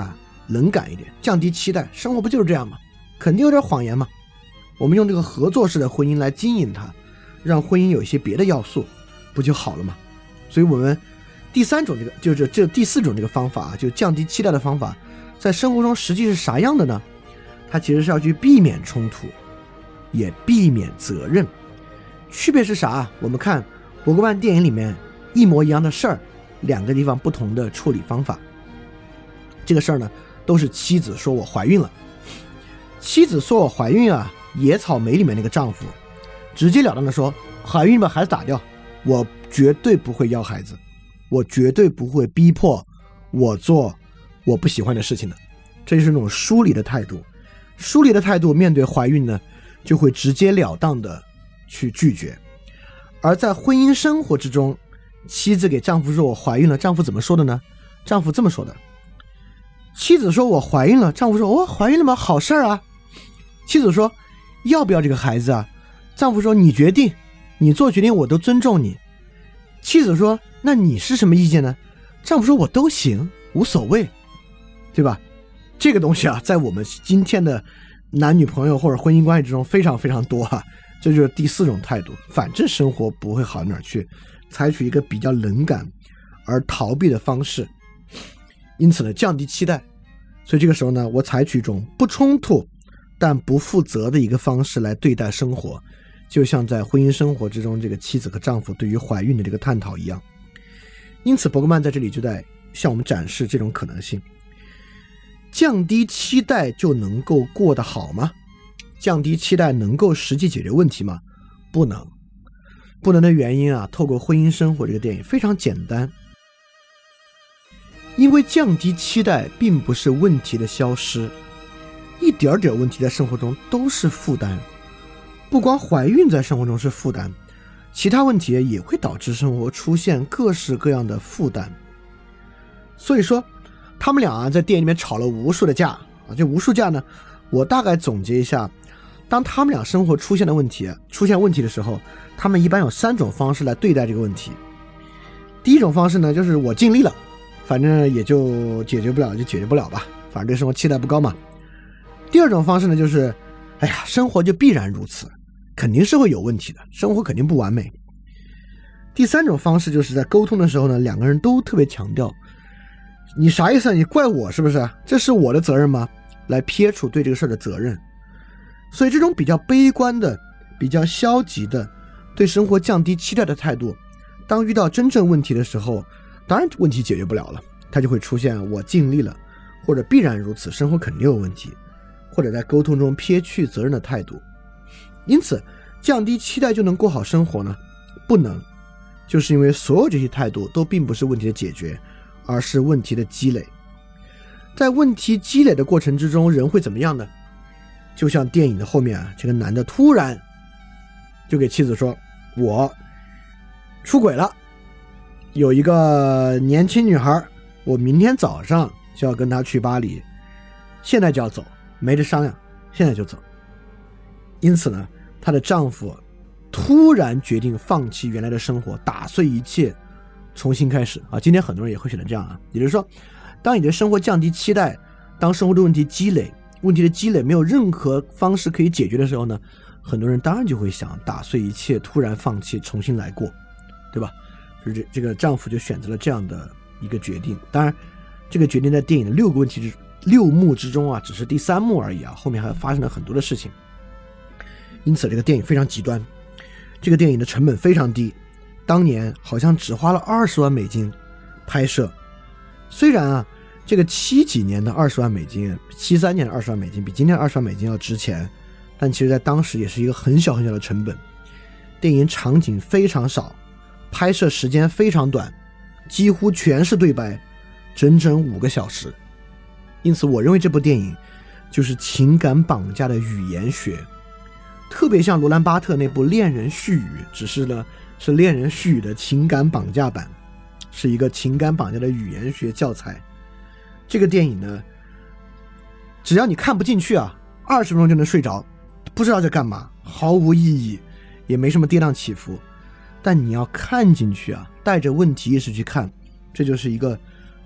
冷感一点，降低期待，生活不就是这样吗？肯定有点谎言嘛。我们用这个合作式的婚姻来经营它，让婚姻有一些别的要素，不就好了吗？所以我们第三种这个就是这第四种这个方法啊，就降低期待的方法，在生活中实际是啥样的呢？它其实是要去避免冲突，也避免责任。区别是啥？我们看伯格曼电影里面一模一样的事儿，两个地方不同的处理方法。这个事儿呢，都是妻子说我怀孕了。妻子说我怀孕啊，野草莓里面那个丈夫直截了当的说，怀孕把孩子打掉，我绝对不会要孩子，我绝对不会逼迫我做我不喜欢的事情的。这就是那种疏离的态度。疏离的态度面对怀孕呢，就会直截了当的去拒绝。而在婚姻生活之中，妻子给丈夫说我怀孕了，丈夫怎么说的呢？丈夫这么说的，妻子说我怀孕了，丈夫说我、哦、怀孕了吗？好事啊。妻子说要不要这个孩子啊？丈夫说你决定，你做决定我都尊重你。妻子说那你是什么意见呢？丈夫说我都行，无所谓，对吧？这个东西啊，在我们今天的男女朋友或者婚姻关系之中非常非常多啊。这就是第四种态度，反正生活不会好哪儿去，采取一个比较冷感而逃避的方式，因此呢降低期待。所以这个时候呢，我采取一种不冲突但不负责的一个方式来对待生活，就像在婚姻生活之中这个妻子和丈夫对于怀孕的这个探讨一样。因此伯格曼在这里就在向我们展示这种可能性。降低期待就能够过得好吗？降低期待能够实际解决问题吗？不能。不能的原因啊，透过婚姻生活这个电影非常简单。因为降低期待并不是问题的消失，一点点问题在生活中都是负担。不光怀孕在生活中是负担，其他问题也会导致生活出现各式各样的负担。所以说他们俩啊在电影里面吵了无数的架啊，这无数架呢，我大概总结一下，当他们俩生活出现的问题出现问题的时候，他们一般有三种方式来对待这个问题。第一种方式呢，就是我尽力了，反正也就解决不了就解决不了吧，反正对生活期待不高嘛。第二种方式呢，就是哎呀，生活就必然如此，肯定是会有问题的，生活肯定不完美。第三种方式就是在沟通的时候呢，两个人都特别强调，你啥意思啊？你怪我是不是？这是我的责任吗？来撇除对这个事儿的责任。所以这种比较悲观的、比较消极的对生活降低期待的态度，当遇到真正问题的时候，当然问题解决不了了，它就会出现我尽力了，或者必然如此，生活肯定有问题，或者在沟通中撇去责任的态度。因此降低期待就能过好生活呢？不能，就是因为所有这些态度都并不是问题的解决，而是问题的积累。在问题积累的过程之中，人会怎么样呢？就像电影的后面啊，这个男的突然就给妻子说，我出轨了，有一个年轻女孩，我明天早上就要跟她去巴黎，现在就要走，没得商量，现在就走。因此呢，她的丈夫突然决定放弃原来的生活，打碎一切，重新开始啊！今天很多人也会选择这样啊，也就是说，当你对生活降低期待，当生活的问题积累，问题的积累没有任何方式可以解决的时候呢，很多人当然就会想打碎一切，突然放弃，重新来过，对吧？就是这这个丈夫就选择了这样的一个决定。当然，这个决定在电影的六个问题之六幕之中啊，只是第三幕而已啊，后面还发生了很多的事情。因此，这个电影非常极端。这个电影的成本非常低，当年好像只花了二十万美金拍摄。虽然啊，这个七几年的二十万美金，七三年的二十万美金比今天的二十万美金要值钱，但其实在当时也是一个很小很小的成本。电影场景非常少，拍摄时间非常短，几乎全是对白，整整五个小时。因此我认为这部电影就是情感绑架的语言学，特别像罗兰巴特那部恋人絮语，只是呢是恋人絮语的情感绑架版，是一个情感绑架的语言学教材。这个电影呢，只要你看不进去啊，二十分钟就能睡着，不知道在干嘛，毫无意义，也没什么跌宕起伏。但你要看进去啊，带着问题意识去看，这就是一个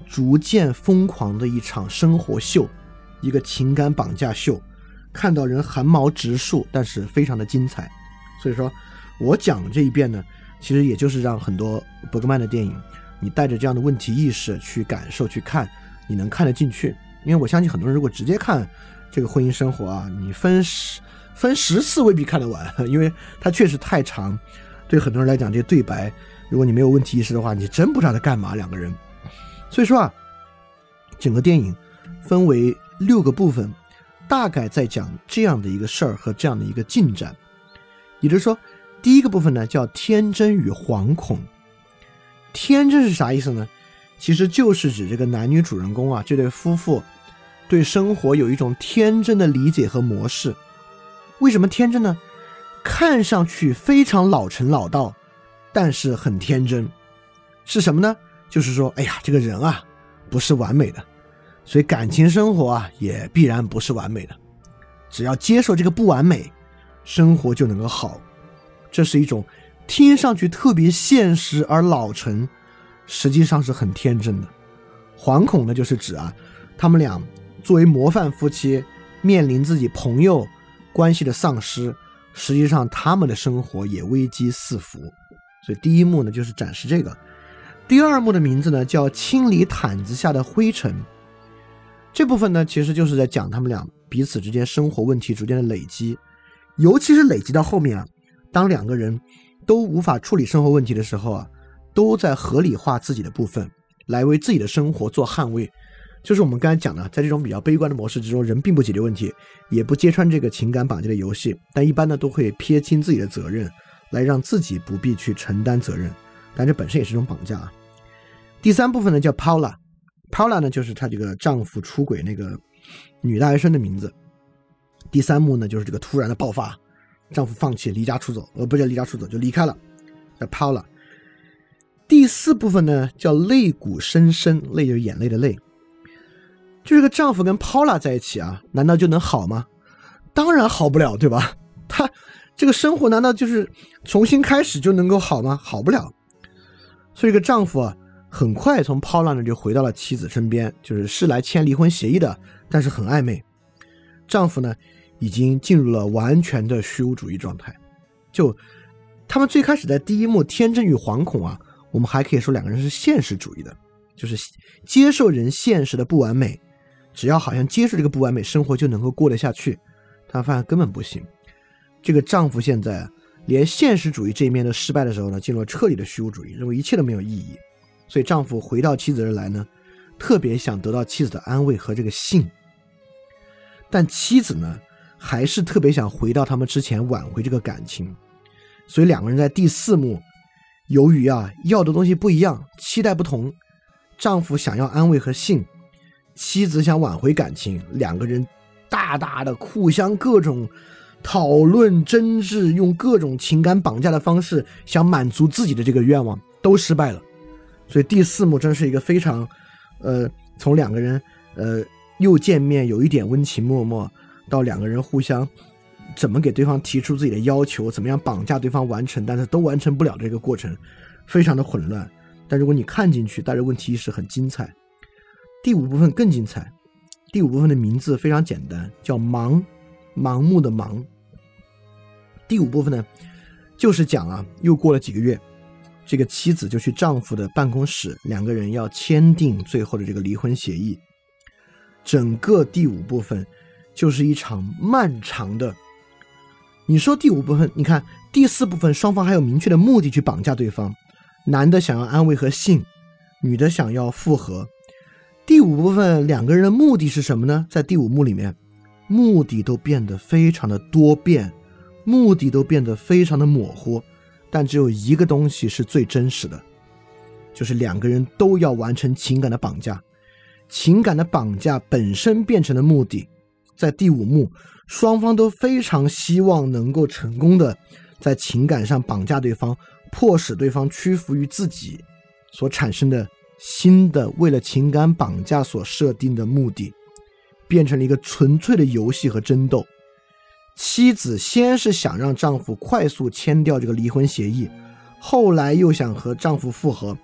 逐渐疯狂的一场生活秀，一个情感绑架秀，看到人汗毛直竖，但是非常的精彩。所以说我讲这一遍呢，其实也就是让很多伯格曼的电影，你带着这样的问题意识去感受去看，你能看得进去。因为我相信很多人如果直接看这个婚姻生活啊，你分十分十次未必看得完，因为它确实太长。对很多人来讲，这些对白，如果你没有问题意识的话，你真不知道在干嘛两个人。所以说啊，整个电影分为六个部分，大概在讲这样的一个事儿和这样的一个进展。也就是说，第一个部分呢叫天真与惶恐。天真是啥意思呢？其实就是指这个男女主人公啊，这对夫妇对生活有一种天真的理解和模式。为什么天真呢？看上去非常老成老道，但是很天真。是什么呢？就是说，哎呀，这个人啊不是完美的，所以感情生活啊也必然不是完美的。只要接受这个不完美，生活就能够好。这是一种听上去特别现实而老成，实际上是很天真的。惶恐呢，就是指啊，他们俩作为模范夫妻，面临自己朋友关系的丧失，实际上他们的生活也危机四伏。所以第一幕呢，就是展示这个。第二幕的名字呢，叫清理毯子下的灰尘。这部分呢，其实就是在讲他们俩彼此之间生活问题逐渐的累积，尤其是累积到后面啊，当两个人都无法处理生活问题的时候啊，都在合理化自己的部分，来为自己的生活做捍卫。就是我们刚才讲的，在这种比较悲观的模式之中，人并不解决问题，也不揭穿这个情感绑架的游戏，但一般呢都会撇清自己的责任，来让自己不必去承担责任，但这本身也是一种绑架啊。第三部分呢叫 Paula， Paula 呢就是她这个丈夫出轨那个女大学生的名字。第三幕呢就是这个突然的爆发，丈夫放弃离家出走，呃不叫离家出走，就离开了，叫 Paula。 第四部分呢叫泪骨深深，泪就是眼泪的泪。就这个丈夫跟 Paula 在一起啊，难道就能好吗？当然好不了，对吧？他这个生活难道就是重新开始就能够好吗？好不了。所以这个丈夫啊，很快从 Paula 呢就回到了妻子身边，就是是来签离婚协议的，但是很暧昧。丈夫呢已经进入了完全的虚无主义状态。就他们最开始在第一幕天真与惶恐啊，我们还可以说两个人是现实主义的，就是接受人现实的不完美，只要好像接受这个不完美，生活就能够过得下去。他发现根本不行。这个丈夫现在连现实主义这一面都失败的时候呢，进入了彻底的虚无主义，认为一切都没有意义。所以丈夫回到妻子这来呢，特别想得到妻子的安慰和这个信。但妻子呢，还是特别想回到他们之前挽回这个感情。所以两个人在第四幕，由于啊要的东西不一样，期待不同，丈夫想要安慰和信，妻子想挽回感情，两个人大大的互相各种讨论争执，用各种情感绑架的方式想满足自己的这个愿望，都失败了。所以第四幕真是一个非常呃，从两个人呃又见面有一点温情脉脉，到两个人互相怎么给对方提出自己的要求，怎么样绑架对方完成，但是都完成不了这个过程，非常的混乱。但如果你看进去，带着问题意识很精彩。第五部分更精彩，第五部分的名字非常简单，叫盲，盲目的盲。第五部分呢，就是讲啊，又过了几个月，这个妻子就去丈夫的办公室，两个人要签订最后的这个离婚协议。整个第五部分就是一场漫长的，你说第五部分，你看第四部分双方还有明确的目的去绑架对方，男的想要安慰和信，女的想要复合。第五部分两个人的目的是什么呢？在第五幕里面，目的都变得非常的多变，目的都变得非常的模糊，但只有一个东西是最真实的，就是两个人都要完成情感的绑架。情感的绑架本身变成了目的。在第五幕，双方都非常希望能够成功的在情感上绑架对方，迫使对方屈服于自己所产生的新的为了情感绑架所设定的目的，变成了一个纯粹的游戏和争斗。妻子先是想让丈夫快速签掉这个离婚协议，后来又想和丈夫复合，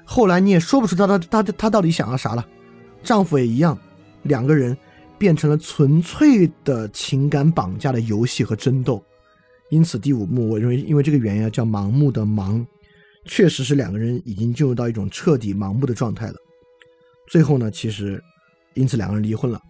后来你也说不出他他他他到底想要啥了。丈夫也一样，两个人变成了纯粹的情感绑架的游戏和争斗。因此第五幕我认为因为这个原因叫盲目的盲，确实是两个人已经进入到一种彻底盲目的状态了。最后呢，其实因此两个人离婚了。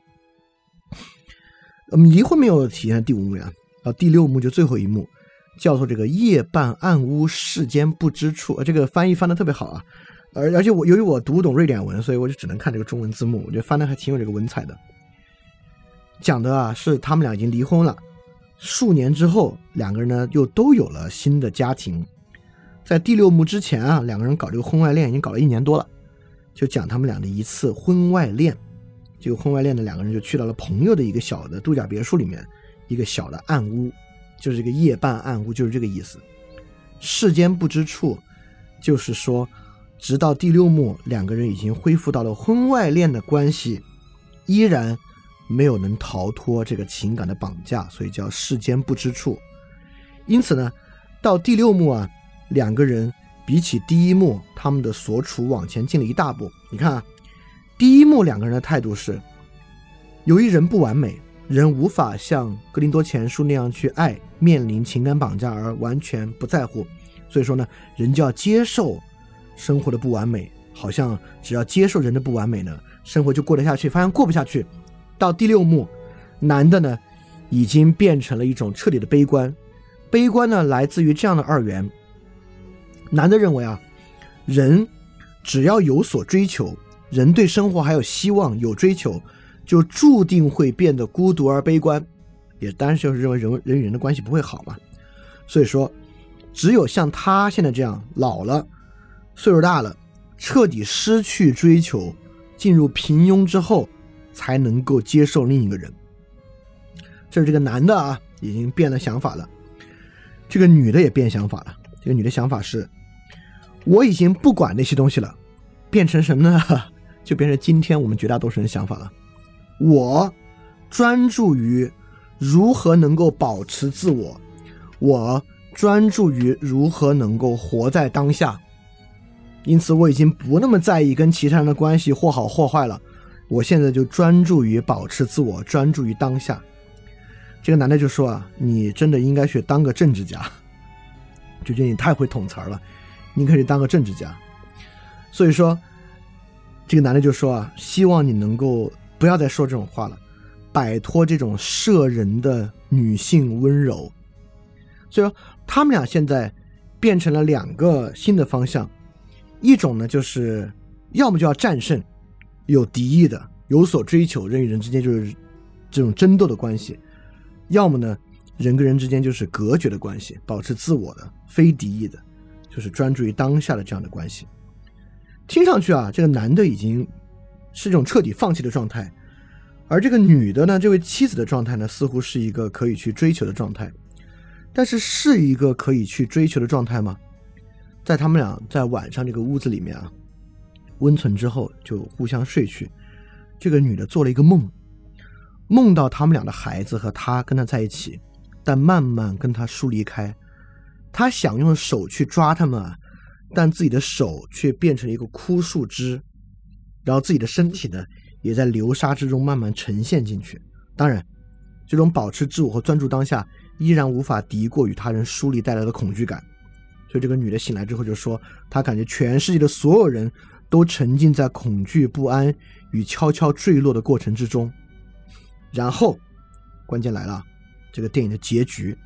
嗯，离婚没有体现在第五幕呀，到第六幕就最后一幕，叫做这个夜半暗屋世间不知处。这个翻译翻得特别好啊，而而且我由于我读不懂瑞典文，所以我就只能看这个中文字幕，我觉得翻得还挺有这个文采的。讲的啊是他们俩已经离婚了，数年之后两个人呢又都有了新的家庭。在第六幕之前啊，两个人搞这个婚外恋已经搞了一年多了，就讲他们俩的一次婚外恋。这个婚外恋的两个人就去到了朋友的一个小的度假别墅里面，一个小的暗屋，就是这个夜半暗屋，就是这个意思。世间不知处，就是说直到第六幕两个人已经恢复到了婚外恋的关系，依然没有能逃脱这个情感的绑架，所以叫世间不知处。因此呢，到第六幕啊，两个人比起第一幕他们的所处往前进了一大步。你看啊，第一幕两个人的态度是，由于人不完美，人无法像哥林多前书那样去爱，面临情感绑架而完全不在乎，所以说呢，人就要接受生活的不完美，好像只要接受人的不完美呢，生活就过得下去，发现过不下去。到第六幕，男的呢已经变成了一种彻底的悲观，悲观呢来自于这样的二元。男的认为啊，人只要有所追求，人对生活还有希望有追求，就注定会变得孤独而悲观，也当然就是认为人人与人的关系不会好嘛。所以说只有像他现在这样老了，岁数大了，彻底失去追求，进入平庸之后，才能够接受另一个人。这是这个男的啊，已经变了想法了。这个女的也变想法了。这个女的想法是，我已经不管那些东西了，变成什么呢？就变成今天我们绝大多数人的想法了。我专注于如何能够保持自我，我专注于如何能够活在当下。因此我已经不那么在意跟其他人的关系或好或坏了，我现在就专注于保持自我，专注于当下。这个男的就说啊，你真的应该去当个政治家，就觉得你太会捅词了，你可以当个政治家。所以说这个男的就说啊，希望你能够不要再说这种话了，摆脱这种摄人的女性温柔。所以说他们俩现在变成了两个新的方向，一种呢就是要么就要战胜有敌意的有所追求，人与人之间就是这种争斗的关系，要么呢人跟人之间就是隔绝的关系，保持自我的非敌意的，就是专注于当下的这样的关系。听上去啊，这个男的已经是一种彻底放弃的状态，而这个女的呢，这位妻子的状态呢，似乎是一个可以去追求的状态。但是是一个可以去追求的状态吗？在他们俩在晚上这个屋子里面啊，温存之后就互相睡去。这个女的做了一个梦，梦到他们俩的孩子和她跟她在一起，但慢慢跟她疏离开。她想用手去抓他们啊，但自己的手却变成一个枯树枝，然后自己的身体呢也在流沙之中慢慢沉陷进去。当然这种保持自我和专注当下依然无法敌过与他人疏离带来的恐惧感。所以这个女的醒来之后就说，她感觉全世界的所有人都沉浸在恐惧不安与悄悄坠落的过程之中。然后关键来了，这个电影的结局，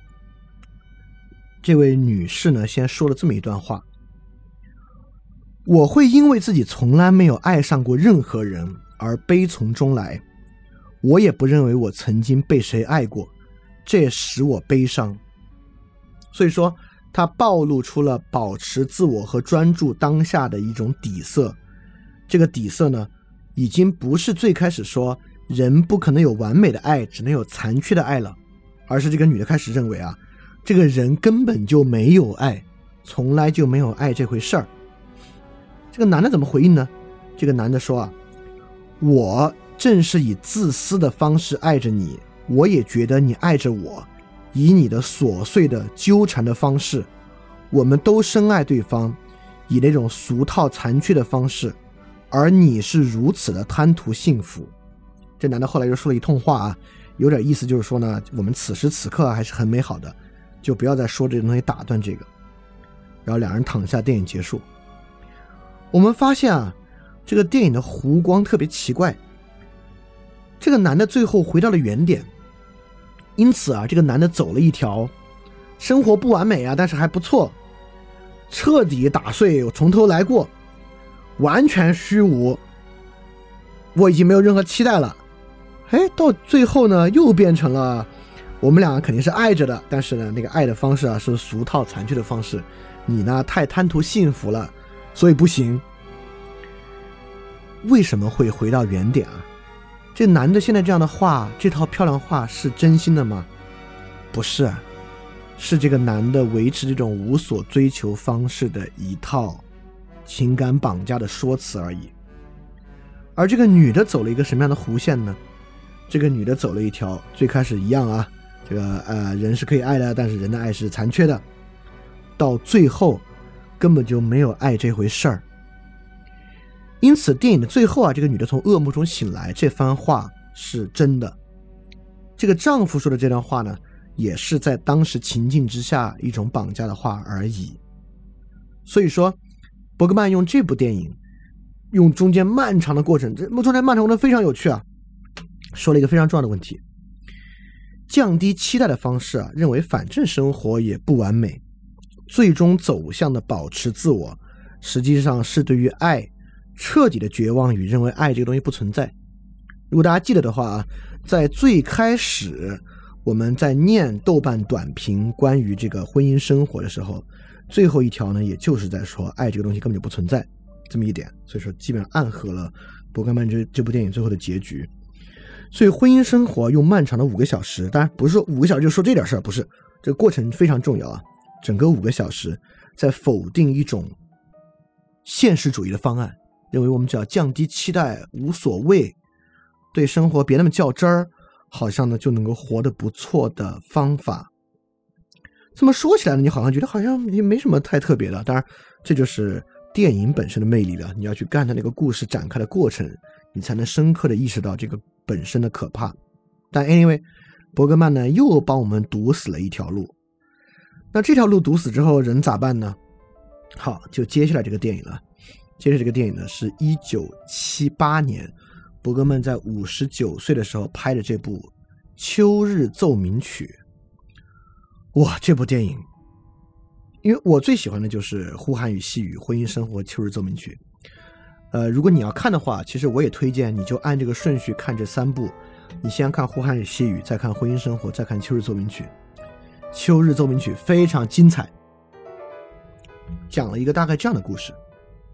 这位女士呢先说了这么一段话，我会因为自己从来没有爱上过任何人而悲从中来，我也不认为我曾经被谁爱过，这也使我悲伤。所以说他暴露出了保持自我和专注当下的一种底色。这个底色呢，已经不是最开始说人不可能有完美的爱，只能有残缺的爱了，而是这个女的开始认为啊，这个人根本就没有爱，从来就没有爱这回事儿。这个男的怎么回应呢？这个男的说啊，我正是以自私的方式爱着你，我也觉得你爱着我，以你的琐碎的纠缠的方式，我们都深爱对方， 以那种俗套残缺的方式，而你是如此的贪图幸福。这男的后来又说了一通话啊，有点意思，就是说呢，我们此时此刻还是很美好的，就不要再说这个东西打断这个。然后两人躺下，电影结束。我们发现啊，这个电影的弧光特别奇怪。这个男的最后回到了原点，因此啊，这个男的走了一条生活不完美啊，但是还不错，彻底打碎，从头来过，完全虚无，我已经没有任何期待了。哎，到最后呢，又变成了我们两个肯定是爱着的，但是呢，那个爱的方式啊是俗套残缺的方式，你呢太贪图幸福了，所以不行。为什么会回到原点啊？这男的现在这样的画，这套漂亮画是真心的吗？不是啊，是这个男的维持这种无所追求方式的一套情感绑架的说辞而已。而这个女的走了一个什么样的弧线呢？这个女的走了一条最开始一样啊，这个呃人是可以爱的，但是人的爱是残缺的，到最后根本就没有爱这回事儿。因此电影的最后啊，这个女的从噩梦中醒来，这番话是真的。这个丈夫说的这段话呢，也是在当时情境之下一种绑架的话而已。所以说伯格曼用这部电影，用中间漫长的过程，这中间漫长的过程非常有趣啊，说了一个非常重要的问题。降低期待的方式啊，认为反正生活也不完美，最终走向的保持自我，实际上是对于爱彻底的绝望与认为爱这个东西不存在。如果大家记得的话啊，在最开始我们在念豆瓣短评关于这个婚姻生活的时候，最后一条呢，也就是在说爱这个东西根本就不存在这么一点，所以说基本上暗合了伯格曼这这部电影最后的结局。所以婚姻生活用漫长的五个小时，当然不是说五个小时就说这点事儿，不是，这个过程非常重要啊。整个五个小时在否定一种现实主义的方案，认为我们只要降低期待，无所谓，对生活别那么较真儿，好像呢就能够活得不错的方法。这么说起来呢，你好像觉得好像也没什么太特别的，当然这就是电影本身的魅力了。你要去看它那个故事展开的过程，你才能深刻的意识到这个本身的可怕。但 anyway， 伯格曼呢又帮我们堵死了一条路。那这条路堵死之后，人咋办呢？好，就接下来这个电影了。接着这个电影呢，是一九七八年伯格曼在五十九岁的时候拍的这部《秋日奏鸣曲》。哇，这部电影，因为我最喜欢的就是《呼喊与细雨》、《婚姻生活》、《秋日奏鸣曲》。呃，如果你要看的话，其实我也推荐你就按这个顺序看这三部，你先看《呼喊与细雨》，再看《婚姻生活》，再看《秋日奏鸣曲》。《秋日奏鸣曲》非常精彩，讲了一个大概这样的故事。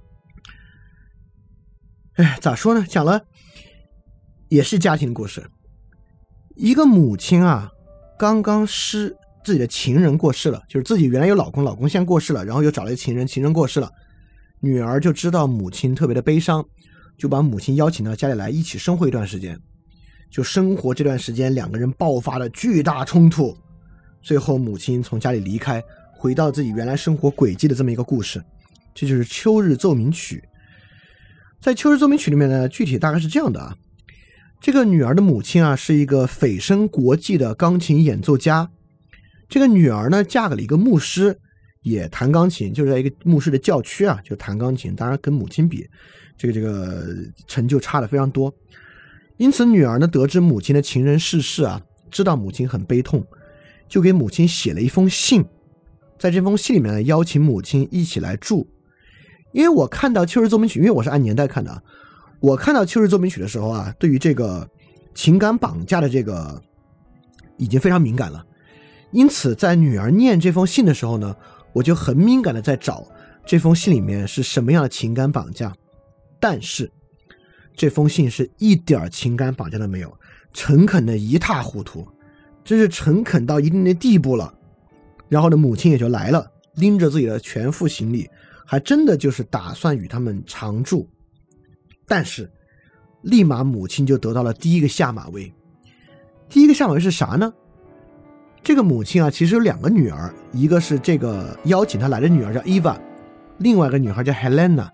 哎，咋说呢？讲了也是家庭故事。一个母亲啊，刚刚失自己的情人过世了，就是自己原来有老公，老公先过世了，然后又找了一个情人，情人过世了，女儿就知道母亲特别的悲伤，就把母亲邀请到家里来一起生活一段时间。就生活这段时间，两个人爆发了巨大冲突，最后母亲从家里离开，回到自己原来生活轨迹的这么一个故事。这就是《秋日奏鸣曲》。在《秋日奏鸣曲》里面呢，具体大概是这样的啊，这个女儿的母亲啊是一个蜚声国际的钢琴演奏家，这个女儿呢嫁给了一个牧师，也弹钢琴，就是在一个牧师的教区啊就弹钢琴，当然跟母亲比，这个这个成就差的非常多。因此女儿呢得知母亲的情人逝世啊，知道母亲很悲痛，就给母亲写了一封信，在这封信里面呢邀请母亲一起来住。因为我看到《秋日奏鸣曲》，因为我是按年代看的，我看到《秋日奏鸣曲》的时候啊，对于这个情感绑架的这个已经非常敏感了。因此在女儿念这封信的时候呢，我就很敏感的在找这封信里面是什么样的情感绑架。但是这封信是一点情感绑架都没有，诚恳的一塌糊涂，真是诚恳到一定的地步了。然后呢，母亲也就来了，拎着自己的全副行李，还真的就是打算与他们常住。但是立马母亲就得到了第一个下马威。第一个下马威是啥呢？这个母亲啊其实有两个女儿，一个是这个邀请她来的女儿叫伊娃， 另外一个女孩叫 Helena。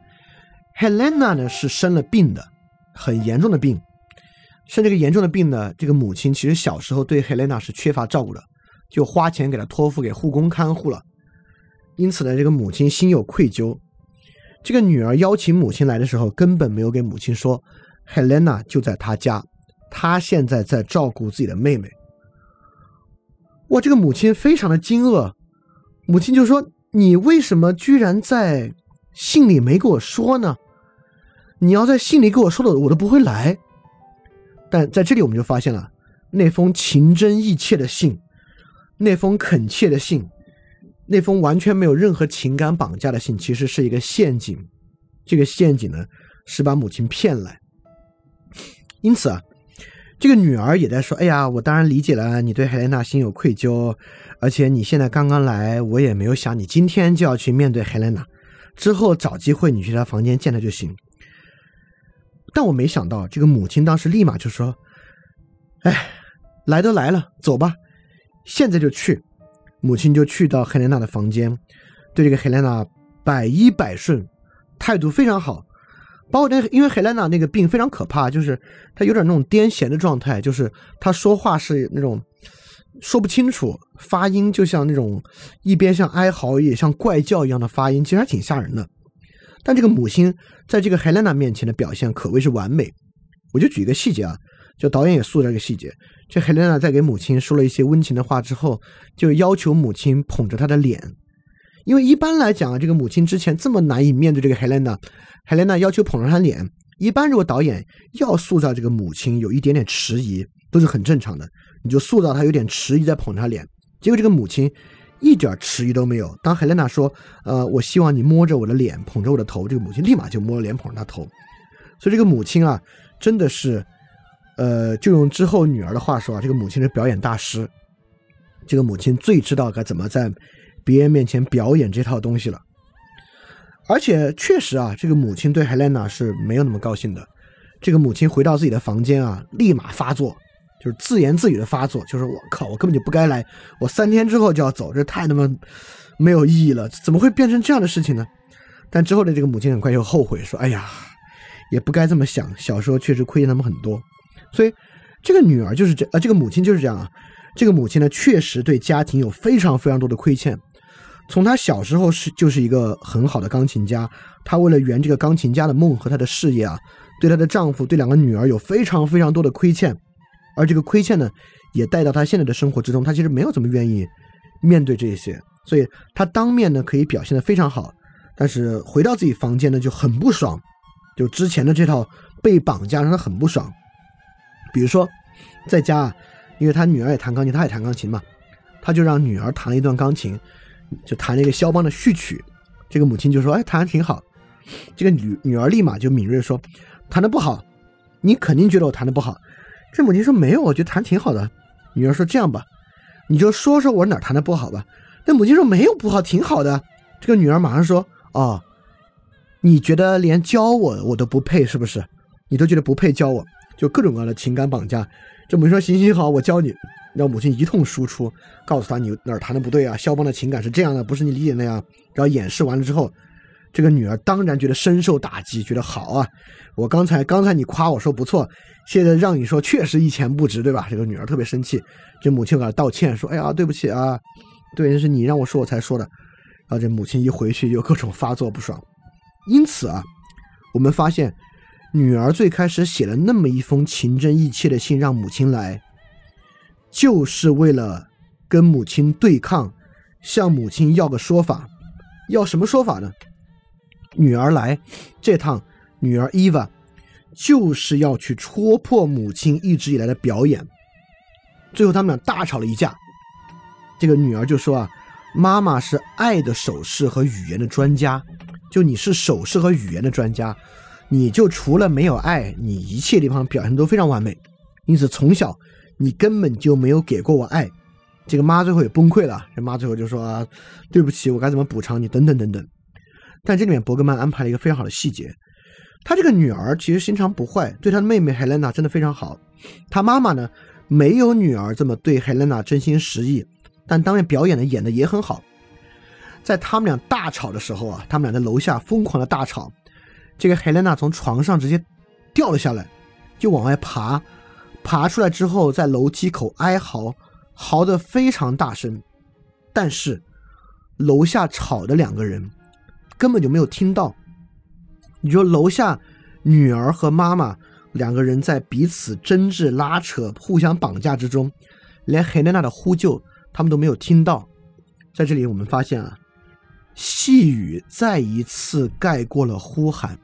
Helena 呢是生了病的，很严重的病。生这个严重的病呢，这个母亲其实小时候对 Helena 是缺乏照顾的，就花钱给她托付给护工看护了。因此呢，这个母亲心有愧疚。这个女儿邀请母亲来的时候，根本没有给母亲说 Helena 就在她家，她现在在照顾自己的妹妹。哇，这个母亲非常的惊愕，母亲就说，你为什么居然在信里没给我说呢？你要在信里给我说的，我都不会来。但在这里我们就发现了，那封情真意切的信，那封恳切的信，那封完全没有任何情感绑架的信，其实是一个陷阱。这个陷阱呢，是把母亲骗来。因此啊，这个女儿也在说，哎呀，我当然理解了你对海莲娜心有愧疚，而且你现在刚刚来，我也没有想你今天就要去面对海莲娜，之后找机会你去她房间见她就行。但我没想到这个母亲当时立马就说，哎，来都来了，走吧，现在就去。母亲就去到海莲娜的房间，对这个海莲娜百依百顺，态度非常好。包括因为海莲娜那个病非常可怕，就是她有点那种癫痫的状态，就是她说话是那种说不清楚，发音就像那种一边像哀嚎也像怪叫一样的发音，其实还挺吓人的。但这个母亲在这个海莲娜面前的表现可谓是完美。我就举一个细节啊，就导演也塑造这个细节，这海莲娜在给母亲说了一些温情的话之后，就要求母亲捧着她的脸。因为一般来讲啊，这个母亲之前这么难以面对这个海莲娜，海莲娜要求捧着她脸，一般如果导演要塑造这个母亲有一点点迟疑，都是很正常的，你就塑造她有点迟疑在捧她脸。结果这个母亲一点迟疑都没有，当海莲娜说呃，我希望你摸着我的脸，捧着我的头，这个母亲立马就摸了脸，捧着她头。所以这个母亲啊，真的是呃，就用之后女儿的话说啊，这个母亲是表演大师，这个母亲最知道该怎么在别人面前表演这套东西了。而且确实啊，这个母亲对海莲娜是没有那么高兴的。这个母亲回到自己的房间啊，立马发作，就是自言自语的发作，就是我靠，我根本就不该来，我三天之后就要走，这太他妈没有意义了，怎么会变成这样的事情呢？但之后的这个母亲很快就后悔说，哎呀，也不该这么想，小时候确实亏欠他们很多。所以这个女儿就是这呃，这个母亲就是这样啊。这个母亲呢，确实对家庭有非常非常多的亏欠。从她小时候是就是一个很好的钢琴家，她为了圆这个钢琴家的梦和她的事业啊，对她的丈夫对两个女儿有非常非常多的亏欠。而这个亏欠呢，也带到她现在的生活之中，她其实没有这么愿意面对这些。所以她当面呢可以表现得非常好，但是回到自己房间呢就很不爽，就之前的这套被绑架让她很不爽。比如说在家啊，因为他女儿也弹钢琴，他也弹钢琴嘛，他就让女儿弹了一段钢琴，就弹了一个肖邦的序曲。这个母亲就说，哎，弹得挺好。这个女女儿立马就敏锐说，弹得不好，你肯定觉得我弹得不好。这母亲说，没有，我觉得弹挺好的。女儿说，这样吧，你就说说我哪弹得不好吧。那母亲说，没有不好，挺好的。这个女儿马上说，哦，你觉得连教我我都不配是不是？你都觉得不配教我，就各种各样的情感绑架。这母亲说，行行好，我教你。让母亲一通输出，告诉他你哪儿弹的不对啊，肖邦的情感是这样的，不是你理解那样。然后演示完了之后，这个女儿当然觉得深受打击，觉得好啊，我刚才刚才你夸我说不错，现在让你说确实一钱不值，对吧？这个女儿特别生气，这母亲给她道歉说，哎呀，对不起啊，对，是你让我说我才说的。然后这母亲一回去又各种发作不爽。因此啊，我们发现女儿最开始写了那么一封情真意切的信让母亲来，就是为了跟母亲对抗，向母亲要个说法。要什么说法呢？女儿来这趟，女儿伊娃就是要去戳破母亲一直以来的表演。最后他们俩大吵了一架。这个女儿就说啊，妈妈是爱的手势和语言的专家，就你是手势和语言的专家，你就除了没有爱，你一切地方表现都非常完美，因此从小你根本就没有给过我爱。这个妈最后也崩溃了，这妈最后就说啊，对不起，我该怎么补偿你等等等等。但这里面伯格曼安排了一个非常好的细节，他这个女儿其实心肠不坏，对他的妹妹 Helena 真的非常好。他妈妈呢，没有女儿这么对 Helena 真心实意，但当然表演的演的也很好。 在他们俩大吵的时候啊，他们俩在楼下疯狂的大吵，这个 Helena 从床上直接掉了下来，就往外爬，爬出来之后在楼梯口哀嚎，嚎得非常大声，但是楼下吵的两个人根本就没有听到。你说楼下女儿和妈妈两个人在彼此争执拉扯互相绑架之中，连 Helena 的呼救他们都没有听到。在这里我们发现啊，细语再一次盖过了呼喊。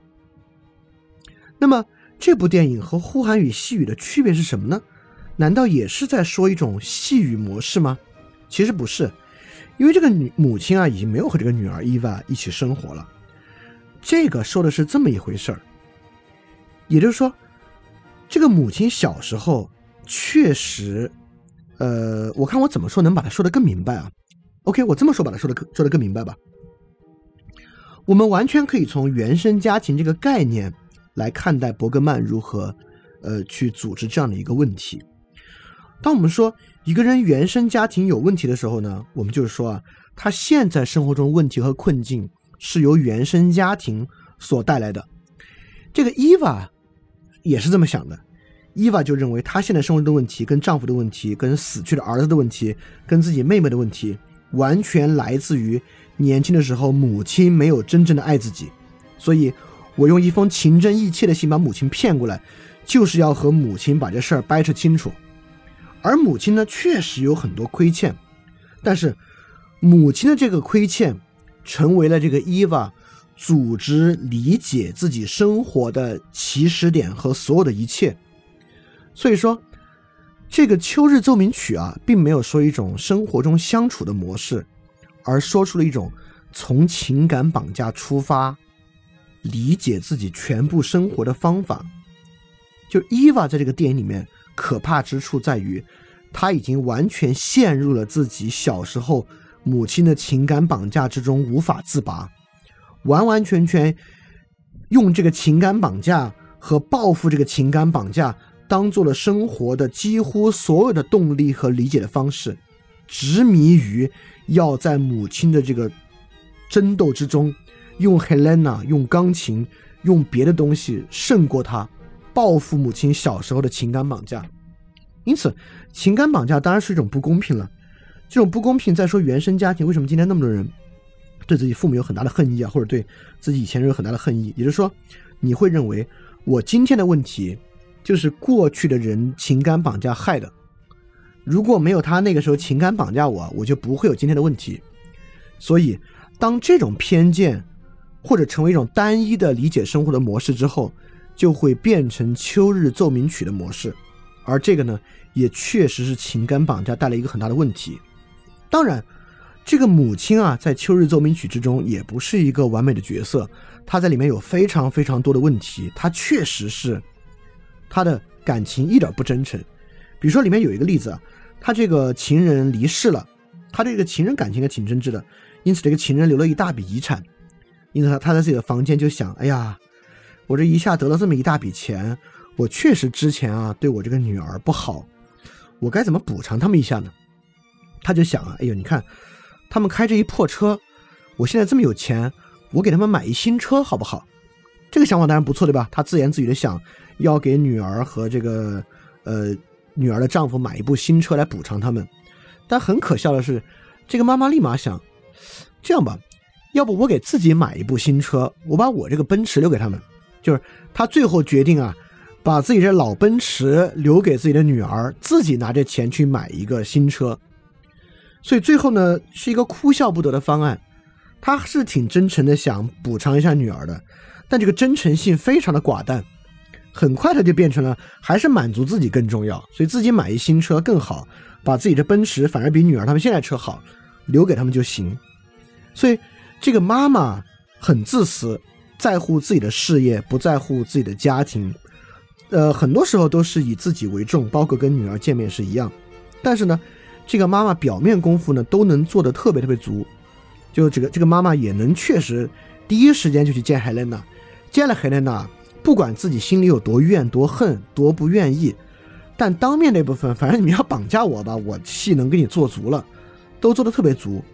那么这部电影和呼喊与细语的区别是什么呢？难道也是在说一种细语模式吗？其实不是，因为这个女母亲啊已经没有和这个女儿伊娃一起生活了。这个说的是这么一回事儿，也就是说这个母亲小时候确实呃，我看我怎么说能把它说得更明白啊。 OK， 我这么说把它说得说得更明白吧。我们完全可以从原生家庭这个概念来看待伯格曼如何呃去组织这样的一个问题。当我们说一个人原生家庭有问题的时候呢，我们就是说啊，他现在生活中问题和困境是由原生家庭所带来的。这个伊娃也是这么想的，伊娃就认为她现在生活中的问题跟丈夫的问题跟死去的儿子的问题跟自己妹妹的问题完全来自于年轻的时候母亲没有真正的爱自己，所以我用一封情真意切的信把母亲骗过来，就是要和母亲把这事儿掰扯清楚。而母亲呢确实有很多亏欠，但是母亲的这个亏欠成为了这个伊娃组织理解自己生活的起始点和所有的一切。所以说这个秋日奏鸣曲啊，并没有说一种生活中相处的模式，而说出了一种从情感绑架出发理解自己全部生活的方法。就伊娃在这个电影里面可怕之处在于，她已经完全陷入了自己小时候母亲的情感绑架之中无法自拔，完完全全用这个情感绑架和报复这个情感绑架当做了生活的几乎所有的动力和理解的方式，执迷于要在母亲的这个争斗之中用 Helena 用钢琴用别的东西胜过她，报复母亲小时候的情感绑架。因此情感绑架当然是一种不公平了。这种不公平再说原生家庭，为什么今天那么多人对自己父母有很大的恨意啊，或者对自己以前人有很大的恨意，也就是说你会认为我今天的问题就是过去的人情感绑架害的，如果没有他那个时候情感绑架我，我就不会有今天的问题。所以当这种偏见或者成为一种单一的理解生活的模式之后，就会变成秋日奏鸣曲的模式。而这个呢也确实是情感绑架带来一个很大的问题。当然这个母亲啊在秋日奏鸣曲之中也不是一个完美的角色，她在里面有非常非常多的问题，她确实是她的感情一点不真诚。比如说里面有一个例子啊，她这个情人离世了，她这个情人感情也挺真挚的，因此这个情人留了一大笔遗产，因此她在自己的房间就想，哎呀，我这一下得了这么一大笔钱，我确实之前啊对我这个女儿不好，我该怎么补偿他们一下呢？他就想啊，哎呦，你看他们开着一破车，我现在这么有钱，我给他们买一新车好不好？这个想法当然不错，对吧？他自言自语的想要给女儿和这个呃女儿的丈夫买一部新车来补偿他们。但很可笑的是，这个妈妈立马想，这样吧，要不我给自己买一部新车，我把我这个奔驰留给他们。就是他最后决定啊，把自己这老奔驰留给自己的女儿，自己拿着钱去买一个新车。所以最后呢是一个哭笑不得的方案。他是挺真诚的想补偿一下女儿的，但这个真诚性非常的寡淡，很快他就变成了还是满足自己更重要，所以自己买一新车更好，把自己的奔驰反而比女儿他们现在车好，留给他们就行。所以这个妈妈很自私，在乎自己的事业，不在乎自己的家庭，呃，很多时候都是以自己为重，包括跟女儿见面是一样。但是呢这个妈妈表面功夫呢都能做得特别特别足，就这个这个妈妈也能确实第一时间就去见 Helena， 见了 Helena， 不管自己心里有多怨多恨多不愿意，但当面那部分反正你们要绑架我吧，我戏能给你做足了，都做得特别足。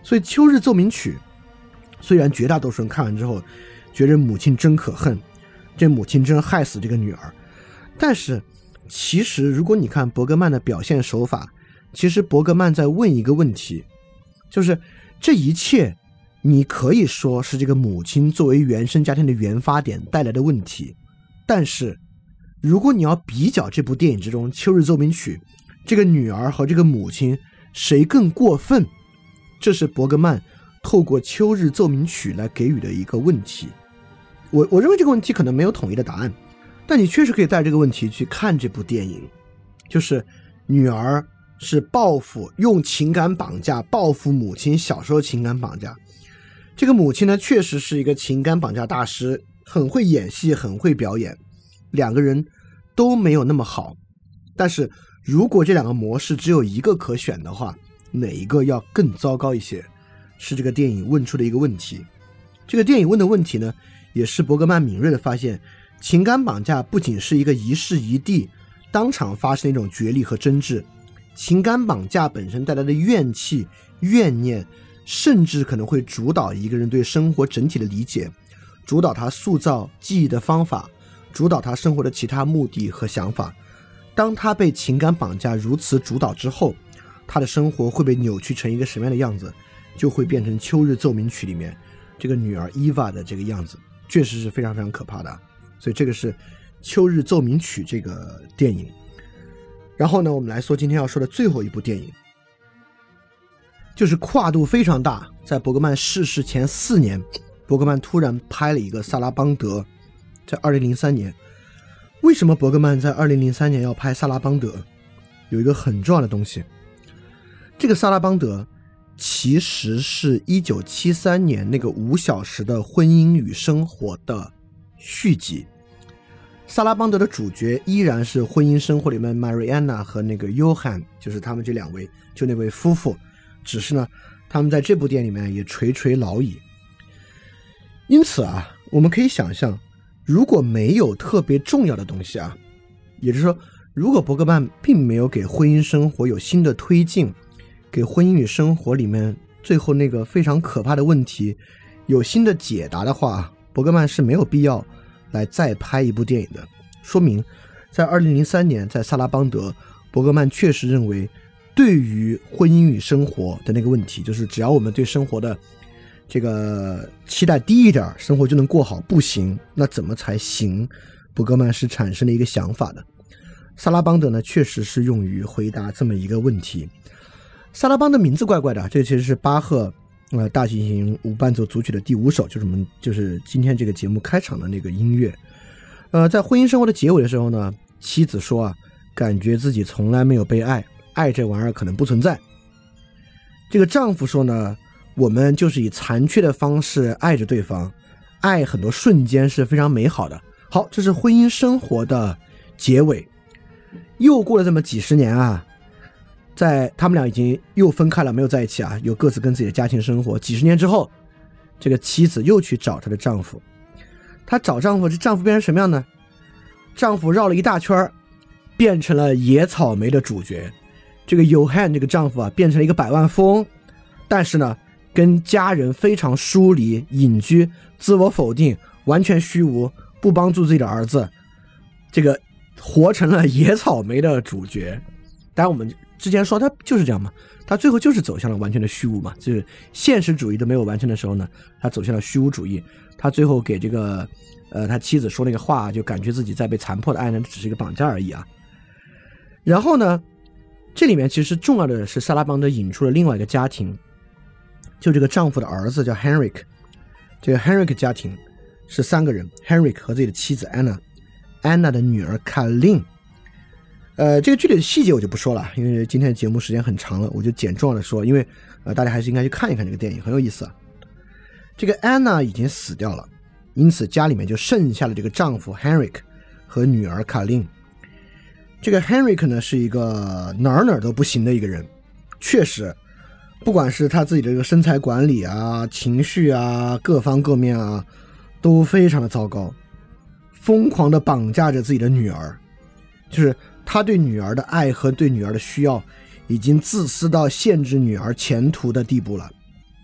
所以《秋日奏鸣曲》虽然绝大多数人看完之后觉得母亲真可恨，这母亲真害死这个女儿，但是其实如果你看伯格曼的表现手法，其实伯格曼在问一个问题，就是这一切你可以说是这个母亲作为原生家庭的原发点带来的问题，但是如果你要比较这部电影之中《秋日奏鸣曲》这个女儿和这个母亲谁更过分，这是伯格曼透过《秋日奏鸣曲》来给予的一个问题。我我认为这个问题可能没有统一的答案，但你确实可以带这个问题去看这部电影，就是女儿是报复，用情感绑架报复母亲小时候情感绑架。这个母亲呢，确实是一个情感绑架大师，很会演戏，很会表演，两个人都没有那么好。但是如果这两个模式只有一个可选的话，哪一个要更糟糕一些，是这个电影问出的一个问题。这个电影问的问题呢，也是伯格曼敏锐的发现，情感绑架不仅是一个一时一地当场发生的一种角力和争执，情感绑架本身带来的怨气、怨念，甚至可能会主导一个人对生活整体的理解，主导他塑造记忆的方法，主导他生活的其他目的和想法。当他被情感绑架如此主导之后，他的生活会被扭曲成一个什么样的样子，就会变成《秋日奏鸣曲》里面这个女儿伊娃的这个样子，确实是非常非常可怕的。所以这个是《秋日奏鸣曲》这个电影。然后呢，我们来说今天要说的最后一部电影，就是跨度非常大，在伯格曼逝世前四年，伯格曼突然拍了一个《萨拉邦德》，在二零零三年。为什么伯格曼在二零零三年要拍《萨拉邦德》？有一个很重要的东西，这个《萨拉邦德》其实是一九七三年那个五小时的婚姻与生活的续集。萨拉邦德的主角依然是婚姻生活里面 Mariana 和那个 Johan， 就是他们这两位，就那位夫妇，只是呢他们在这部电影里面也垂垂老矣。因此啊，我们可以想象，如果没有特别重要的东西啊，也就是说如果伯格曼并没有给婚姻生活有新的推进，给婚姻与生活里面最后那个非常可怕的问题有新的解答的话，伯格曼是没有必要来再拍一部电影的。说明在二零零三年在萨拉邦德，伯格曼确实认为对于婚姻与生活的那个问题，就是只要我们对生活的这个期待低一点，生活就能过好，不行那怎么才行，伯格曼是产生了一个想法的。萨拉邦德呢，确实是用于回答这么一个问题。萨拉邦德名字怪怪的，这其实是巴赫呃大提琴无伴奏组曲的第五首，就是我们就是今天这个节目开场的那个音乐。呃，在婚姻生活的结尾的时候呢，妻子说啊，感觉自己从来没有被爱，爱这玩意儿可能不存在。这个丈夫说呢，我们就是以残缺的方式爱着对方，爱很多瞬间是非常美好的。好，这是婚姻生活的结尾。又过了这么几十年啊，在他们俩已经又分开了，没有在一起啊，又各自跟自己的家庭生活。几十年之后，这个妻子又去找她的丈夫，她找丈夫，这丈夫变成什么样呢？丈夫绕了一大圈，变成了野草莓的主角。这个约翰这个丈夫啊，变成了一个百万富翁，但是呢，跟家人非常疏离、隐居、自我否定，完全虚无，不帮助自己的儿子，这个活成了野草莓的主角。当然我们之前说他就是这样嘛，他最后就是走向了完全的虚无嘛，就是现实主义都没有完成的时候呢，他走向了虚无主义。他最后给这个呃他妻子说那个话，就感觉自己在被残破的爱呢，只是一个绑架而已啊。然后呢，这里面其实重要的是萨拉邦德引出了另外一个家庭，就这个丈夫的儿子叫 Henrik。 这个 Henrik 家庭是三个人， Henrik 和自己的妻子 Anna， Anna 的女儿 Kalin。 呃，这个具体的细节我就不说了，因为今天的节目时间很长了，我就简重的说，因为呃大家还是应该去看一看这个电影，很有意思啊。这个 Anna 已经死掉了，因此家里面就剩下了这个丈夫 Henrik 和女儿 Kalin。 这个 Henrik 呢是一个哪儿哪儿都不行的一个人，确实不管是他自己的这个身材管理啊、情绪啊、各方各面啊都非常的糟糕，疯狂的绑架着自己的女儿，就是他对女儿的爱和对女儿的需要已经自私到限制女儿前途的地步了。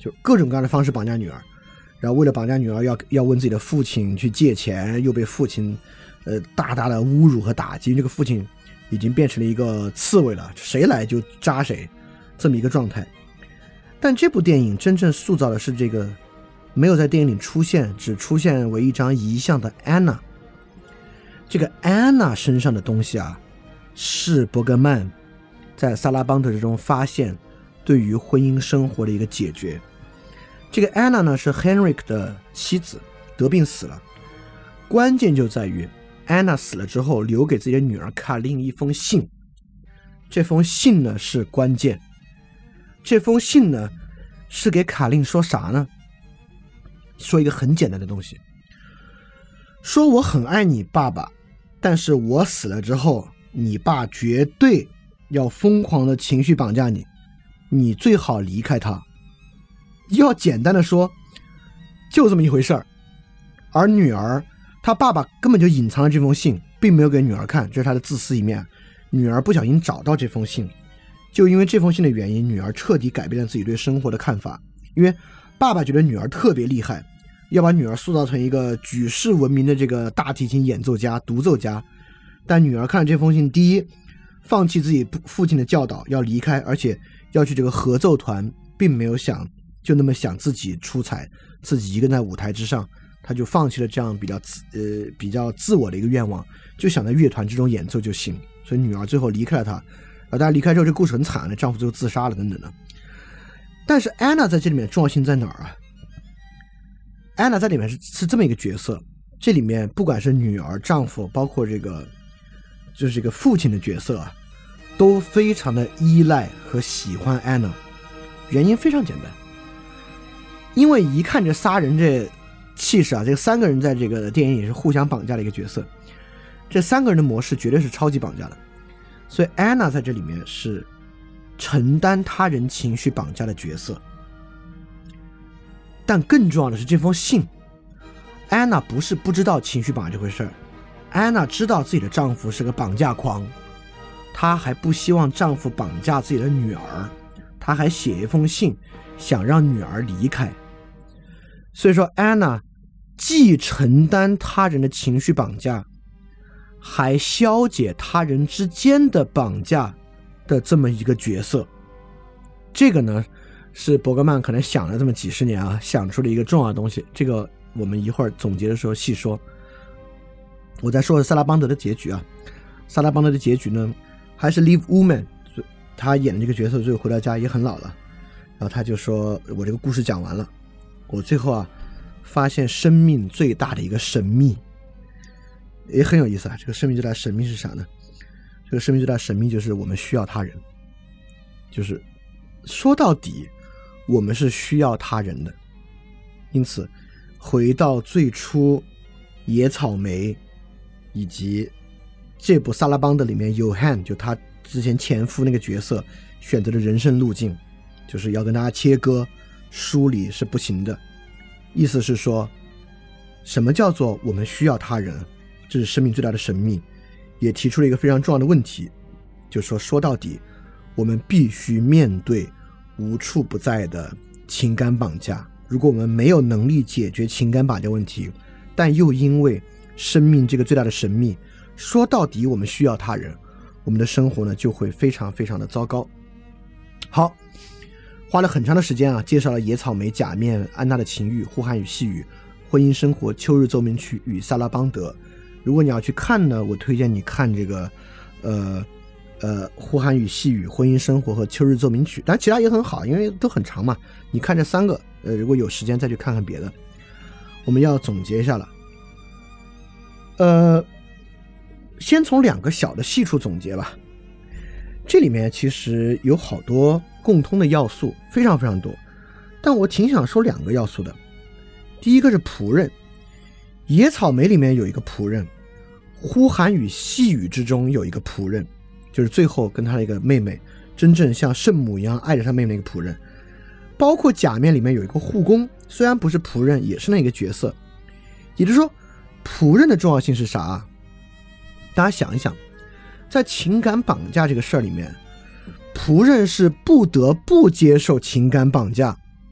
就各种各样的方式绑架女儿，然后为了绑架女儿要要问自己的父亲去借钱，又被父亲呃大大的侮辱和打击，这个父亲已经变成了一个刺猬了，谁来就扎谁这么一个状态。但这部电影真正塑造的是这个没有在电影里出现，只出现为一张遗像的安娜。这个安娜身上的东西啊，是伯格曼在萨拉邦德之中发现对于婚姻生活的一个解决。这个安娜呢是 Henrik 的妻子，得病死了。关键就在于安娜死了之后留给自己的女儿卡琳一封信，这封信呢是关键。这封信呢是给卡琳说啥呢？说一个很简单的东西，说我很爱你爸爸，但是我死了之后你爸绝对要疯狂的情绪绑架你，你最好离开他。要简单的说就这么一回事儿。而女儿她爸爸根本就隐藏了这封信，并没有给女儿看，这是她的自私一面。女儿不小心找到这封信，就因为这封信的原因，女儿彻底改变了自己对生活的看法。因为爸爸觉得女儿特别厉害，要把女儿塑造成一个举世闻名的这个大提琴演奏家、独奏家。但女儿看了这封信，第一，放弃自己父亲的教导，要离开，而且要去这个合奏团，并没有想就那么想自己出彩，自己一个人在舞台之上，他就放弃了这样比较呃比较自我的一个愿望，就想在乐团之中演奏就行。所以女儿最后离开了他，然后大家离开之后，这个故事很惨了，丈夫最后自杀了等等的。但是安娜在这里面重要性在哪儿啊？安娜在里面是是这么一个角色，这里面不管是女儿、丈夫，包括这个就是这个父亲的角色啊，都非常的依赖和喜欢安娜。原因非常简单，因为一看这仨人这气势啊，这三个人在这个电影也是互相绑架的一个角色，这三个人的模式绝对是超级绑架的。所以安娜在这里面是承担他人情绪绑架的角色。但更重要的是这封信，安娜不是不知道情绪绑架这回事儿，安娜知道自己的丈夫是个绑架狂，她还不希望丈夫绑架自己的女儿，她还写一封信想让女儿离开。所以说安娜既承担他人的情绪绑架，还消解他人之间的绑架的这么一个角色。这个呢是伯格曼可能想了这么几十年啊，想出了一个重要的东西，这个我们一会儿总结的时候细说。我在说萨拉邦德的结局啊，萨拉邦德的结局呢还是 Liv Ullmann， 他演的这个角色最后回到家也很老了，然后他就说我这个故事讲完了，我最后啊发现生命最大的一个神秘，也很有意思啊。这个生命最大的神秘是啥呢？这个生命最大的神秘就是我们需要他人，就是说到底我们是需要他人的。因此回到最初野草莓以及这部萨拉邦德里面有汉，就他之前前夫那个角色选择的人生路径，就是要跟大家切割疏离是不行的。意思是说什么叫做我们需要他人，这是生命最大的神秘。也提出了一个非常重要的问题，就是说说到底我们必须面对无处不在的情感绑架。如果我们没有能力解决情感绑架问题，但又因为生命这个最大的神秘，说到底我们需要他人，我们的生活呢就会非常非常的糟糕。好，花了很长的时间啊，介绍了野草莓、假面、安娜的情欲、呼喊与细语、婚姻生活、秋日奏鸣曲与萨拉邦德。如果你要去看呢，我推荐你看这个呃呃呼喊与细语、婚姻生活和秋日奏鸣曲，但其他也很好，因为都很长嘛，你看这三个呃如果有时间再去看看别的。我们要总结一下了，呃先从两个小的细处总结吧。这里面其实有好多共通的要素，非常非常多，但我挺想说两个要素的。第一个是仆人，野草莓里面有一个仆人，呼喊与细语之中有一个仆人，就是最后跟他的一个妹妹真正像圣母一样爱着他妹妹那个仆人。包括假面里面有一个护工，虽然不是仆人也是那个角色。也就是说仆人的重要性是啥？大家想一想，在情感绑架这个事儿里面，仆人是不得不接受情感绑架，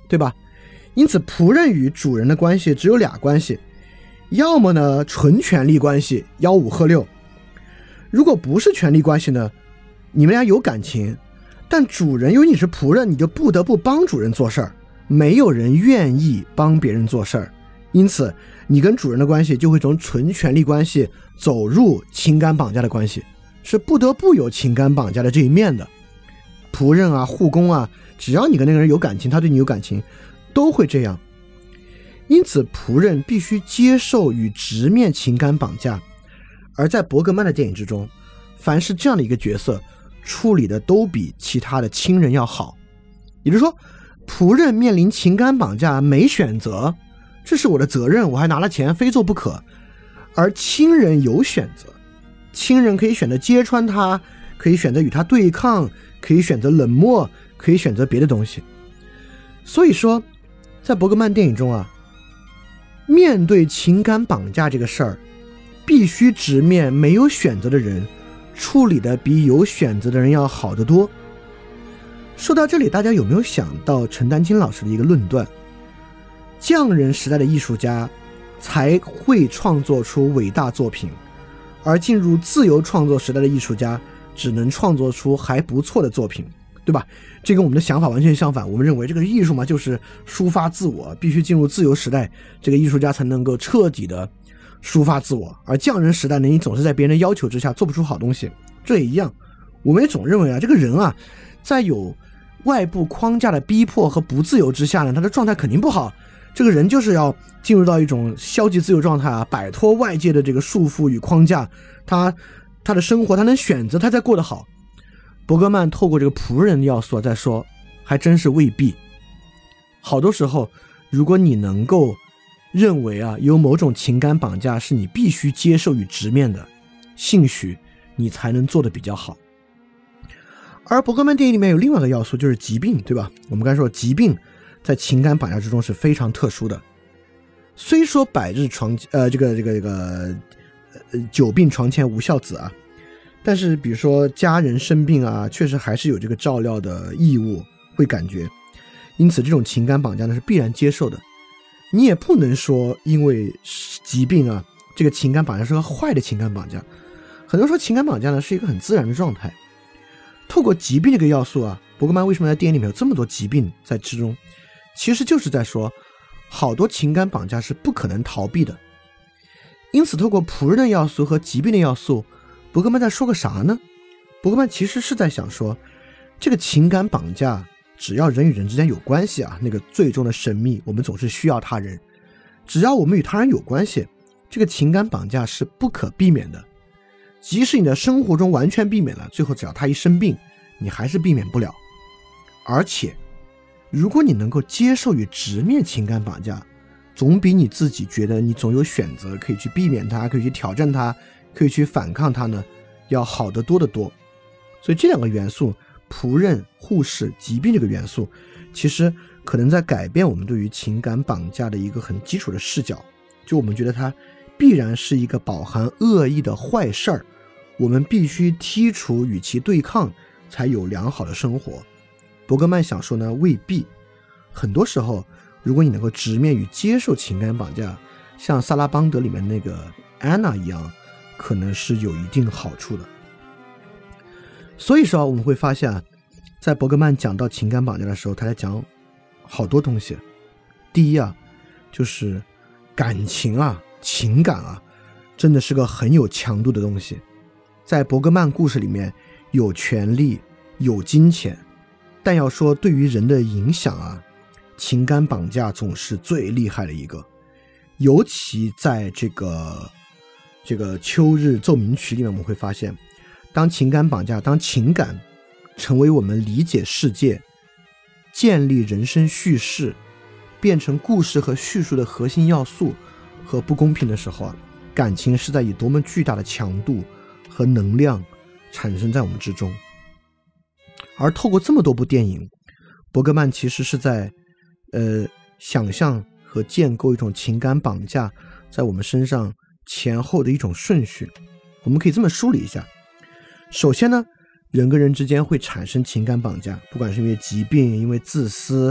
对吧？因此仆人与主人的关系只有俩关系，要么呢纯权力关系，吆五喝六，如果不是权力关系呢，你们俩有感情，但主人因为你是仆人，你就不得不帮主人做事儿，没有人愿意帮别人做事儿，因此你跟主人的关系就会从纯权力关系走入情感绑架的关系，是不得不有情感绑架的这一面的。仆人啊护工啊，只要你跟那个人有感情，他对你有感情，都会这样。因此仆人必须接受与直面情感绑架，而在伯格曼的电影之中，凡是这样的一个角色处理的都比其他的亲人要好。也就是说，仆人面临情感绑架没选择，这是我的责任，我还拿了钱非做不可，而亲人有选择，亲人可以选择揭穿他，可以选择与他对抗，可以选择冷漠，可以选择别的东西。所以说在伯格曼电影中啊，面对情感绑架这个事儿，必须直面没有选择的人，处理的比有选择的人要好得多。说到这里，大家有没有想到陈丹青老师的一个论断，匠人时代的艺术家才会创作出伟大作品，而进入自由创作时代的艺术家只能创作出还不错的作品，对吧？这跟我们的想法完全相反，我们认为这个艺术嘛，就是抒发自我，必须进入自由时代，这个艺术家才能够彻底的抒发自我，而匠人时代呢，你总是在别人的要求之下做不出好东西。这也一样，我们也总认为啊，这个人啊，在有外部框架的逼迫和不自由之下呢，他的状态肯定不好。这个人就是要进入到一种消极自由状态啊，摆脱外界的这个束缚与框架，他他的生活他能选择，他才过得好。伯格曼透过这个仆人的要素在说，还真是未必。好多时候，如果你能够认为啊，有某种情感绑架是你必须接受与直面的，兴许你才能做得比较好。而伯格曼电影里面有另外一个要素，就是疾病，对吧？我们刚才说疾病在情感绑架之中是非常特殊的。虽说百日床呃这个这个这个呃久病床前无孝子啊，但是比如说家人生病啊，确实还是有这个照料的义务，会感觉。因此这种情感绑架呢是必然接受的。你也不能说因为疾病啊，这个情感绑架是个坏的情感绑架。很多时候情感绑架呢是一个很自然的状态。透过疾病这个要素啊，伯格曼为什么在电影里面有这么多疾病在之中，其实就是在说好多情感绑架是不可能逃避的。因此透过仆人的要素和疾病的要素，伯格曼在说个啥呢？伯格曼其实是在想说，这个情感绑架只要人与人之间有关系啊，那个最终的神秘，我们总是需要他人，只要我们与他人有关系，这个情感绑架是不可避免的。即使你的生活中完全避免了，最后只要他一生病，你还是避免不了。而且如果你能够接受与直面情感绑架，总比你自己觉得你总有选择可以去避免它，可以去挑战它，可以去反抗它呢，要好得多得多。所以这两个元素，仆人、护士、疾病这个元素，其实可能在改变我们对于情感绑架的一个很基础的视角，就我们觉得它必然是一个饱含恶意的坏事儿，我们必须剔除与其对抗，才有良好的生活。伯格曼想说呢，未必。很多时候如果你能够直面与接受情感绑架，像萨拉邦德里面那个安娜一样，可能是有一定好处的。所以说我们会发现，在伯格曼讲到情感绑架的时候，他在讲好多东西。第一啊，就是感情啊，情感啊，真的是个很有强度的东西。在伯格曼故事里面，有权力，有金钱，但要说对于人的影响啊，情感绑架总是最厉害的一个。尤其在这个这个秋日奏鸣曲里面，我们会发现，当情感绑架，当情感成为我们理解世界、建立人生叙事，变成故事和叙述的核心要素和不公平的时候啊，感情是在以多么巨大的强度和能量产生在我们之中。而透过这么多部电影，伯格曼其实是在呃想象和建构一种情感绑架在我们身上前后的一种顺序。我们可以这么梳理一下。首先呢，人跟人之间会产生情感绑架，不管是因为疾病、因为自私、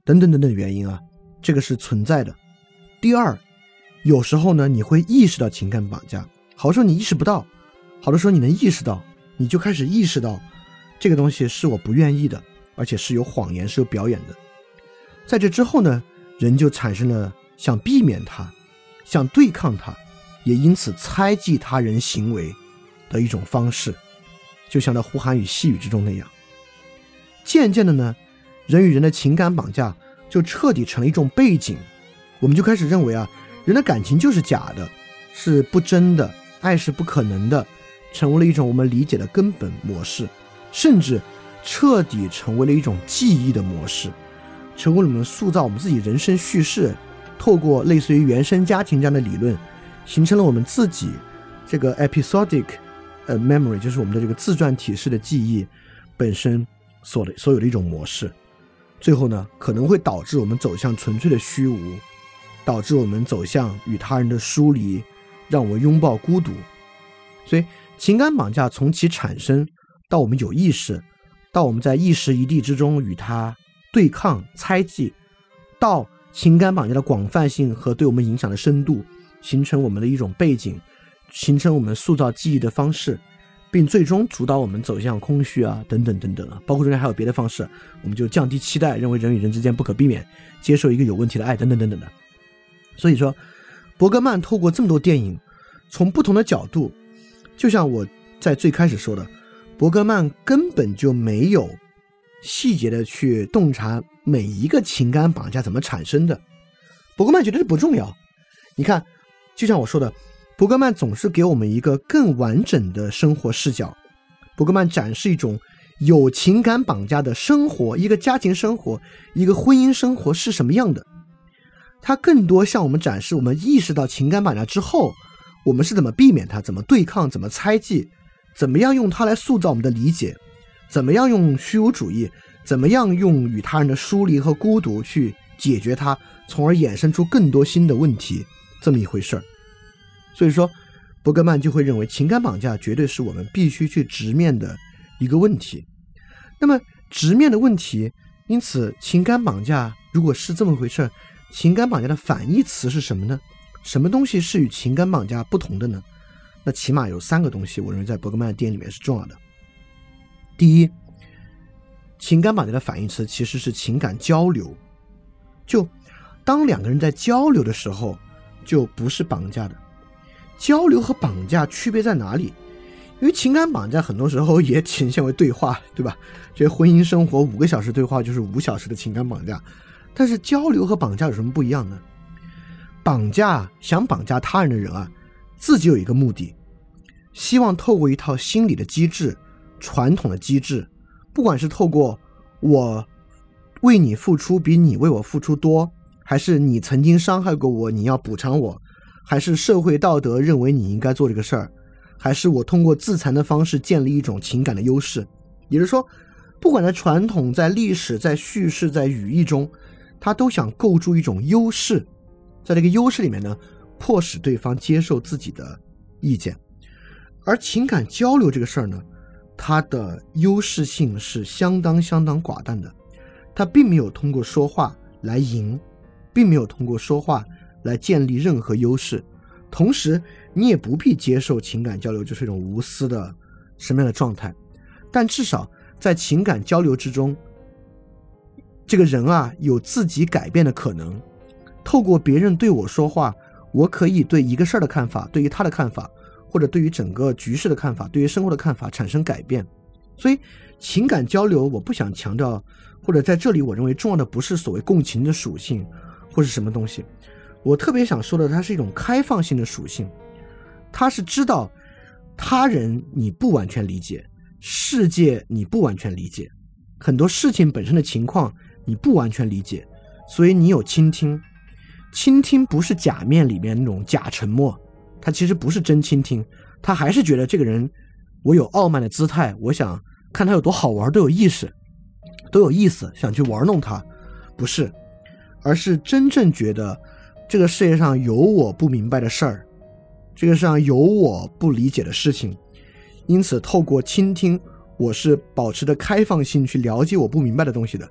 等等等等原因啊，这个是存在的。第二，有时候呢你会意识到情感绑架，好多时候你意识不到，好多时候你能意识到，你就开始意识到这个东西是我不愿意的，而且是有谎言，是有表演的。在这之后呢，人就产生了想避免它，想对抗它，也因此猜忌他人行为的一种方式，就像在呼喊与细语之中那样。渐渐的呢，人与人的情感绑架就彻底成了一种背景，我们就开始认为啊，人的感情就是假的，是不真的，爱是不可能的，成为了一种我们理解的根本模式，甚至彻底成为了一种记忆的模式，成为了我们塑造我们自己人生叙事，透过类似于原生家庭这样的理论，形成了我们自己这个 episodic memory， 就是我们的这个自传体式的记忆本身所的所有的一种模式。最后呢，可能会导致我们走向纯粹的虚无，导致我们走向与他人的疏离，让我们拥抱孤独。所以情感绑架从其产生到我们有意识，到我们在一时一地之中与它对抗猜忌，到情感绑架的广泛性和对我们影响的深度，形成我们的一种背景，形成我们塑造记忆的方式，并最终主导我们走向空虚啊等等等等啊，包括中间还有别的方式，我们就降低期待，认为人与人之间不可避免，接受一个有问题的爱等等等等的。所以说伯格曼透过这么多电影，从不同的角度，就像我在最开始说的，伯格曼根本就没有细节的去洞察每一个情感绑架怎么产生的，伯格曼觉得这不重要。你看，就像我说的，伯格曼总是给我们一个更完整的生活视角，伯格曼展示一种有情感绑架的生活，一个家庭生活，一个婚姻生活是什么样的。他更多向我们展示，我们意识到情感绑架之后，我们是怎么避免它，怎么对抗，怎么猜忌，怎么样用它来塑造我们的理解，怎么样用虚无主义，怎么样用与他人的疏离和孤独去解决它，从而衍生出更多新的问题，这么一回事儿。所以说伯格曼就会认为情感绑架绝对是我们必须去直面的一个问题。那么直面的问题，因此情感绑架如果是这么回事，情感绑架的反义词是什么呢？什么东西是与情感绑架不同的呢？那起码有三个东西，我认为在伯格曼的电影里面是重要的。第一，情感绑架的反义词其实是情感交流，就当两个人在交流的时候，就不是绑架的。交流和绑架区别在哪里？因为情感绑架很多时候也呈现为对话，对吧？这婚姻生活五个小时对话就是五小时的情感绑架，但是交流和绑架有什么不一样呢？绑架，想绑架他人的人啊，自己有一个目的，希望透过一套心理的机制，传统的机制，不管是透过我为你付出比你为我付出多，还是你曾经伤害过我，你要补偿我，还是社会道德认为你应该做这个事儿，还是我通过自残的方式建立一种情感的优势。也就是说，不管在传统，在历史，在叙事，在语义中，他都想构筑一种优势，在这个优势里面呢，迫使对方接受自己的意见。而情感交流这个事儿呢，它的优势性是相当相当寡淡的，它并没有通过说话来赢，并没有通过说话来建立任何优势。同时你也不必接受情感交流就是一种无私的什么样的状态，但至少在情感交流之中，这个人啊有自己改变的可能。透过别人对我说话，我可以对一个事儿的看法，对于他的看法，或者对于整个局势的看法，对于生活的看法产生改变。所以情感交流我不想强调，或者在这里我认为重要的不是所谓共情的属性或是什么东西，我特别想说的，它是一种开放性的属性。它是知道他人你不完全理解，世界你不完全理解，很多事情本身的情况你不完全理解，所以你有倾听。倾听不是假面里面那种假沉默，他其实不是真倾听，他还是觉得这个人我有傲慢的姿态，我想看他有多好玩，都有意识都有意思，想去玩弄他，不是，而是真正觉得这个世界上有我不明白的事儿，这个世界上有我不理解的事情，因此透过倾听，我是保持着开放性去了解我不明白的东西的。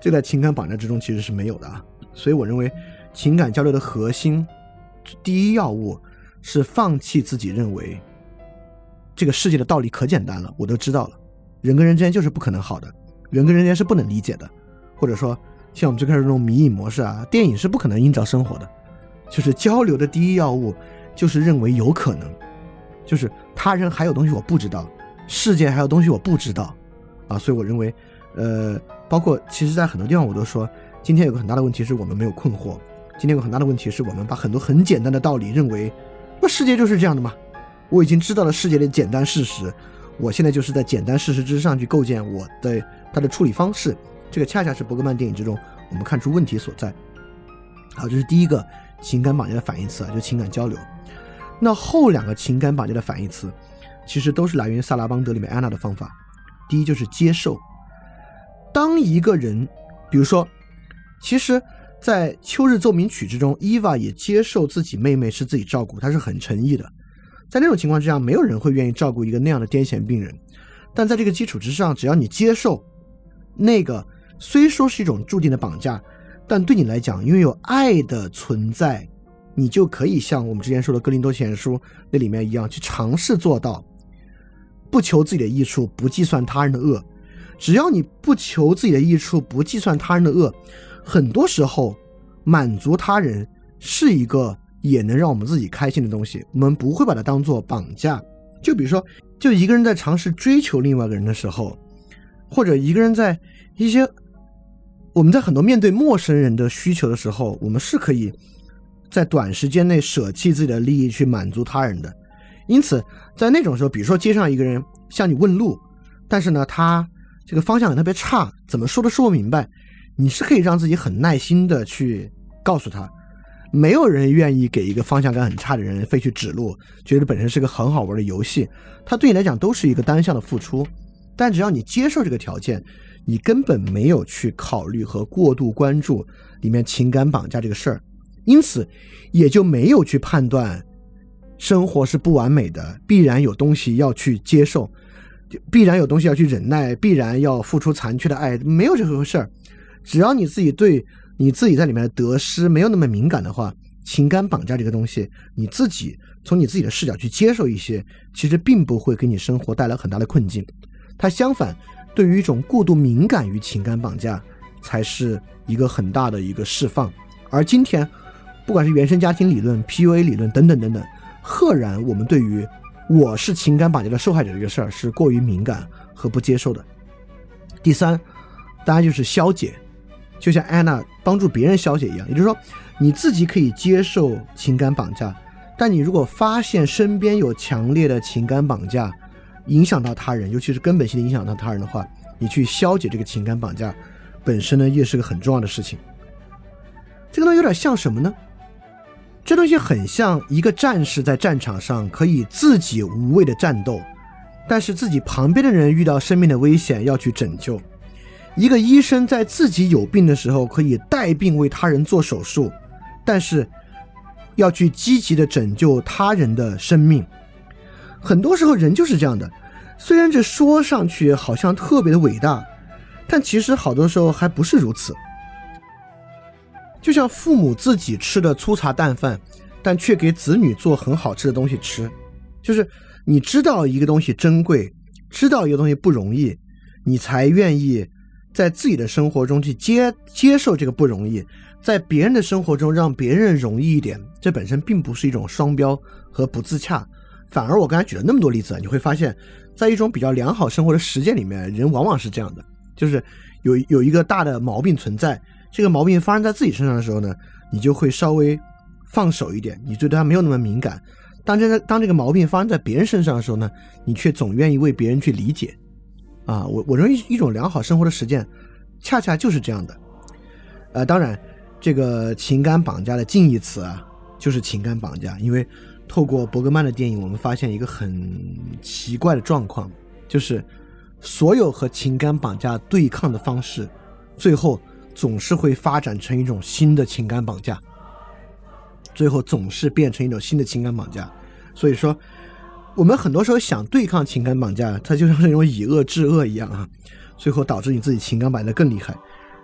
这在情感绑架之中其实是没有的啊。所以我认为情感交流的核心第一要务是放弃自己认为这个世界的道理可简单了，我都知道了，人跟人之间就是不可能好的，人跟人之间是不能理解的，或者说像我们最开始这种迷影模式啊，电影是不可能映照生活的。就是交流的第一要务就是认为有可能，就是他人还有东西我不知道，世界还有东西我不知道啊。所以我认为呃，包括其实在很多地方我都说，今天有个很大的问题是我们没有困惑，今天有个很大的问题是我们把很多很简单的道理认为那世界就是这样的嘛，我已经知道了世界的简单事实，我现在就是在简单事实之上去构建我的它的处理方式。这个恰恰是伯格曼电影之中我们看出问题所在。好，这是第一个情感绑架的反义词啊，就是情感交流。那后两个情感绑架的反义词其实都是来源于萨拉邦德里面安娜的方法。第一就是接受。当一个人比如说其实在秋日奏鸣曲之中，伊娃也接受自己妹妹是自己照顾，她是很诚意的。在那种情况之下，没有人会愿意照顾一个那样的癫痫病人，但在这个基础之上，只要你接受那个虽说是一种注定的绑架，但对你来讲因为有爱的存在，你就可以像我们之前说的哥林多前书那里面一样，去尝试做到不求自己的益处，不计算他人的恶。只要你不求自己的益处，不计算他人的恶，很多时候满足他人是一个也能让我们自己开心的东西，我们不会把它当作绑架。就比如说就一个人在尝试追求另外一个人的时候，或者一个人在一些我们在很多面对陌生人的需求的时候，我们是可以在短时间内舍弃自己的利益去满足他人的。因此在那种时候，比如说街上一个人向你问路，但是呢他这个方向感特别差，怎么说都说不明白，你是可以让自己很耐心的去告诉他。没有人愿意给一个方向感很差的人非去指路，觉得本身是个很好玩的游戏，他对你来讲都是一个单向的付出。但只要你接受这个条件，你根本没有去考虑和过度关注里面情感绑架这个事儿，因此也就没有去判断生活是不完美的，必然有东西要去接受，必然有东西要去忍耐，必然要付出残缺的爱，没有这回事儿。只要你自己对你自己在里面的得失没有那么敏感的话，情感绑架这个东西你自己从你自己的视角去接受一些，其实并不会给你生活带来很大的困境。它相反，对于一种过度敏感于情感绑架才是一个很大的一个释放。而今天不管是原生家庭理论 P U A 理论等等等等，赫然我们对于我是情感绑架的受害者这个事儿是过于敏感和不接受的。第三当然就是消解，就像安娜帮助别人消解一样，也就是说你自己可以接受情感绑架，但你如果发现身边有强烈的情感绑架影响到他人，尤其是根本性的影响到他人的话，你去消解这个情感绑架本身呢也是个很重要的事情。这个东西有点像什么呢？这东西很像一个战士在战场上可以自己无畏的战斗，但是自己旁边的人遇到生命的危险要去拯救。一个医生在自己有病的时候可以带病为他人做手术，但是要去积极的拯救他人的生命。很多时候人就是这样的，虽然这说上去好像特别的伟大，但其实好多时候还不是如此。就像父母自己吃的粗茶淡饭，但却给子女做很好吃的东西吃，就是你知道一个东西珍贵，知道一个东西不容易，你才愿意在自己的生活中去接接受这个不容易，在别人的生活中让别人容易一点，这本身并不是一种双标和不自洽。反而我刚才举了那么多例子，你会发现在一种比较良好生活的实践里面，人往往是这样的，就是有有一个大的毛病存在，这个毛病发生在自己身上的时候呢，你就会稍微放手一点，你对它没有那么敏感。当这个当这个毛病发生在别人身上的时候呢，你却总愿意为别人去理解。啊，我我认为一种良好生活的实践，恰恰就是这样的。呃，当然，这个情感绑架的近义词啊，就是情感绑架。因为透过伯格曼的电影，我们发现一个很奇怪的状况，就是所有和情感绑架对抗的方式，最后总是会发展成一种新的情感绑架，最后总是变成一种新的情感绑架。所以说我们很多时候想对抗情感绑架，它就像是那种以恶制恶一样啊，最后导致你自己情感绑架更厉害。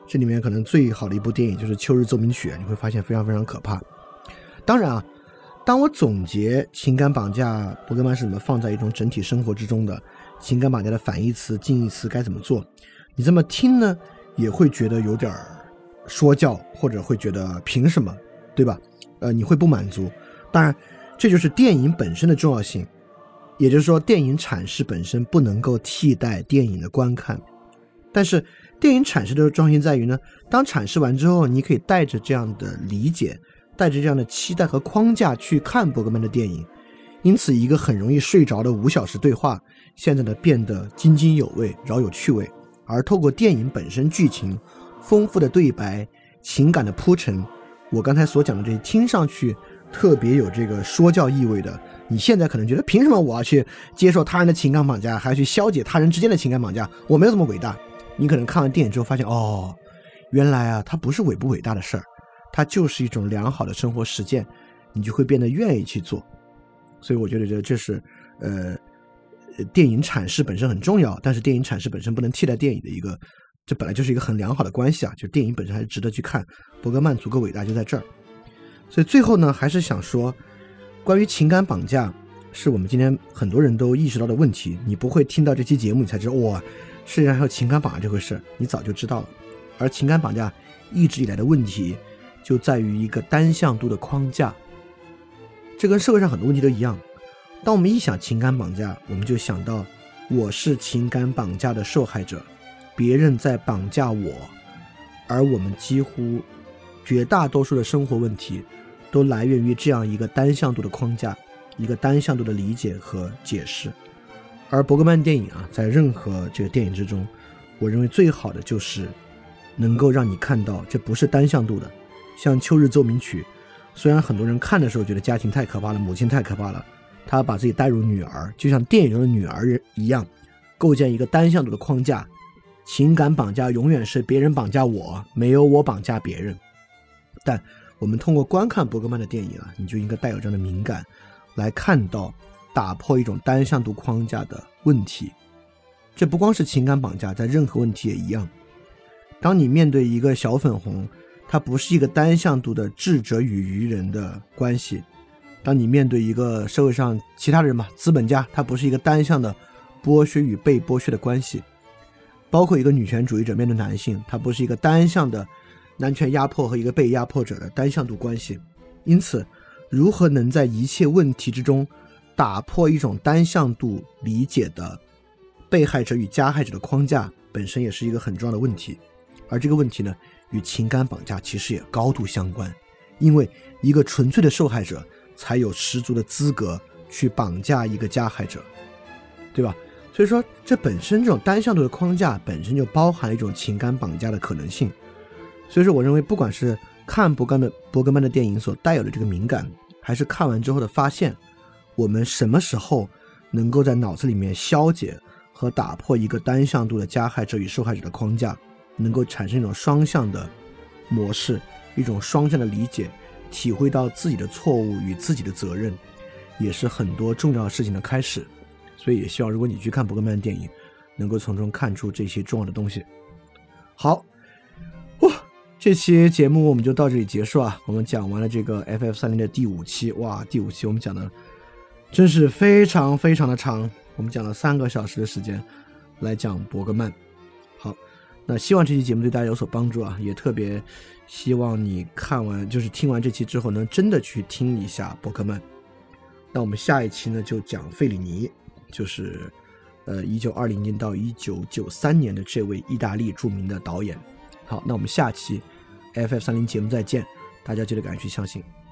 这里面可能最好的一部电影就是《秋日奏鸣曲》，你会发现非常非常可怕。当然啊，当我总结情感绑架伯格曼是怎么放在一种整体生活之中的，情感绑架的反义词近义词该怎么做，你这么听呢也会觉得有点说教，或者会觉得凭什么，对吧？呃，你会不满足。当然这就是电影本身的重要性，也就是说电影阐释本身不能够替代电影的观看，但是电影阐释的重要性在于呢，当阐释完之后，你可以带着这样的理解，带着这样的期待和框架去看伯格曼的电影，因此一个很容易睡着的五小时对话现在呢变得津津有味，饶有趣味。而透过电影本身剧情丰富的对白，情感的铺陈，我刚才所讲的这些听上去特别有这个说教意味的，你现在可能觉得凭什么我要去接受他人的情感绑架，还要去消解他人之间的情感绑架，我没有这么伟大。你可能看完电影之后发现，哦，原来啊它不是伟不伟大的事儿，它就是一种良好的生活实践，你就会变得愿意去做。所以我觉得这这是呃电影阐释本身很重要，但是电影阐释本身不能替代电影的一个，这本来就是一个很良好的关系啊，就电影本身还是值得去看，伯格曼足够伟大就在这儿。所以最后呢还是想说，关于情感绑架是我们今天很多人都意识到的问题，你不会听到这期节目你才知道哇，世界上还有情感绑架这回事，你早就知道了。而情感绑架一直以来的问题就在于一个单向度的框架，这跟社会上很多问题都一样。当我们一想情感绑架，我们就想到我是情感绑架的受害者，别人在绑架我，而我们几乎绝大多数的生活问题都来源于这样一个单向度的框架，一个单向度的理解和解释。而伯格曼电影啊，在任何这个电影之中，我认为最好的就是能够让你看到这不是单向度的。像《秋日奏鸣曲》，虽然很多人看的时候觉得家庭太可怕了，母亲太可怕了，他把自己带入女儿，就像电影中的女儿一样，构建一个单向度的框架，情感绑架永远是别人绑架我，没有我绑架别人。但我们通过观看伯格曼的电影啊，你就应该带有这样的敏感，来看到打破一种单向度框架的问题。这不光是情感绑架，在任何问题也一样。当你面对一个小粉红，它不是一个单向度的智者与愚人的关系；当你面对一个社会上其他人吧，资本家，它不是一个单向的剥削与被剥削的关系；包括一个女权主义者面对男性，它不是一个单向的男权压迫和一个被压迫者的单向度关系。因此，如何能在一切问题之中打破一种单向度理解的被害者与加害者的框架，本身也是一个很重要的问题。而这个问题呢，与情感绑架其实也高度相关，因为一个纯粹的受害者才有十足的资格去绑架一个加害者，对吧？所以说这本身这种单向度的框架本身就包含了一种情感绑架的可能性。所以说我认为不管是看伯格曼的伯格曼的电影所带有的这个敏感，还是看完之后的发现，我们什么时候能够在脑子里面消解和打破一个单向度的加害者与受害者的框架，能够产生一种双向的模式，一种双向的理解，体会到自己的错误与自己的责任，也是很多重要事情的开始。所以也希望如果你去看伯格曼的电影，能够从中看出这些重要的东西。好，哇，这期节目我们就到这里结束啊！我们讲完了这个 F F 三十 的第五期，哇，第五期我们讲的真是非常非常的长，我们讲了三个小时的时间来讲伯格曼。好，那希望这期节目对大家有所帮助啊，也特别希望你看完就是听完这期之后能真的去听一下伯格曼。那我们下一期呢就讲费里尼，就是呃一九二零年到一九九三年的这位意大利著名的导演。好，那我们下期 F F 三十 节目再见，大家记得赶快去相信。